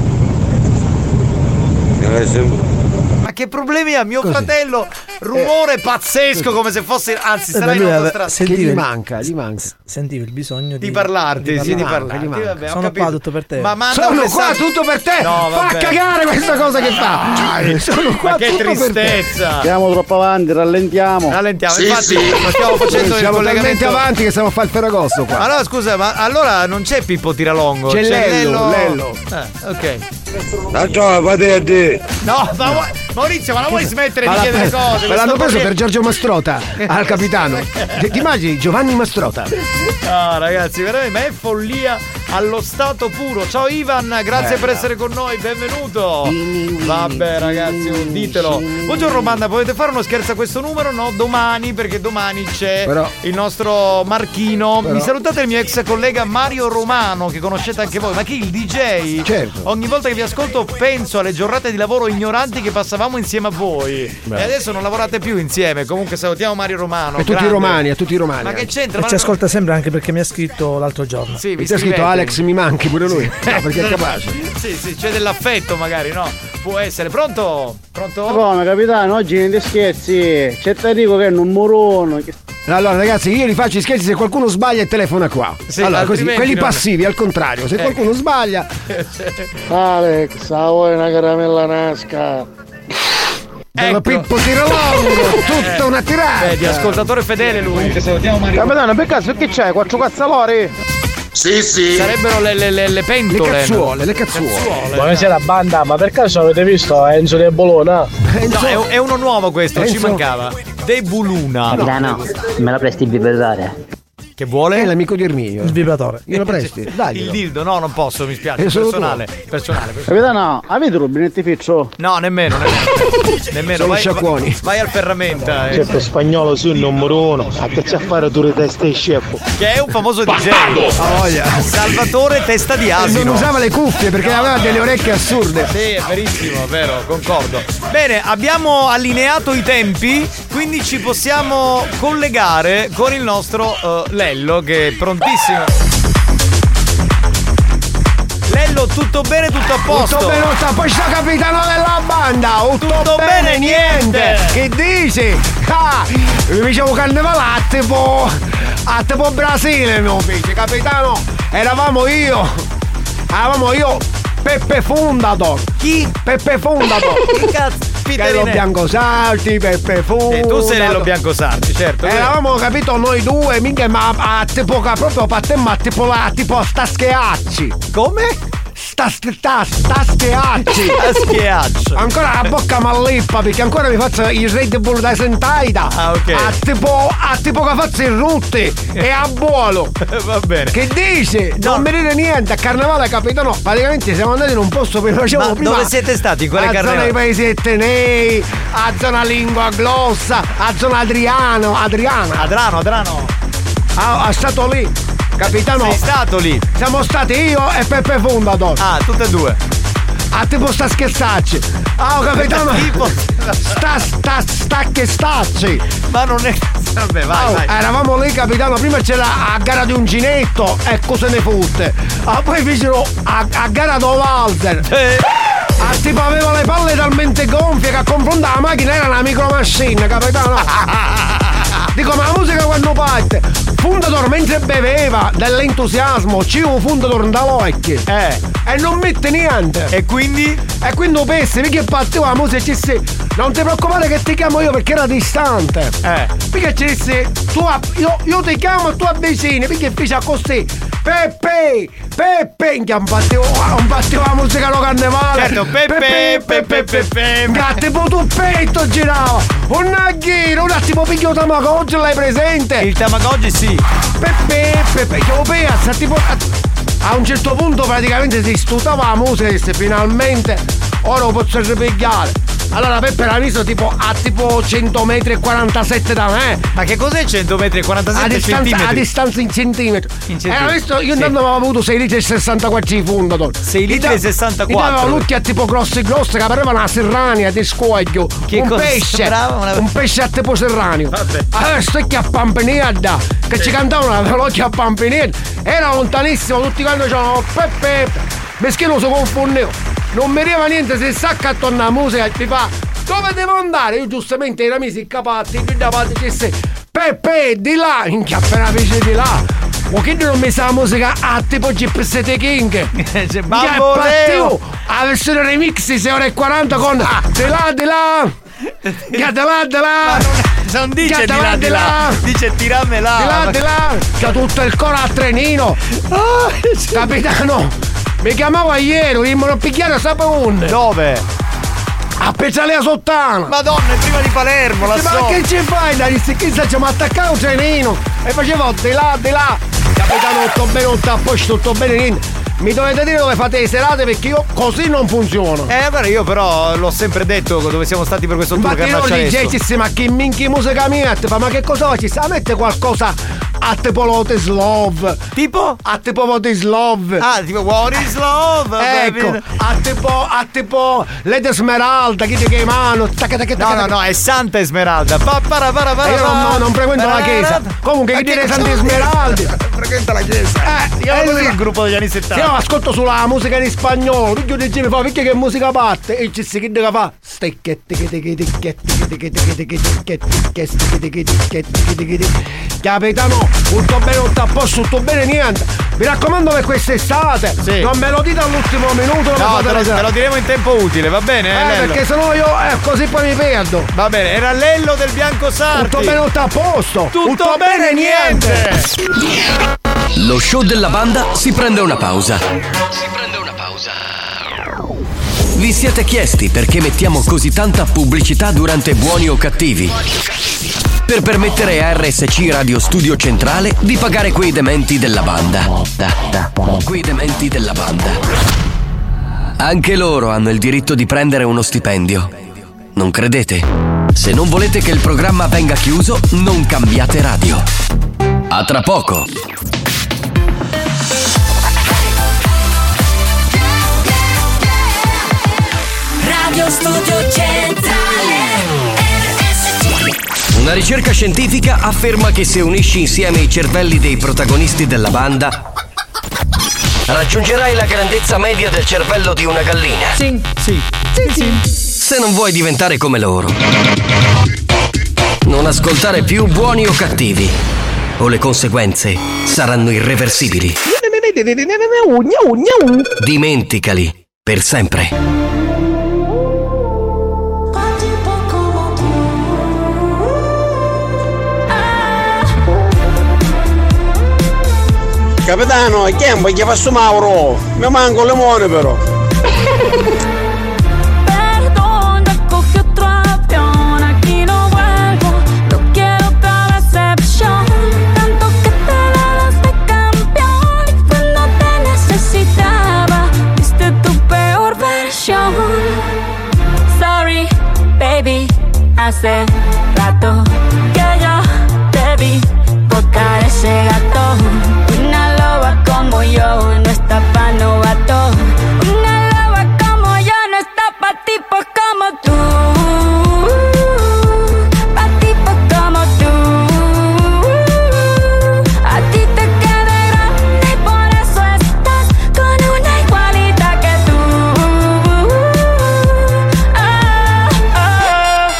Ma che problemi ha mio Così. fratello? Rumore pazzesco come se fosse, anzi Eh, sarà beh, in lui autostrada. aveva- Che gli Sentire- manca, gli manca. Sentivo il bisogno di, Di parlarti, sì, di manca, parlarti. gli manca. Vabbè, ho Sono capito. qua tutto per te. Ma manda Sono un qua messaggio- tutto per te! No, Fa vabbè. cagare questa cosa che fa! Dai, Sono qua ma che tutto per te! tristezza! Siamo troppo avanti, rallentiamo. Rallentiamo, Sì, infatti sì. lo stiamo facendo il Siamo talmente collegamento. avanti che stiamo a fare il Ferragosto qua. Allora scusa, ma allora non c'è Pippo Tiralongo? C'è Lello, Lello. Eh, ok. La giova, te. No, ma vuoi- Maurizio, ma non vuoi smettere Ma di l'ha chiedere preso- cose? me l'hanno Questo preso perché- per Giorgio Mastrota al capitano. Ti ti immagini Giovanni Mastrota? No, ragazzi, veramente, ma è follia allo stato puro. Ciao Ivan, grazie Bella. per essere con noi, benvenuto. Vabbè, ragazzi, oh, ditelo. Buongiorno, banda, potete fare uno scherzo a questo numero? No, domani, perché domani c'è Però- il nostro Marchino. Però- Mi salutate il mio ex collega Mario Romano, che conoscete anche voi. Ma chi? Il D J? Certo. Ogni volta che vi ascolto penso alle giornate di lavoro ignoranti che passavamo insieme a voi. Beh. E adesso non lavorate più insieme. Comunque salutiamo Mario Romano. A tutti i grande. romani, a tutti i romani. Ma che c'entra? E Ma ci ascolta sempre anche perché mi ha scritto l'altro giorno. Sì, vi Mi c'è scritto scrivete. Alex mi manchi pure lui. No, perché è capace. Sì, sì, c'è dell'affetto magari, no? Può essere. Pronto? Pronto? Come capitano, oggi niente scherzi. C'è te dico che è un morono. Allora ragazzi, io li faccio i scherzi se qualcuno sbaglia e telefona qua. Sì, allora così, altrimenti quelli non- passivi al contrario, se Ecco. qualcuno sbaglia. Alex, ah, vuoi una caramella nasca? Dello Ecco. Pippo Tiralongo, tutta una tirata. Vedi, ascoltatore fedele lui. Capitano, per caso che c'hai? Quattro cazzalori? Sì, sì. Sarebbero le, le, le, le Le pentole. cazzuole, le cazzuole. Buonasera banda, ma per caso avete visto Enzo De Bologna? No, è, è uno nuovo questo, ci Enzo. mancava. De Buluna. Capitano, me la presti il vibrare? Che vuole? È l'amico di Erminio. Il vibratore. Glielo presti? Dai. Il dildo, no, non posso, mi spiace. È solo Personale, personale. personale. Capitano, avete rubinetti ficcio? No, nemmeno, nemmeno. nemmeno. Sono Vai, sciacquoni. vai al ferramenta. eh. Certo, spagnolo sul numero uno. A che c'è a fare tu di testa e sceffo? Che è un famoso D J. Ha voglia. Salvatore Testa di E non Asino. usava le cuffie perché aveva delle orecchie assurde. Sì, è verissimo, è vero, concordo. Bene, abbiamo allineato i tempi, quindi ci possiamo collegare con il nostro eh, Lello, che è prontissimo. Lello, tutto bene, tutto a posto? Tutto bene, tutto a posto, capitano della banda. Tutto, Tutto bene, niente. Che dici? Ah, mi dicevo carnevale, tipo a tipo Brasile, mio figlio, capitano. Eravamo io Avevamo io Peppe Fundador. Chi? Peppe Fundador. Che cazzo? Carlo Biancosarti, Peppe Fundador. E tu sei Nello Biancosarti, certo. Eravamo, capito, noi due, minchia, ma a tipo proprio pattemmo a tipo la tipo sta schiacci. Come? Sta sta sta schiacci. Sta schiacci. Ancora la bocca mallippa perché ancora mi faccio il Red Bull da sentaida. Ah, ok. A tipo a tipo che faccio il rutti e a buolo. Va bene. Che dici? No. Non mi dite niente, a carnevale capitano. Praticamente siamo andati in un posto dove facevo ma prima. Dove siete stati? In quale a carnevale? A zona dei paesi etnei, a zona lingua glossa, a zona Adriano, Adriana. Adrano, Adrano. Ah, è stato lì. Capitano, sei stato lì? Siamo stati io e Peppe Fundador. Ah, tutte e due. Ah, tipo sta scherzacci. Ah, oh, capitano. Tipo sta sta sta che stacci. Ma non è. Vabbè, vai, oh, vai. Eravamo lì, capitano. Prima c'era a gara di uncinetto e cosa ne fotte. Ah, poi fecero a, a gara do Walter. Eh. Ah, tipo aveva le palle talmente gonfie che a confronto alla macchina era una micromachine, capitano. Dico, ma la musica quando parte? Fundador mentre beveva dell'entusiasmo, ci un Fundador dall'occhio. Eh. E non mette niente. E quindi? E quindi lo pensi, perché partiva la musica e ci si. Non ti preoccupare che ti chiamo io perché era distante. Eh. Perché ci dissi, tu io, io ti chiamo e tu avvicini, perché fece così. Peppe, Peppe, che un battevo, un battevo la musica lo carnevale. Certo, Peppe, Peppe, Peppe. Che tipo tu petto girava. Un naghino, un attimo piglio Tamagotchi, l'hai presente? Il Tamagotchi sì. Peppe, Peppe, che lo pensa, tipo. A un certo punto praticamente si stutava la musica e disse finalmente ora lo posso ripigliare. Allora Peppe era visto tipo a tipo cento metri e quarantasette da me. Ma che cos'è cento metri e quarantasette a distanza, centimetri? A distanza in centimetri. In centimetri. Era visto, io sì. intanto avevo avuto sei litri e sessantaquattro di Fundador. sei litri e sessantaquattro. Mi davano l'occhio a tipo grossi grossi che pareva una serrania di scoglio. Che un cosa pesce. una... Un pesce a tipo serranio. Vabbè. Allora sto che a Pampinedda. Che sì. Ci cantavano aveva l'occhio a Pampinedda. Era lontanissimo, tutti quanti dicevano Peppe. Perché lo so confondevo. Non mi arriva niente se sacca attorno alla musica e ti fa dove devo andare? Io giustamente era mesi capatti, qui da parte c'è se Peppe di là, minchia appena fece di là. O che non mi sa la musica a tipo G P S T King. C'è Bamboleo. La versione remix sei ore e quaranta con ah. di là di là. Che di là di là. Non dice di là di là, dice tiramela. Di là di là. C'ha tutto il coro a trenino. Oh, capitano, mi chiamava ieri, vogliamo pigliare Sapone. Dove? A Pezzalea Sottana. Madonna, prima di Palermo, la ma so. Ma che ci fai? Da disse che ci mi attaccavo un trenino e facevo di là di là. Capitano, tutto bene, tutto a posto, tutto bene, niente. Mi dovete dire dove fate le serate perché io così non funziono. Eh, guarda, io però l'ho sempre detto dove siamo stati per questo tour. Infatti che io dicessi, ma che minchia musica mia? Ma che cosa facci? Sa mette qualcosa a tipo What is Love. Tipo? A tipo What is Love. Ah, tipo What is Love. Ecco, a tipo, a tipo Lady Esmeralda, chi ti chiamano? No, no, no, è Santa Esmeralda. Pa, para, para, para, io non, no, non frequento la chiesa. Comunque chi dire Santa Esmeralda? Frequenta la chiesa. Eh, io non il gruppo degli anni settanta. Io ascolto sulla musica in spagnolo. Io dicevo, fa, perché che musica parte? E ci si che deve fa? Capitano, tutto bene, tutto a posto, tutto bene, niente. Mi raccomando per quest'estate. Sì. Non me lo dite all'ultimo minuto. No, te lo, te lo diremo in tempo utile, va bene? Eh, Lello? perché sennò io eh, così poi mi perdo. Va bene, era Lello del Biancosarti. Tutto bene, tutto a posto. Tutto, tutto bene, niente. Lo show della banda si prende una pausa. Si prende una pausa. Vi siete chiesti perché mettiamo così tanta pubblicità durante Buoni o Cattivi? Per permettere a R S C Radio Studio Centrale di pagare quei dementi della banda. Da, da, quei dementi della banda. Anche loro hanno il diritto di prendere uno stipendio. Non credete? Se non volete che il programma venga chiuso, non cambiate radio. A tra poco. Radio Studio Centrale R S C. Una ricerca scientifica afferma che se unisci insieme i cervelli dei protagonisti della banda, raggiungerai la grandezza media del cervello di una gallina. Sì, sì, sì, sì. Se non vuoi diventare come loro, non ascoltare più Buoni o Cattivi, o le conseguenze saranno irreversibili. Dimenticali per sempre. Capitano, che è un po' che fa su Mauro? Mi manco le limone però. Perdón, ya cogí otro avión, aquí no vuelvo. No quiero otra decepción. Tanto que te dabas de campeón. Y cuando te necesitaba, diste tu peor versión. Sorry, baby, hace rato que yo te vi botar ese gato. Una loba como yo no está pa' novato. Una loba como yo no está pa' tipos como tú. Pa' tipos como tú. A ti te queda grande y por eso estás con una igualita que tú. Oh, oh.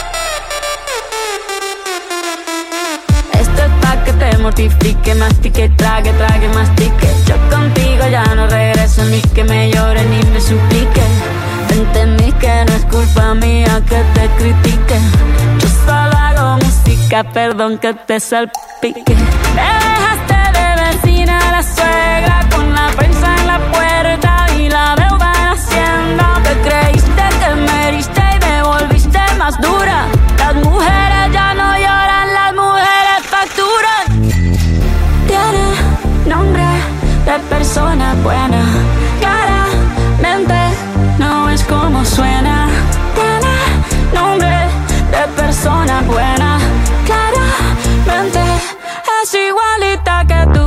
Esto es pa' que te mortifique, mastique, trague, trague, mastique. Yo contigo ya no regreso, ni que me llore ni me suplique. Entendí que no es culpa mía que te critique. Yo solo hago música, perdón que te salpique. Te dejaste de vecina a la suegra con la prensa en la puerta y la deuda en Hacienda. Te creíste que me heriste y me volviste más dura. Las mujeres ya no lloran, las mujeres facturan. Tiene nombre de persona buena, claramente no es como suena. Tiene nombre de persona buena, claramente es igualita que tú.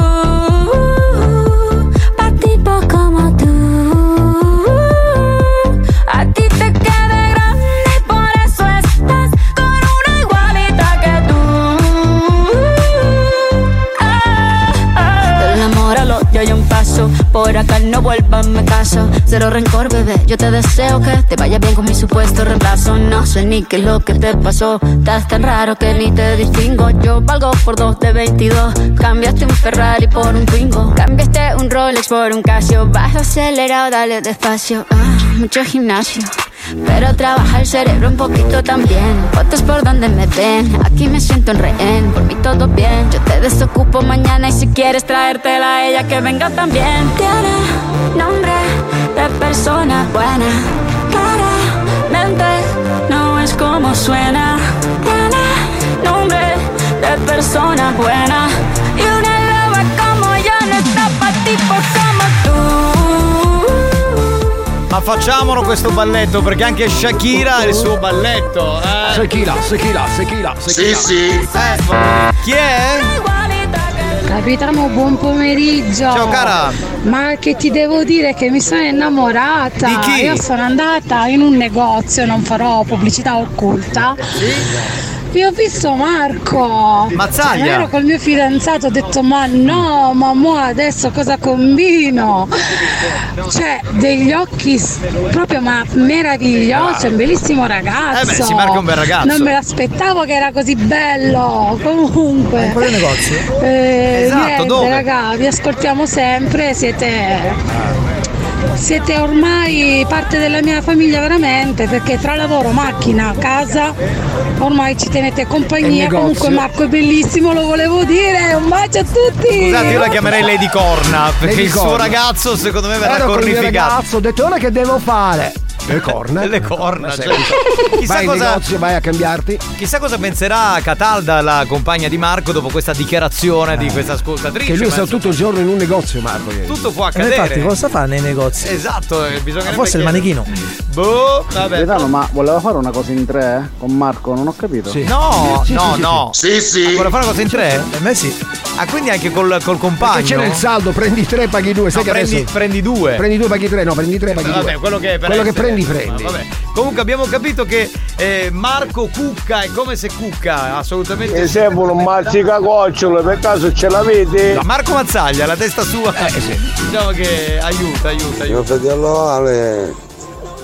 Pa' tipo como tú. A ti te queda grande y por eso estás con una igualita que tú. Del amor al odio hay un paso, por acá no vuelvas, me caso. Cero rencor, bebé, yo te deseo que te vaya bien con mi supuesto reemplazo. No sé ni qué es lo que te pasó, estás tan raro que ni te distingo. Yo valgo por dos de veintidós, cambiaste un Ferrari por un Twingo. Cambiaste un Rolex por un Casio, vas acelerado, dale despacio. Ah, mucho gimnasio, pero trabaja el cerebro un poquito también. Fotos por donde me ven, aquí me siento en rehén. Por mí todo bien, yo te desocupo mañana. Y si quieres traértela a ella, que venga también. Tiene nombre de persona buena, claramente no es como suena. Tiene nombre de persona buena, y una loba como yo no está pa' tipos como tú. Ma facciamolo questo balletto, perché anche Shakira ha il suo balletto. Eh. Shakira, Shakira, Shakira, Shakira. Sì, sì. Eh, chi è? Capitano, buon pomeriggio. Ciao cara. Ma che ti devo dire che mi sono innamorata. Di chi? Io sono andata in un negozio, non farò pubblicità occulta. Sì. Vi ho visto Marco. Mazzaglia. Cioè, ero col mio fidanzato, ho detto ma no, ma mo adesso cosa combino? Cioè, degli occhi proprio ma meravigliosi, un bellissimo ragazzo. Eh beh, si Marco è un bel ragazzo. Non me l'aspettavo che era così bello. Comunque. Qual è il negozio? Eh, Esatto, niente, dove? raga, vi ascoltiamo sempre, siete siete ormai parte della mia famiglia veramente, perché tra lavoro, macchina, casa, ormai ci tenete compagnia. Comunque Marco è bellissimo, lo volevo dire, un bacio a tutti. Scusate, io la chiamerei Lady Corna, perché Lady il suo Corna. ragazzo secondo me verrà Ero con il mio cornificato. ragazzo, ho detto ora che devo fare? Le corna. Le corna, Ma cioè, sei- chissà vai in cosa- negozio, vai a cambiarti. Chissà cosa penserà Catalda, la compagna di Marco, dopo questa dichiarazione di questa ascoltatrice. Che lui è stato Penso- tutto il giorno in un negozio, Marco. ieri. Tutto può E accadere. infatti cosa fa nei negozi? Esatto, eh, bisogna. Forse il manichino. Boh, vabbè. Gaetano, ma voleva fare una cosa in tre eh? Con Marco, non ho capito. Sì. No, Sì, no, sì, sì, no. sì. Sì, sì. Ah, vuole fare una cosa in tre? Per me sì. Ah, quindi anche col, col compagno. Perché c'è nel saldo, prendi tre, paghi due. Sai No, che prendi, adesso prendi due. prendi due, paghi tre. No, prendi tre, paghi Vabbè, due. quello che, per Quello che essere- prendi, prendi. Vabbè. Comunque abbiamo capito che eh, Marco cucca, è come se cucca, assolutamente. Mi servono un mazzicagocciolo, per caso ce l'avete? No, Marco Mazzaglia, la testa sua. Eh sì. Diciamo che aiuta, aiuta, Mio aiuta. fratello Ale,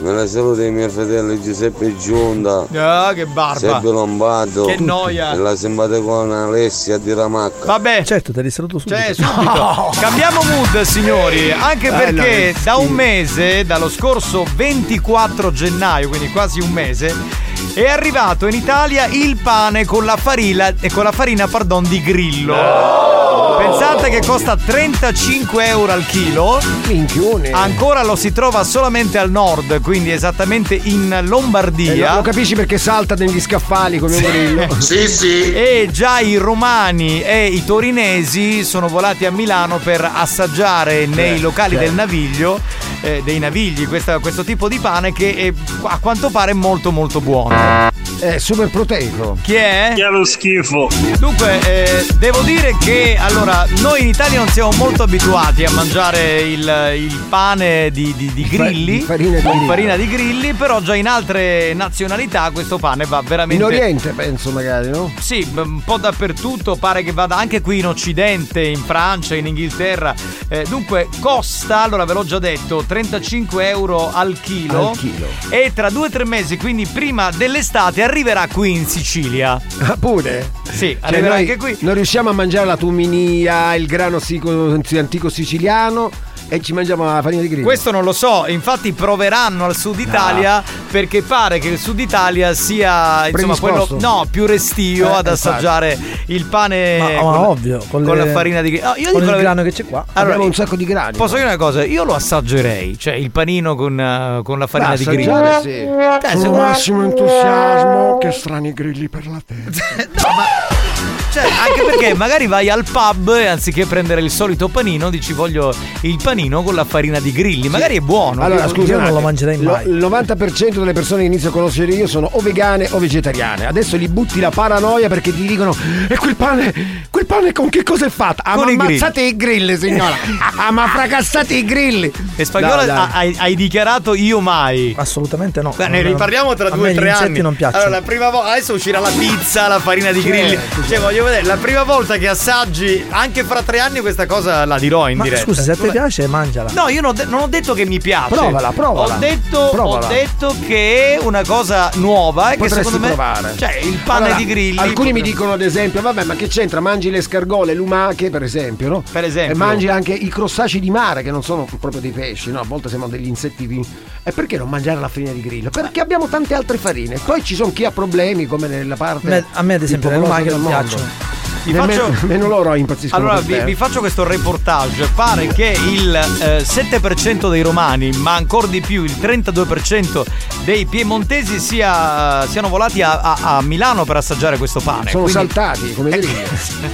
Me la saluto i miei fratelli Giuseppe Giunta. Ah, che barba. Sebbi Lombardo. Che noia. E la simpaticona Alessia di Ramacca. Vabbè. Certo, te li saluto subito. Cioè, subito. No. Cambiamo mood, signori. Anche Eh, perché no, da un sì. mese, dallo scorso ventiquattro gennaio, quindi quasi un mese, è arrivato in Italia il pane con la farina e con la farina, pardon, di grillo. No! Pensate che costa trentacinque euro al chilo. Minchione. Ancora lo si trova solamente al nord, quindi esattamente in Lombardia. Eh, lo, lo capisci perché salta negli scaffali come un grillo? Sì, sì. E già i romani e i torinesi sono volati a Milano per assaggiare nei Certo, locali certo. del Naviglio, eh, dei Navigli, questa- questo tipo di pane che è, a quanto pare, molto molto buono. È super proteico. Chi è? Che è lo schifo. Dunque, eh, devo dire che allora noi in Italia non siamo molto abituati a mangiare il, il pane di, di, di grilli, di farina di con grillo. farina di grilli, però già in altre nazionalità questo pane va veramente. In Oriente penso magari, no? Sì, un po' dappertutto, pare che vada anche qui in Occidente, in Francia, in Inghilterra. Eh, dunque costa, allora ve l'ho già detto, trentacinque euro al chilo. Al chilo. E tra due o tre mesi, quindi prima dell'estate, arriverà qui in Sicilia. Ah, pure? Sì, Cioè, arriverà noi anche qui. non riusciamo a mangiare la tuminia, il grano sico- antico siciliano e ci mangiamo la farina di grillo. Questo non lo so, infatti proveranno al sud Italia perché pare che il sud Italia sia insomma quello Predisposto. no, più restio Eh, ad assaggiare il pane Ma, ma con, ovvio, con, con le- la farina di grillo. Ah, io con dico il la- grano che c'è qua. Allora, Abbiamo un sacco di grani. Posso dire una cosa? Io lo assaggerei, cioè il panino con, eh, con la farina Da di grillo. assaggiare, sì. Eh, Con secondo- massimo entusiasmo, che strani grilli per la testa. No, ma cioè, anche perché magari vai al pub e anziché prendere il solito panino dici voglio il panino con la farina di grilli, magari è buono. Allora, Io- scusa, io non un lo attimo. mangerei Lo- mai. Il novanta per cento delle persone che inizio a conoscere io sono o vegane o vegetariane. Adesso gli butti la paranoia perché ti dicono: e quel pane, quel pane con che cosa è fatto? Ah, Con ma i grilli. ammazzate i grilli, signora! Ah, ma fracassate i grilli! E Spagnolo Dai, dai. ha- hai, hai dichiarato io mai. Assolutamente no. Beh, ne Non- riparliamo tra a due me o tre gli insetti anni. non piacciono. Allora, la prima volta adesso uscirà la pizza, la farina di Certo, grilli. certo. Cioè, voglio vedere, la prima volta che assaggi, anche fra tre anni, questa cosa la dirò in Ma diretta. scusa, se a te Vabbè. piace, mangiala. No, io non ho, de- non ho detto che mi piace. Provala, provala. Ho detto, Provala. ho detto che è una cosa nuova e che Potresti secondo me. provare. Cioè, il pane Allora, di grilli. Alcuni mi potrebbe- dicono, ad esempio, vabbè, ma che c'entra? Mangi le scargole, lumache, per esempio, no? Per esempio. E mangi anche i crostacei di mare, che non sono proprio dei pesci, no? A volte sembrano degli insetti vivi. E perché non mangiare la farina di grillo? Perché abbiamo tante altre farine. Poi ci sono chi ha problemi, come nella parte. Me- a me, ad esempio, le popolosa lumache del non mondo. piacciono. Vi Nemmeno, faccio- nemmeno loro impazziscono. Allora per vi, te. vi faccio questo reportage. Pare che il eh, sette per cento dei romani, ma ancora di più il trentadue per cento dei piemontesi sia, siano volati a, a- a Milano per assaggiare questo pane. Sono Quindi- saltati come grilli.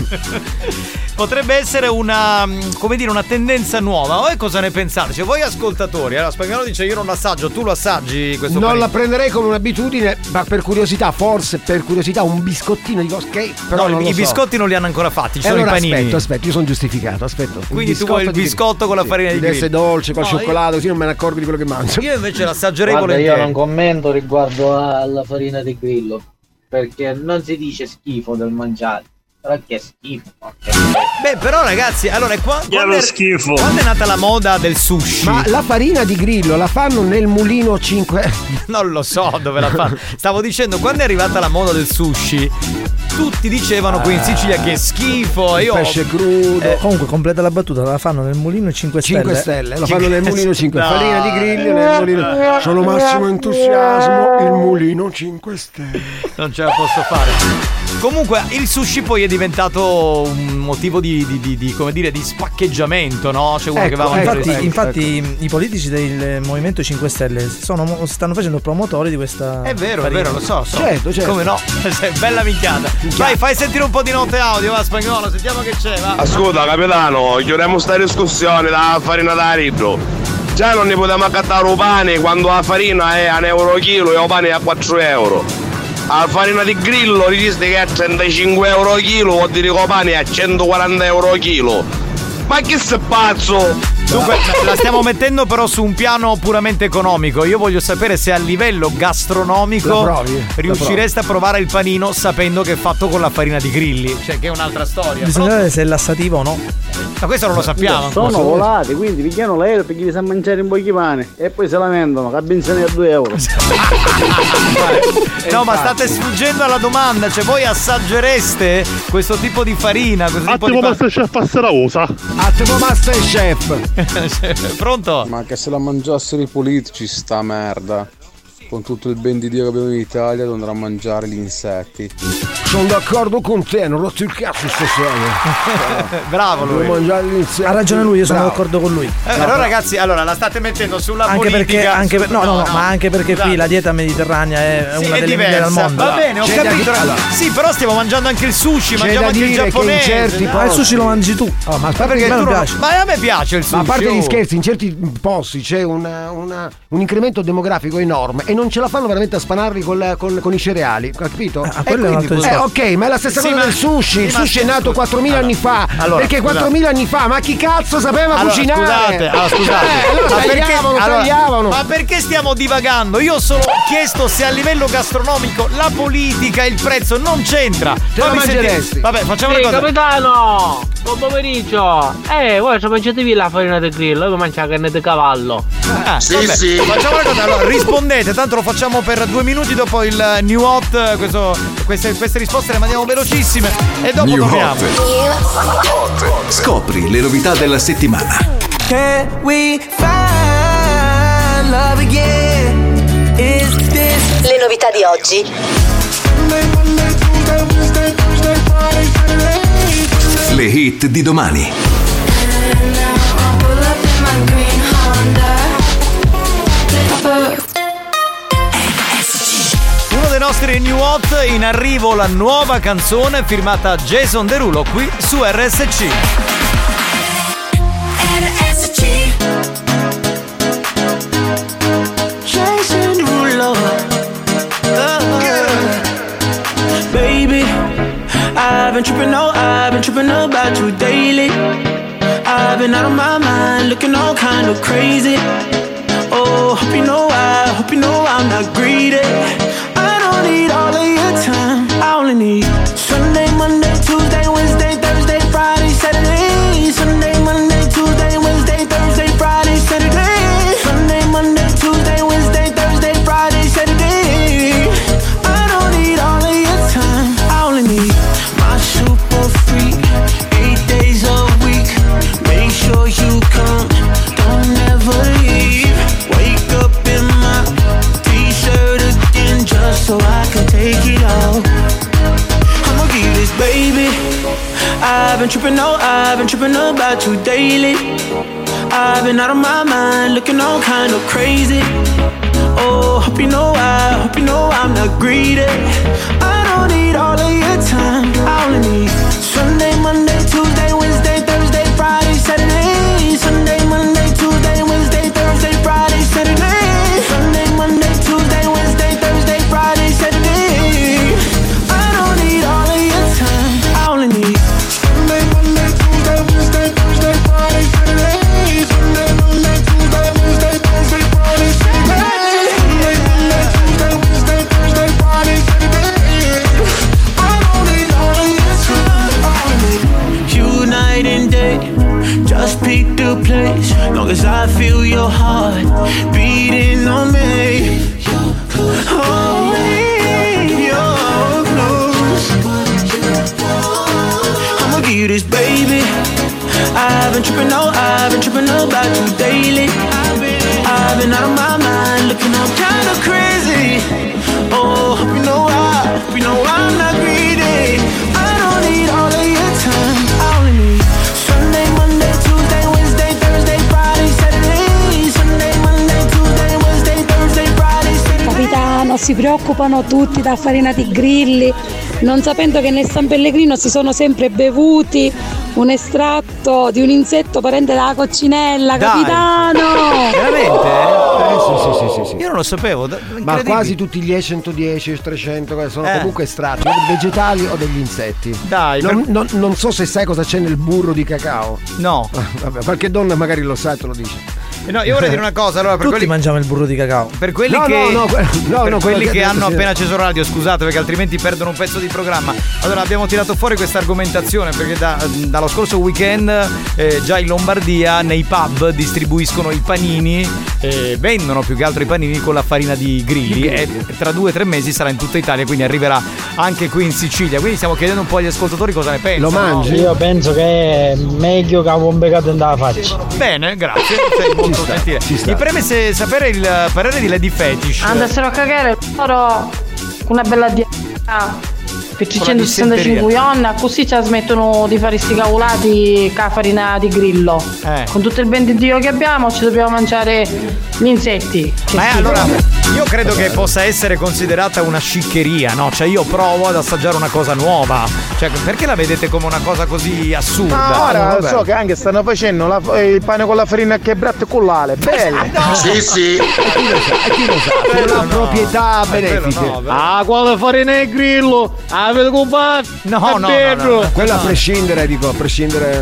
Potrebbe essere una, come dire, una tendenza nuova. Voi cosa ne pensate? Cioè, voi ascoltatori, allora Spagnolo dice io non lo assaggio, tu lo assaggi questo Non panino? la prenderei come un'abitudine, ma per curiosità, forse per curiosità, un biscottino di ok, però No, non i lo so. biscotti non li hanno ancora fatti, ci E sono allora i panini. aspetto, aspetto, io sono giustificato, aspetto. Quindi tu vuoi il biscotto con la farina di Deve grillo? essere dolce, col No, cioccolato, così non me ne accorgo di quello che mangio. Io invece l'assaggerei Guarda, io volentieri. non commento riguardo alla farina di grillo, perché non si dice schifo del mangiare, però che schifo. Beh, però ragazzi, allora qua, quando, è, schifo. quando è nata la moda del sushi? Ma la farina di grillo la fanno nel mulino cinque. Non lo so dove la fanno. Stavo dicendo, quando è arrivata la moda del sushi, tutti dicevano qui in Sicilia che schifo. Io pesce crudo. Eh, comunque, completa la battuta, la fanno nel mulino cinque stelle. cinque stelle, lo fanno nel mulino cinque. No. Farina di grillo nel mulino. Sono massimo entusiasmo, il mulino cinque stelle. Non ce la posso fare. Comunque il sushi poi è diventato un motivo di, di, di, di come dire, di spaccheggiamento, no? C'è uno Ecco, che va a mangiare Infatti, il sushi. infatti i politici del Movimento cinque Stelle sono, stanno facendo promotori di questa. È vero, farina. è vero, lo so, so. Certo, certo. Come no? Bella minchiata. Vai, fai sentire un po' di note audio, va Spagnolo, sentiamo che c'è, va. Ascolta capitano, chiudiamo sta discussione da farina da ritro. Già non ne potevamo accattare il pane quando la farina è a un euro chilo e il pane è a quattro euro. La farina di grillo richieste che è a trentacinque euro chilo, vuol dire che il pane è a centoquaranta euro chilo. Ma che sei pazzo? Dunque, la stiamo mettendo però su un piano puramente economico. Io voglio sapere se a livello gastronomico La provi? riuscireste a provare il panino sapendo che è fatto con la farina di grilli. Cioè, che è un'altra storia. Bisogna Però- vedere se è lassativo o no. Ma questo non lo sappiamo. Sono volati, quindi pigliano l'euro perché vi sa mangiare un po' di pane e poi se lamentano che la benzina è a due euro. No, ma state sfuggendo alla domanda. Cioè, voi assaggereste questo tipo di farina? Questo tipo Attimo di pa- Masterchef a Saragossa. Attimo Masterchef. Pronto? Ma che se la mangiassero i politici sta merda. Con tutto il ben di Dio che abbiamo in Italia andrà a mangiare gli insetti. Sono d'accordo con te, non rotto il cazzo stasera. Bravo lui. Devo mangiare gli insetti. Ha ragione lui, io sono Bravo. d'accordo con lui. Eh, però ragazzi, allora la state mettendo sulla Anche politica. perché, anche per- no, no, no, ma anche perché Scusate. qui la dieta mediterranea è Sì, una è delle migliori al diversa. mondo. Va bene, ho C'è da capito. dire- ragazzi. Sì, però stiamo mangiando anche il sushi, C'è mangiamo da anche il dire che in giapponese. certi dai. Ma il sushi lo mangi tu. Oh, ma a Ma parte perché a me tu non non- piace. Ma a me piace il sushi. Ma a parte gli oh. scherzi, in certi posti c'è una- una- un incremento demografico enorme e non ce la fanno veramente a spanarli col- con, con i cereali, capito? Ah, E quello è un altro eh, discorso. ok, ma è la stessa Sì, cosa ma- del sushi. Il sì, ma sushi è sì, nato scusa. quattromila Allora, anni fa. allora, perché scusate. quattromila anni fa? Ma chi cazzo sapeva Allora, cucinare? scusate, allora, scusate. Eh, allora ma, perché, tagliavano, allora, tagliavano. ma perché stiamo divagando? Io ho solo chiesto se a livello gastronomico la politica e il prezzo non c'entra. Te la Fammi sentire- mangeresti? Vabbè, facciamo Ehi, una cosa. capitano! Buon pomeriggio! Eh, voi ci mangiatevi la farina di grillo, io mangio la carne di cavallo. Ah, Sì, vabbè, sì. Facciamo una cosa, allora rispondete, tanto lo facciamo per due minuti dopo il eh, New Hot. Questo, queste, queste risposte le mandiamo velocissime e dopo New torniamo. Hot. Scopri le novità della settimana. Can we find love again? Is this Le novità di oggi. Le hit di domani. Uno dei nostri New Hot, in arrivo la nuova canzone firmata Jason Derulo qui su R S C. Jason Derulo? Baby, I've been tripping, oh, I've been tripping about you daily. I've been out of my mind, looking all kind of crazy. Oh, hope you know I, hope you know I'm not greedy. I don't need all of your time, I only need Sunday, Monday, Tuesday, Wednesday, Thursday, Friday, Saturday. Sunday, Monday, Tuesday, Wednesday, Thursday, Friday, Saturday. Sunday, Monday, Tuesday, Wednesday, Thursday, Friday, Saturday. I don't need all of your time, I only need my super freak, eight days a week. Make sure you come, don't ever leave. Wake up in my t-shirt again just so I can take it off. I'ma give you this, baby. I've been tripping, oh, I've been tripping about you daily. I've been out of my mind, looking all kind of crazy. Oh, hope you know I, hope you know I'm not greedy. I don't need all of your time, I only need Sunday, Monday, Tuesday, Wednesday, Thursday, Friday, Saturday. Sunday, Monday, Tuesday, Wednesday, Thursday, Friday, Saturday. Sunday, Monday, Tuesday, Wednesday, Thursday, Friday, Saturday. I don't need all of your time, I only need Sunday, Monday, Tuesday, Wednesday, Thursday, Friday, Saturday. Sunday, Monday, Tuesday, Wednesday, Thursday, Friday, Saturday. Sunday, Monday, Tuesday, Wednesday, Thursday, Friday, Saturday. I don't need all of your time, I only need you night and day. Just pick the place, long as I feel your heart beating on me. Hold me, your close. I'ma give you this, baby. I've been tripping, oh, I've been tripping about you daily. I've been out of my mind, looking all kind of crazy. Oh, hope you know I, hope you know I'm not greedy. I don't need all of your time, I only need Sunday, Monday, Tuesday, Wednesday, Thursday, Friday, Saturday. Sunday, Monday, Tuesday, Wednesday, Thursday, Friday, Saturday. Capitano, si preoccupano tutti da farina di grilli, non sapendo che nel San Pellegrino si sono sempre bevuti un estratto di un insetto parente della coccinella, Dai. capitano! Veramente? sì, sì, sì, sì. Io non lo sapevo. da- Ma incredibile. quasi tutti gli E centodieci, E trecento sono Eh. comunque estratti o vegetali o degli insetti. Dai, non, per- non- non so se sai cosa c'è nel burro di cacao. No. Vabbè, qualche donna magari lo sa e te lo dice. Eh, No, io vorrei dire una cosa, allora, per Tutti quelli, mangiamo il burro di cacao. per quelli No, che, no, no, que- no, per no, quelli quello che che ha hanno detto, sì. appena acceso radio, scusate perché altrimenti perdono un pezzo di programma. Allora abbiamo tirato fuori questa argomentazione perché da- dallo scorso weekend eh, già in Lombardia nei pub distribuiscono i panini, eh, vendono più che altro i panini con la farina di grilli e tra due o tre mesi sarà in tutta Italia, quindi arriverà anche qui in Sicilia. Quindi stiamo chiedendo un po' agli ascoltatori cosa ne pensano. Lo mangi? Io penso che è meglio che un beccato nella faccia. Bene, grazie, sei molto gentile. Mi preme se sapere il parere di Lady Fetish. Andassero a cagare loro con una bella dieta per trecentosessantacinque giorni, così ci smettono di fare sti cavolati con la farina di grillo. Eh. Con tutto il ben di Dio che abbiamo ci dobbiamo mangiare gli insetti. Che Ma è, schifo. allora, io credo che possa essere considerata una sciccheria, no? Cioè io provo ad assaggiare una cosa nuova. Cioè, perché la vedete come una cosa così assurda? Ma ora vabbè. so che anche stanno facendo la- il pane con la farina che bratto e collale. Belle. Sì, sì. E chi lo sa? E chi lo sa? Quello Sono no. proprietà Eh, quello benefiche. no, però- Ah, quale farina è grillo? Avete comprato? No, no, no, no. Quello a prescindere, dico, a prescindere.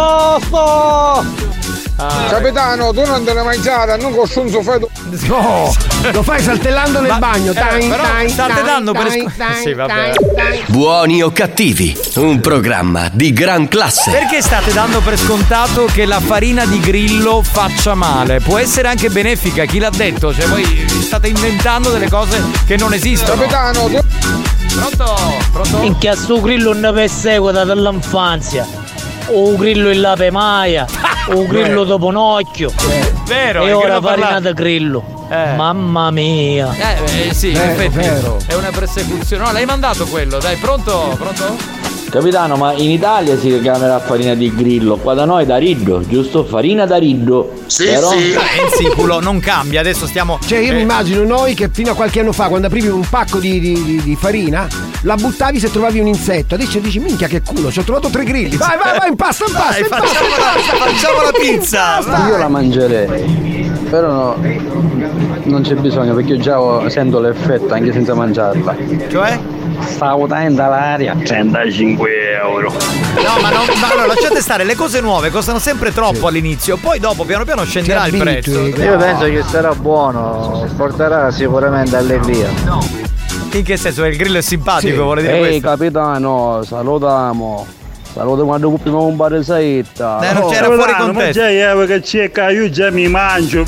Basta! Capitano, tu non te l'hai mangiata, non cosciunzo fai tu. No, lo fai saltellando nel Ma- bagno. eh, Dai, però dai, state dai, dando per dai, scu- dai, Sì, vabbè. dai, dai. Buoni o cattivi, un programma di gran classe. Perché state dando per scontato che la farina di grillo faccia male? Può essere anche benefica, chi l'ha detto? Cioè voi state inventando delle cose che non esistono. Capitano, tu... Pronto? Pronto? Minchia, sto grillo non mi seguita dall'infanzia. O grillo in lape maia, o grillo dopo un occhio. Vero, E il ora grillo farina parlato. da grillo. Eh. Mamma mia. Eh, eh, sì, in Vero, effetti vero. è una persecuzione. No, l'hai mandato quello, dai, pronto? Pronto? Capitano, ma in Italia si chiamerà farina di grillo, qua da noi da riddo, giusto? Farina da riddo. Sì, Però... sì. Eh, il siculo non cambia, adesso stiamo. Cioè io eh, mi immagino noi che fino a qualche anno fa, quando aprivi un pacco di, di- di- di farina, la buttavi se trovavi un insetto. Adesso dici minchia che culo, ci ho trovato tre grilli. Vai, vai, vai, impasta, impasta, Dai, impasta, facciamo la, impasta. facciamo la pizza! vai. Io la mangerei, però no, non c'è bisogno perché io già sento l'effetto anche senza mangiarla. Cioè? Stavo dando l'aria. trentacinque euro. No, ma, non, ma allora lasciate stare, le cose nuove costano sempre troppo all'inizio, poi dopo piano piano scenderà il prezzo. Io penso che sarà buono, porterà sicuramente allegria. In che senso? Il grillo è simpatico, Sì. vuole dire Ehi questo? capitano, salutiamo. Saluto quando prima un bar di saetta. Eh, non c'era fuori contesto. Ma già io che cerca, io già mi mangio.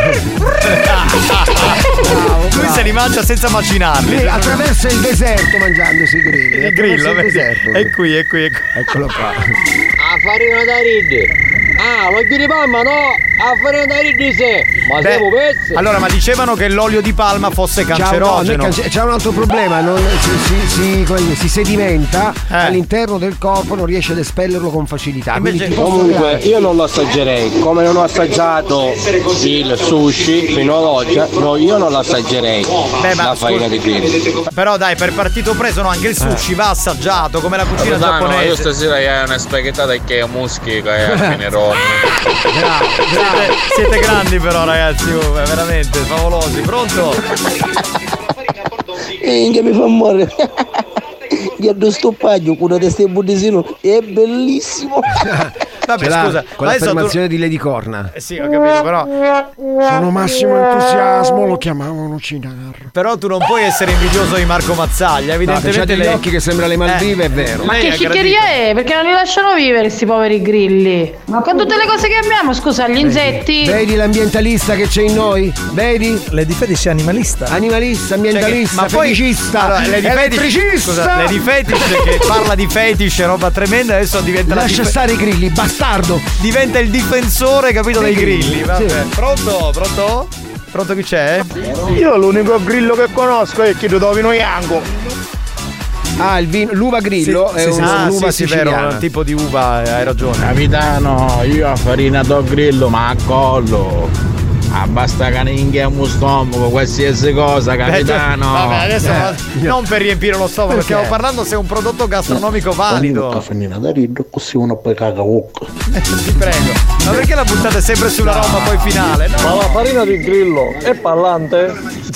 Lui se li mangia senza macinarli. Sì, attraversa il deserto mangiandosi i grilli. Il attraversa grillo, il vedi? deserto. È qui, è qui, è qui. Eccolo qua. A farina da ridde. Ah, l'olio di palma no, a farina da ridde se. Ma Beh, siamo pezzi. allora, ma dicevano che l'olio di palma fosse C'ha un, no, cancerogeno. non è cance- c'è un altro problema, non, si, si, si- come dire, si sedimenta Eh. all'interno del corpo, non riesce ad espellerlo con facilità. Invece- quindi ti posso Comunque creare- io non lo assaggerei, come non ho assaggiato il sushi fino ad oggi, no, io non lo assaggerei. Beh, ma la farina scusa- di grillo. Però dai, per partito preso no, anche il sushi va assaggiato come la cucina Capitano, io giapponese. stasera è una spaghettata che è muschi che è a Nerone. Siete, siete grandi però ragazzi, oh, veramente favolosi. Pronto? E che mi fa morire. Guarda sto paglio, quello di ste budisino, è bellissimo. Vabbè, Ce l'ha scusa, con ma adesso l'affermazione di Lady Corna. Eh sì, ho capito, però. Sono massimo entusiasmo, lo chiamavano Cinar. Però tu non puoi essere invidioso di Marco Mazzaglia, C'ha evidentemente degli lei. occhi che sembra le Maldive, Eh, è vero. Ma lei che ha sciccheria gradito. è? Perché non li lasciano vivere sti poveri grilli? Ma con tutte le cose che abbiamo, scusa, gli insetti. Vedi l'ambientalista che c'è in noi? Vedi? Lady Fetish è animalista. Animalista, ambientalista, Cioè che- ma poi- feticista, allora, Lady Fetish- elettricista. Scusa, Lady Fetish che parla di fetish e roba tremenda, adesso diventa la Lascia dif- stare i grilli, bastardo. diventa il difensore, capito, Dei dei grilli. grilli, Vabbè. sì. Pronto? Pronto? Pronto chi c'è? Io l'unico grillo che conosco è quello di Vino Ianco. Ah, il vino, l'uva grillo è Sì, sì, un- sì, ah, un'uva sì, sì, vero, siciliana. un tipo di uva, hai ragione. Capitano, io a farina do grillo, ma a collo. Ah, basta che ne inghiamo stomaco, qualsiasi cosa, capitano. Beh, vabbè, adesso Eh. non per riempire lo stomaco, Perché? stiamo parlando se è un prodotto gastronomico valido. Caffeinina da ridere, così uno poi caga bocca. Ti prego. Ma perché la buttate sempre sulla roba poi finale? No. Ma la farina di grillo è parlante?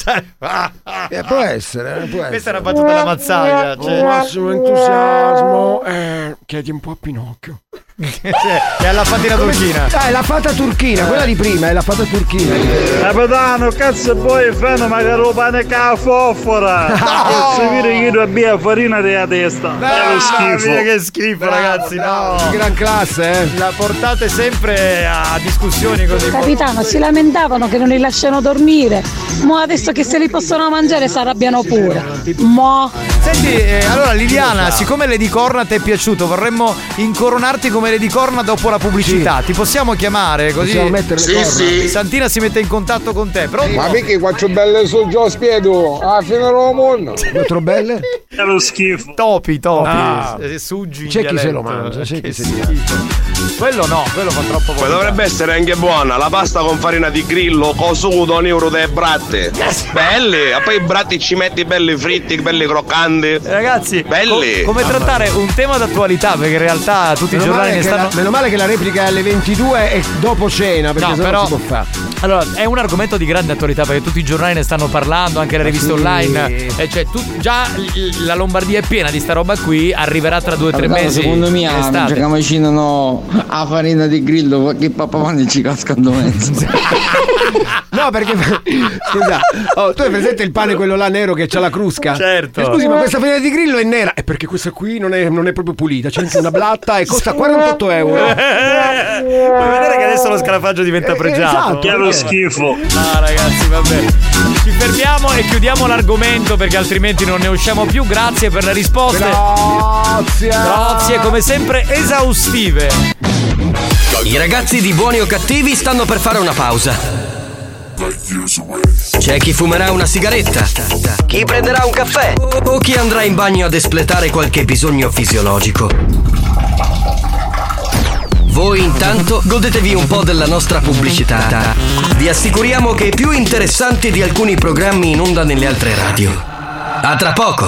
Eh, può essere, eh, può essere. Questa è una battuta da mazzaglia. Cioè. Massimo entusiasmo. Eh, chiedi un po' a Pinocchio. È alla fatina turchina. Ah, è la fata turchina, quella di prima, è la fata turchina. Capitano, cazzo poi fanno magari lo pane che la fofora. No! Se vede che tu abbia farina della testa. È lo schifo. Mia, che schifo, ragazzi, no. Gran classe, eh. La portate sempre a discussioni così. Capitano, si lamentavano che non li lasciano dormire. Mo adesso che se li possono mangiare si arrabbiano pure. Mo. Senti, eh, allora Liliana, siccome Lady Corna ti è piaciuto, vorremmo incoronarti come Lady Corna dopo la pubblicità. Ti possiamo chiamare così? Possiamo mettere le Sì, corna? sì. Santina si mette in contatto con te. Pronto? Ma perché quattro belle sul giò spiedo? Ah, fino al mondo. Quattro belle? È lo schifo. Topi, topi. Ah. Eh, Suggi in C'è chi se lo dialetto. mangia, c'è Che chi se li schifo. Quello no, quello fa troppo Poi voglia. dovrebbe essere anche buona la pasta con farina di grillo, cosuto, un euro dei bratte. Belli, e poi i bratti ci metti belli fritti, belli croccanti. Ragazzi, belli. co- come trattare un tema d'attualità? Perché in realtà tutti i Meno giornali male, ne che stanno. la, meno male che la replica è alle ventidue e dopo cena, perché No, sennò però- non si può fare. Allora, è un argomento di grande attualità perché tutti i giornali ne stanno parlando, anche le riviste sì. online. E cioè, tu, già l- la Lombardia è piena di sta roba qui, arriverà tra due o tre Capitano, mesi. secondo me, in mentre estate. che macinano la farina di grillo, che papavani ci cascano mezzo. No, perché scusa, oh, tu hai presente il pane quello là nero che c'ha la crusca? Certo. Eh, scusi, ma questa farina di grillo è nera. È perché questa qui non è, non è proprio pulita, c'è anche una blatta e costa quarantotto euro. Puoi vedere che adesso lo scarafaggio diventa Eh, pregiato. esatto. Che è lo schifo. Ah, ragazzi, vabbè. Ci fermiamo e chiudiamo l'argomento perché altrimenti non ne usciamo più. Grazie per le risposte. Grazie. Grazie, come sempre esaustive. I ragazzi di Buoni o Cattivi stanno per fare una pausa. C'è chi fumerà una sigaretta, chi prenderà un caffè o chi andrà in bagno ad espletare qualche bisogno fisiologico. Voi intanto godetevi un po' della nostra pubblicità. Vi assicuriamo che è più interessante di alcuni programmi in onda nelle altre radio. A tra poco!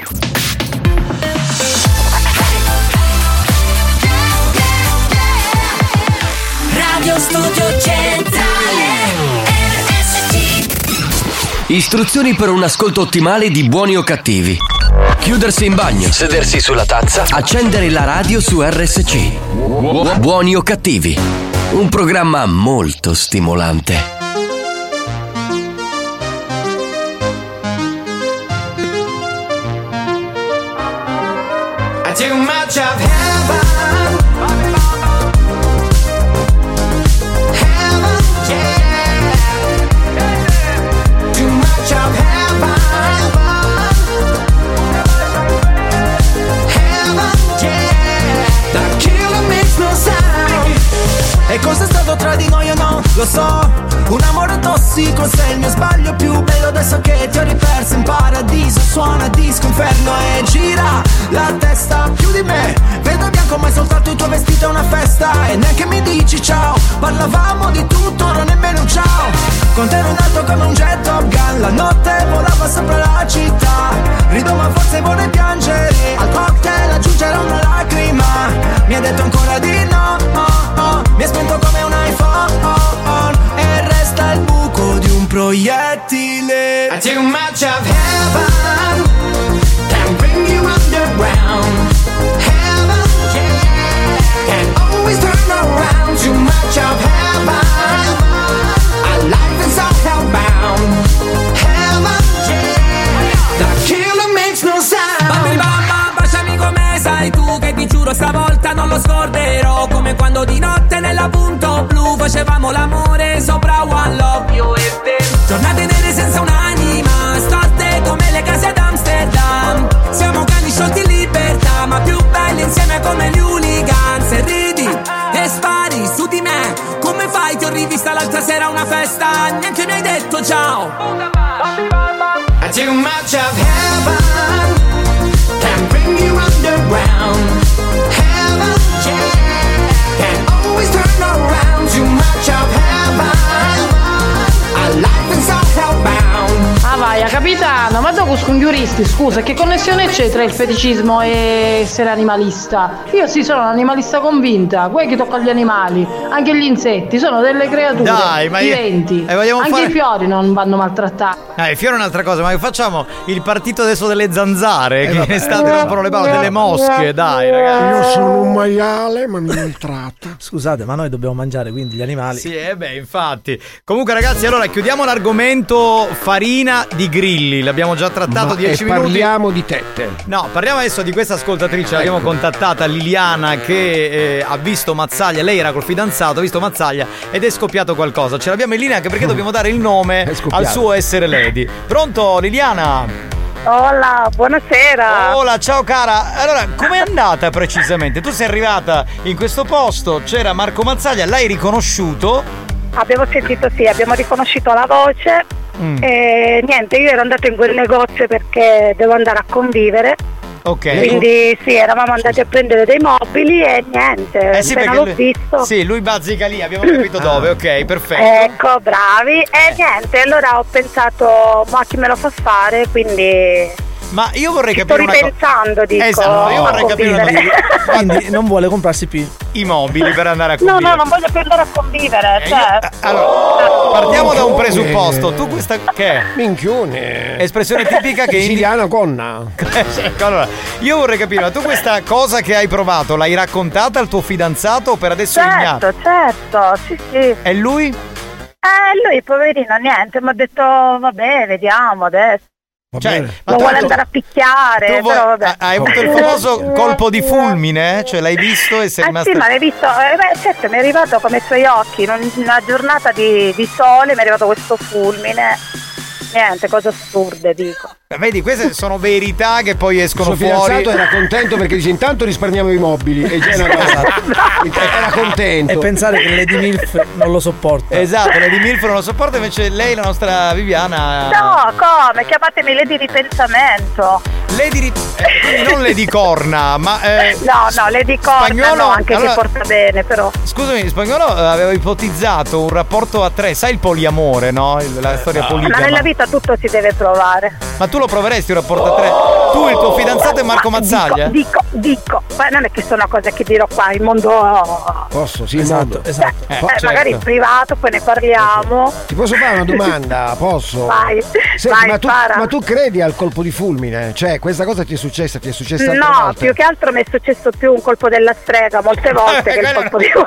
Radio Studio Centrale R S C. Istruzioni per un ascolto ottimale di Buoni o Cattivi. Chiudersi in bagno, sedersi sulla tazza, accendere la radio su R S C. Buoni o Cattivi, un programma molto stimolante. I too much of heaven. Heaven, yeah. Too much of heaven. Heaven, yeah. The killer makes no sound. E cosa è stato tra di noi o no? Lo so. Un amore tossico, sei il mio sbaglio più bello. Adesso che ti ho riperso in paradiso, suona disco inferno e gira la testa più di me. Vedo bianco ma è soltanto il tuo vestito è una festa. E neanche mi dici ciao. Parlavamo di tutto, non nemmeno un ciao. Con te ero nato come un jet Top Gun. La notte volava sopra la città. Rido ma forse vorrei piangere. Al cocktail aggiungerò una lacrima. Mi ha detto ancora di no, oh, oh. Mi ha spento come un iPhone, oh, oh. E resta il buco di un proiettile. I too much of heaven can bring you underground. Heaven, yeah, can always turn around. Too much of heaven, our life is all hellbound. Heaven, yeah, the killer makes no sound. Bambini mamma, baciami come sai tu, che ti giuro stavolta non lo scorderò. Come quando di notte nella punto blu facevamo l'amore sopra One Love, io e te. Giornate nere senza un'anima, storte come le case ad Amsterdam. Siamo cani sciolti in libertà, ma più belli insieme come gli hooligans. E ridi e spari su di me. Come fai? Ti ho rivista l'altra sera a una festa, neanche mi hai detto ciao. I too much of heaven can bring you underground. Heaven, yeah, can always turn around. Too much of heaven, giuristi, scusa, che connessione c'è tra il feticismo e essere animalista? Io sì, sono un'animalista convinta, guai che tocca agli animali, anche gli insetti, sono delle creature Dai, ma io- viventi, eh, vogliamo anche fare- i fiori non vanno maltrattati. Eh, il fiore è un'altra cosa, ma facciamo il partito adesso delle zanzare, Eh, che vabbè. in estate rompono le palle, delle mosche, dai ragazzi. Io sono un maiale, ma mi maltratta. Scusate, ma noi dobbiamo mangiare quindi gli animali. Sì, eh beh, infatti. Comunque ragazzi, allora chiudiamo l'argomento farina di grilli, l'abbiamo già trattato Ma- dieci e minuti. parliamo di tette. No, parliamo adesso di questa ascoltatrice, l'abbiamo Ecco. contattata, Liliana, che eh, ha visto Mazzaglia, lei era col fidanzato, ha visto Mazzaglia ed è scoppiato qualcosa. Ce l'abbiamo in linea anche perché dobbiamo dare il nome al suo essere lady. Pronto Liliana? Hola, buonasera. Hola, ciao cara. Allora, com'è andata precisamente? Tu sei arrivata in questo posto, c'era Marco Mazzaglia, l'hai riconosciuto? Abbiamo sentito sì, abbiamo riconosciuto la voce Mm. e niente, io ero andata in quel negozio perché devo andare a convivere. Ok. Quindi sì, eravamo andati a prendere dei mobili e niente, Eh sì, appena perché l'ho lui- visto. Sì, lui bazzica lì, abbiamo capito dove, ok, perfetto. Ecco, bravi. E niente, allora ho pensato, ma chi me lo fa fare, quindi Ma io vorrei ci capire sto una cosa. ripensando, dico. Esatto, io vorrei a capire una convivere. cosa. Quindi non vuole comprarsi più I mobili per andare a No, convivere. no, non voglio più andare a convivere, Eh, cioè. Allora, partiamo da un presupposto. Tu questa che è? Minchione. Espressione tipica che Siciliana gonna. Ecco, allora, io vorrei capire, ma tu questa cosa che hai provato l'hai raccontata al tuo fidanzato o per adesso è ignato? Certo, certo, sì, sì. E lui? Eh, lui poverino, niente, mi ha detto, vabbè, vediamo adesso. Cioè, Lo vuole andare a picchiare, tu vuoi- però vabbè. ha- hai avuto il famoso colpo di fulmine? Cioè l'hai visto e sei Eh rimasto. sì, ma l'hai visto, eh, beh, certo, mi è arrivato come ai suoi occhi, in un- una giornata di, di sole mi è arrivato questo fulmine. Niente, cose assurde, dico. Eh, Vedi, queste sono verità che poi Il escono suo fuori. fidanzato era contento perché dice intanto risparmiamo i mobili e già è una cosa. Era contento. e pensare che Lady Milf non lo sopporta. Esatto, Lady Milf non lo sopporta, invece lei, la nostra Viviana. No, come? Chiamatemi Lady Ripensamento. Lady Ri- eh, quindi non Lady Corna, ma. Eh, No, no, Lady Corna Spagnolo, no, anche allora- se porta bene, però. Scusami, Spagnolo eh, aveva ipotizzato un rapporto a tre, sai il poliamore, no? Il- la storia Ma poligama. nella vita tutto si deve provare. Ma tu lo proveresti un rapporto a tre? Tu, il tuo fidanzato è Marco Mazzaglia? Dico, dico, ma non è che sono cose che dirò qua, il mondo. Posso? Sì, Esatto, mondo. esatto. Eh, Po- magari in certo. privato, poi ne parliamo. Ti posso fare una domanda? Posso? Vai, Senti, vai, ma, tu, spara. ma tu credi al colpo di fulmine? Cioè, questa cosa ti è successa? Ti è successa altre No, volte? più che altro mi è successo più un colpo della strega molte volte che il colpo di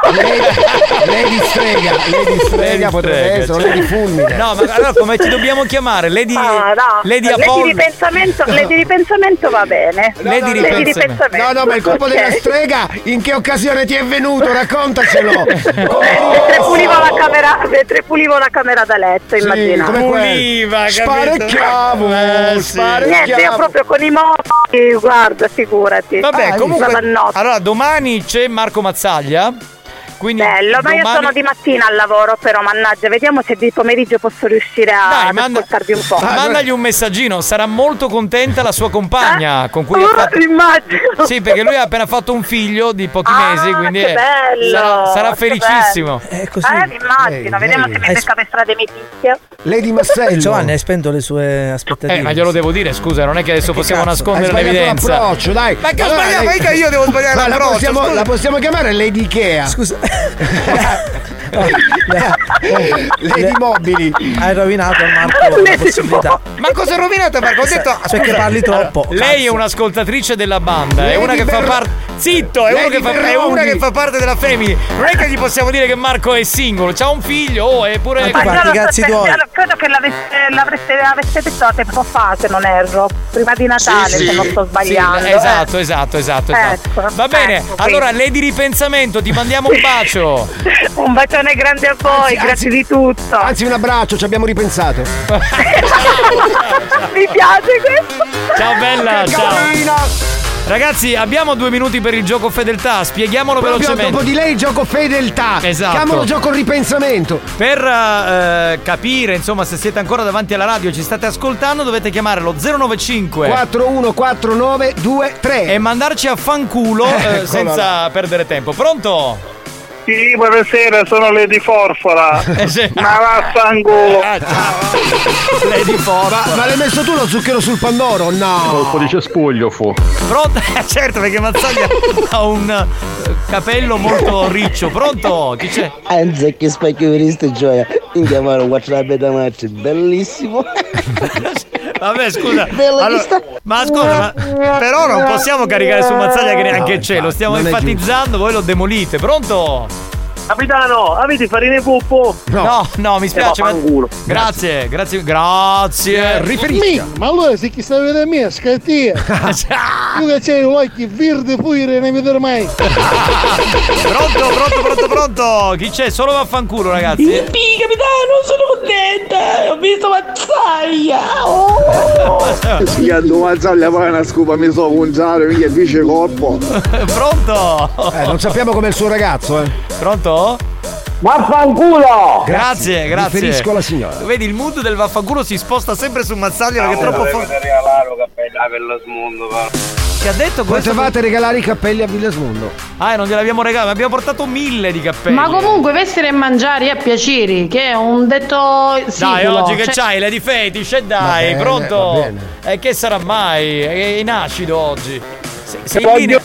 Lady strega, Lady strega potrebbe strega, essere, cioè. Lady fulmine. No, ma allora come ci dobbiamo chiamare? Lady, Ah, no. Lady Lady Apollo? ripensamento, Lady ripensamento va bene. Lady ripensamento. No, no, ma il colpo Ok. della strega in che occasione ti è venuto? Raccontacelo. Mentre pulivo la camera, mentre pulivo la camera da letto, immaginate. come quel- Puliva, capito? Sparecchiamo, Eh, sì. sparecchiamo. Niente, io proprio con i mobili, guarda, figurati. Vabbè, Ah, comunque. la notte. Allora, domani c'è Marco Mazzaglia. Quindi Bello, ma io domani- sono di mattina al lavoro, però mannaggia, vediamo se di pomeriggio posso riuscire a Dai, ad manda- ascoltarvi un po'. Mandagli un messaggino, sarà molto contenta la sua compagna con cui ha Oh, fatto. immagino. Sì, perché lui ha appena fatto un figlio di pochi Ah, mesi, quindi che è- bello, sarà, sarà che felicissimo. È così. Eh, mi immagino, Ehi, vediamo ehi. se mi Hai becca per strada e mi picchia. Lady Massello. Giovanni, hai spento le sue aspettative. Eh, ma glielo devo dire, scusa, non è che adesso possiamo Cazzo, nascondere hai sbagliato l'evidenza. l'approccio, dai. Ma che ho Allora, sbagliato? lei- Mica io devo sbagliare Ma la l'approccio. possiamo, scusa. la possiamo chiamare Lady Ikea. Scusa. Lady Mobili. Hai rovinato a Marco la Lady possibilità. Ma cosa è rovinata, Marco? Ho detto. Perché scusa, parli troppo. Lei è un'ascoltatrice della banda, è Lady una che fa Ber- parte. Zitto, è, uno Lady che fa... è Berroni. una che fa parte della Family. Non è che gli possiamo dire che Marco è single, c'ha un figlio, oh, è pure. Ma Ma fatti già lo i cazzi so, tuoi. già lo- credo che l'avesse, l'avreste, l'aveste detto tempo fa, se non erro. Prima di Natale, Sì, se sì. non sto Sì, sbagliando. esatto, esatto, esatto, esatto. Ecco, Va bene, ecco, allora quindi. Lady Ripensamento, ti mandiamo un bacio. eh. Un bacione grande a voi, Anzi, grazie anzi- di tutto. Anzi, un abbraccio, ci abbiamo ripensato. Mi piace questo. Ciao bella, Che ciao. carina! Ragazzi, abbiamo due minuti per il gioco fedeltà, spieghiamolo Proprio velocemente. dopo di lei gioco fedeltà. Esatto. Chiamalo gioco ripensamento. Per eh, capire, insomma, se siete ancora davanti alla radio e ci state ascoltando, dovete chiamare lo zero nove cinque quattro uno quattro nove due tre e mandarci a fanculo eh, Eccola senza perdere tempo. Pronto? Sì, poi sera sono Lady Forfora. Ma vaffanculo. Lady Forfora. Ma, ma l'hai messo tu lo zucchero sul pandoro? No. Colpo di cespuglio fu. Pronto? Eh, certo, perché Mazzaglia ha un eh, capello molto riccio. Pronto? Chi c'è? Anzi, che specchio visto gioia. In chiamare Watch la beta match, bellissimo. Vabbè, scusa. Allora, ma scusa, ma, però non possiamo caricare su Mazzaglia che neanche c'è, lo stiamo enfatizzando, voi lo demolite. Pronto? Capitano, avete farine puppo? No, no, no mi spiace. Ma... Grazie, grazie, grazie. Riferisca. Ma allora se chi sta a vedere me, scattia. Tu che c'hai gli occhi verdi pure, ne vedere mai. Pronto, pronto, pronto, pronto. Chi c'è? Solo vaffanculo, ragazzi. Sì, capitano, sono contenta. Ho visto Mazzaglia. Oh. Sì, quando Mazzaglia poi una scopa mi so pungiare, mi dice corpo. Pronto? Eh, non sappiamo com'è il suo ragazzo, eh. Pronto? Vaffanculo! Grazie, grazie. Riferisco alla signora. Vedi, il mood del vaffanculo si sposta sempre su Mazzaglia perché è troppo forte. regalare un cappello a Villasmondo, Che ha detto questo? Potevate regalare i cappelli a Villasmondo. Ah, e non gliel'abbiamo regalato, abbiamo portato mille di cappelli. Ma comunque vestire e mangiare a piaceri, che è un detto siculo. Dai, oggi che cioè... c'hai, Lady Fetish, e dai, bene, pronto? E che sarà mai? È in acido oggi. Se, sei Voglio... in linea...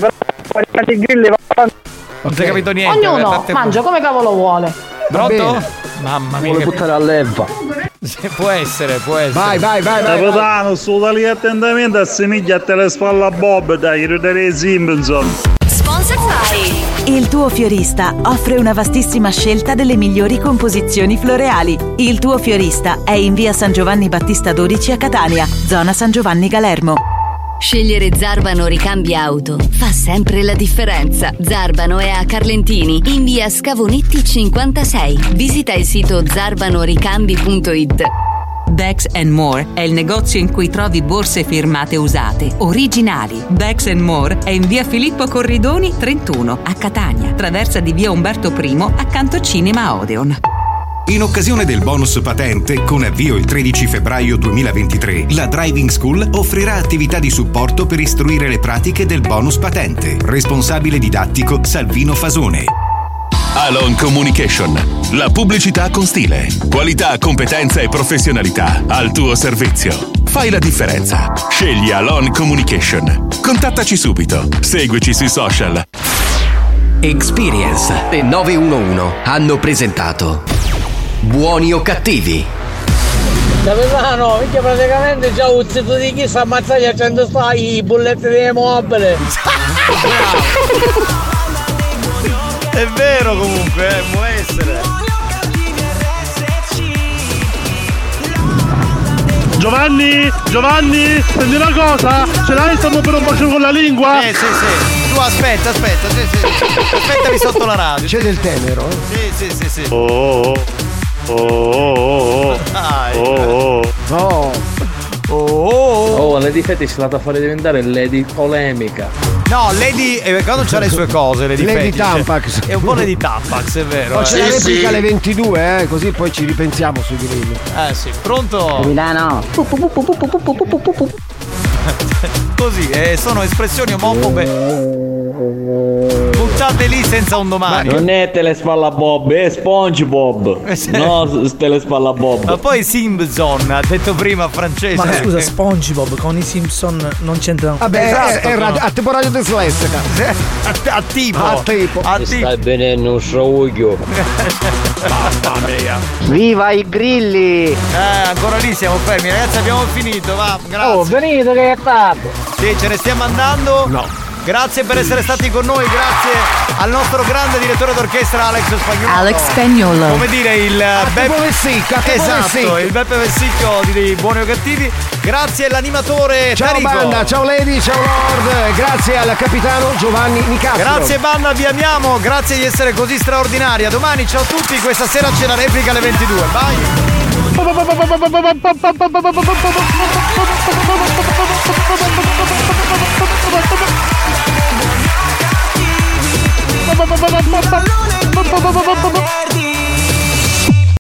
i grilli vanno. Non si è capito niente. Ognuno mangia come cavolo vuole. Pronto? Mamma mia. Vuole buttare all'erba. Può essere, può essere. Vai, vai, vai, vai. Capitano, sto lì attentamente assomiglia a Telespalla Bob, dai, Rudere Simpson. Sponsor by Il tuo fiorista offre una vastissima scelta delle migliori composizioni floreali. Il tuo fiorista è in via San Giovanni Battista dodici a Catania, zona San Giovanni Galermo. Scegliere Zarbano Ricambi Auto fa sempre la differenza. Zarbano è a Carlentini, in via Scavonetti cinquantasei. Visita il sito zarbanoricambi punto it. Bags and More è il negozio in cui trovi borse firmate usate, originali. Bags and More è in via Filippo Corridoni trentuno a Catania, traversa di via Umberto I accanto Cinema Odeon. In occasione del bonus patente, con avvio il tredici febbraio duemilaventitré, la Driving School offrirà attività di supporto per istruire le pratiche del bonus patente. Responsabile didattico Salvino Fasone. Alon Communication, la pubblicità con stile, qualità, competenza e professionalità al tuo servizio. Fai la differenza. Scegli Alon Communication. Contattaci subito. Seguici sui social. Experience e nove uno uno hanno presentato Buoni o cattivi? Capitano, perché praticamente già un sito di chi sta ammazzando a cento stai i bulletti di mobile. È vero comunque, eh, può essere. Giovanni, Giovanni, prendi una cosa? Ce l'hai sto per un bacio con la lingua? Eh sì sì. Tu aspetta, aspetta, sì sì. Aspettami sotto la radio. C'è del tenero? Sì sì sì sì. Oh oh oh oh oh. Dai. Oh oh. Oh oh. Oh, Lady Fetish è andata a fare diventare Lady Polemica. No, Lady. Eh, quando c'ha le sue cose, Lady, Lady Fetish, Tampax. È un po' Lady Tampax, è vero. Poi eh. c'è la Sì, replica sì. alle ventidue, eh, così poi ci ripensiamo sui grilli. Eh sì, pronto? Milano. Così, eh, sono espressioni omofobe. Buttate lì senza un domani. Non è Telespalla Bob, è SpongeBob. Eh, sì. No, Telespalla Bob. Ma poi Simpson ha detto prima francese. Ma scusa, SpongeBob con i Simpson non c'entra. Vabbè, Esatto, è, è radio, a tipo radio dislessica. A, a tipo. A tipo. A Mi tipo. stai venendo un sciauglio. Mamma mia. Viva i grilli! Eh, ancora lì siamo fermi, ragazzi, abbiamo finito, va, grazie. Oh, venite che è tardi! Sì, ce ne stiamo andando. No. Grazie per essere stati con noi, grazie al nostro grande direttore d'orchestra Alex Spagnolo. Alex Spagnolo. Come dire il Beppe Vessicca, esatto, il Beppe Vessicchio di dei Buoni o Cattivi. Grazie all'animatore Ciao Tarico. banda, ciao Lady, ciao Lord. Grazie al capitano Giovanni Nicastro. Grazie banda, vi amiamo, grazie di essere così straordinari. A domani, ciao a tutti, questa sera c'è la replica alle ventidue. Pallone verdi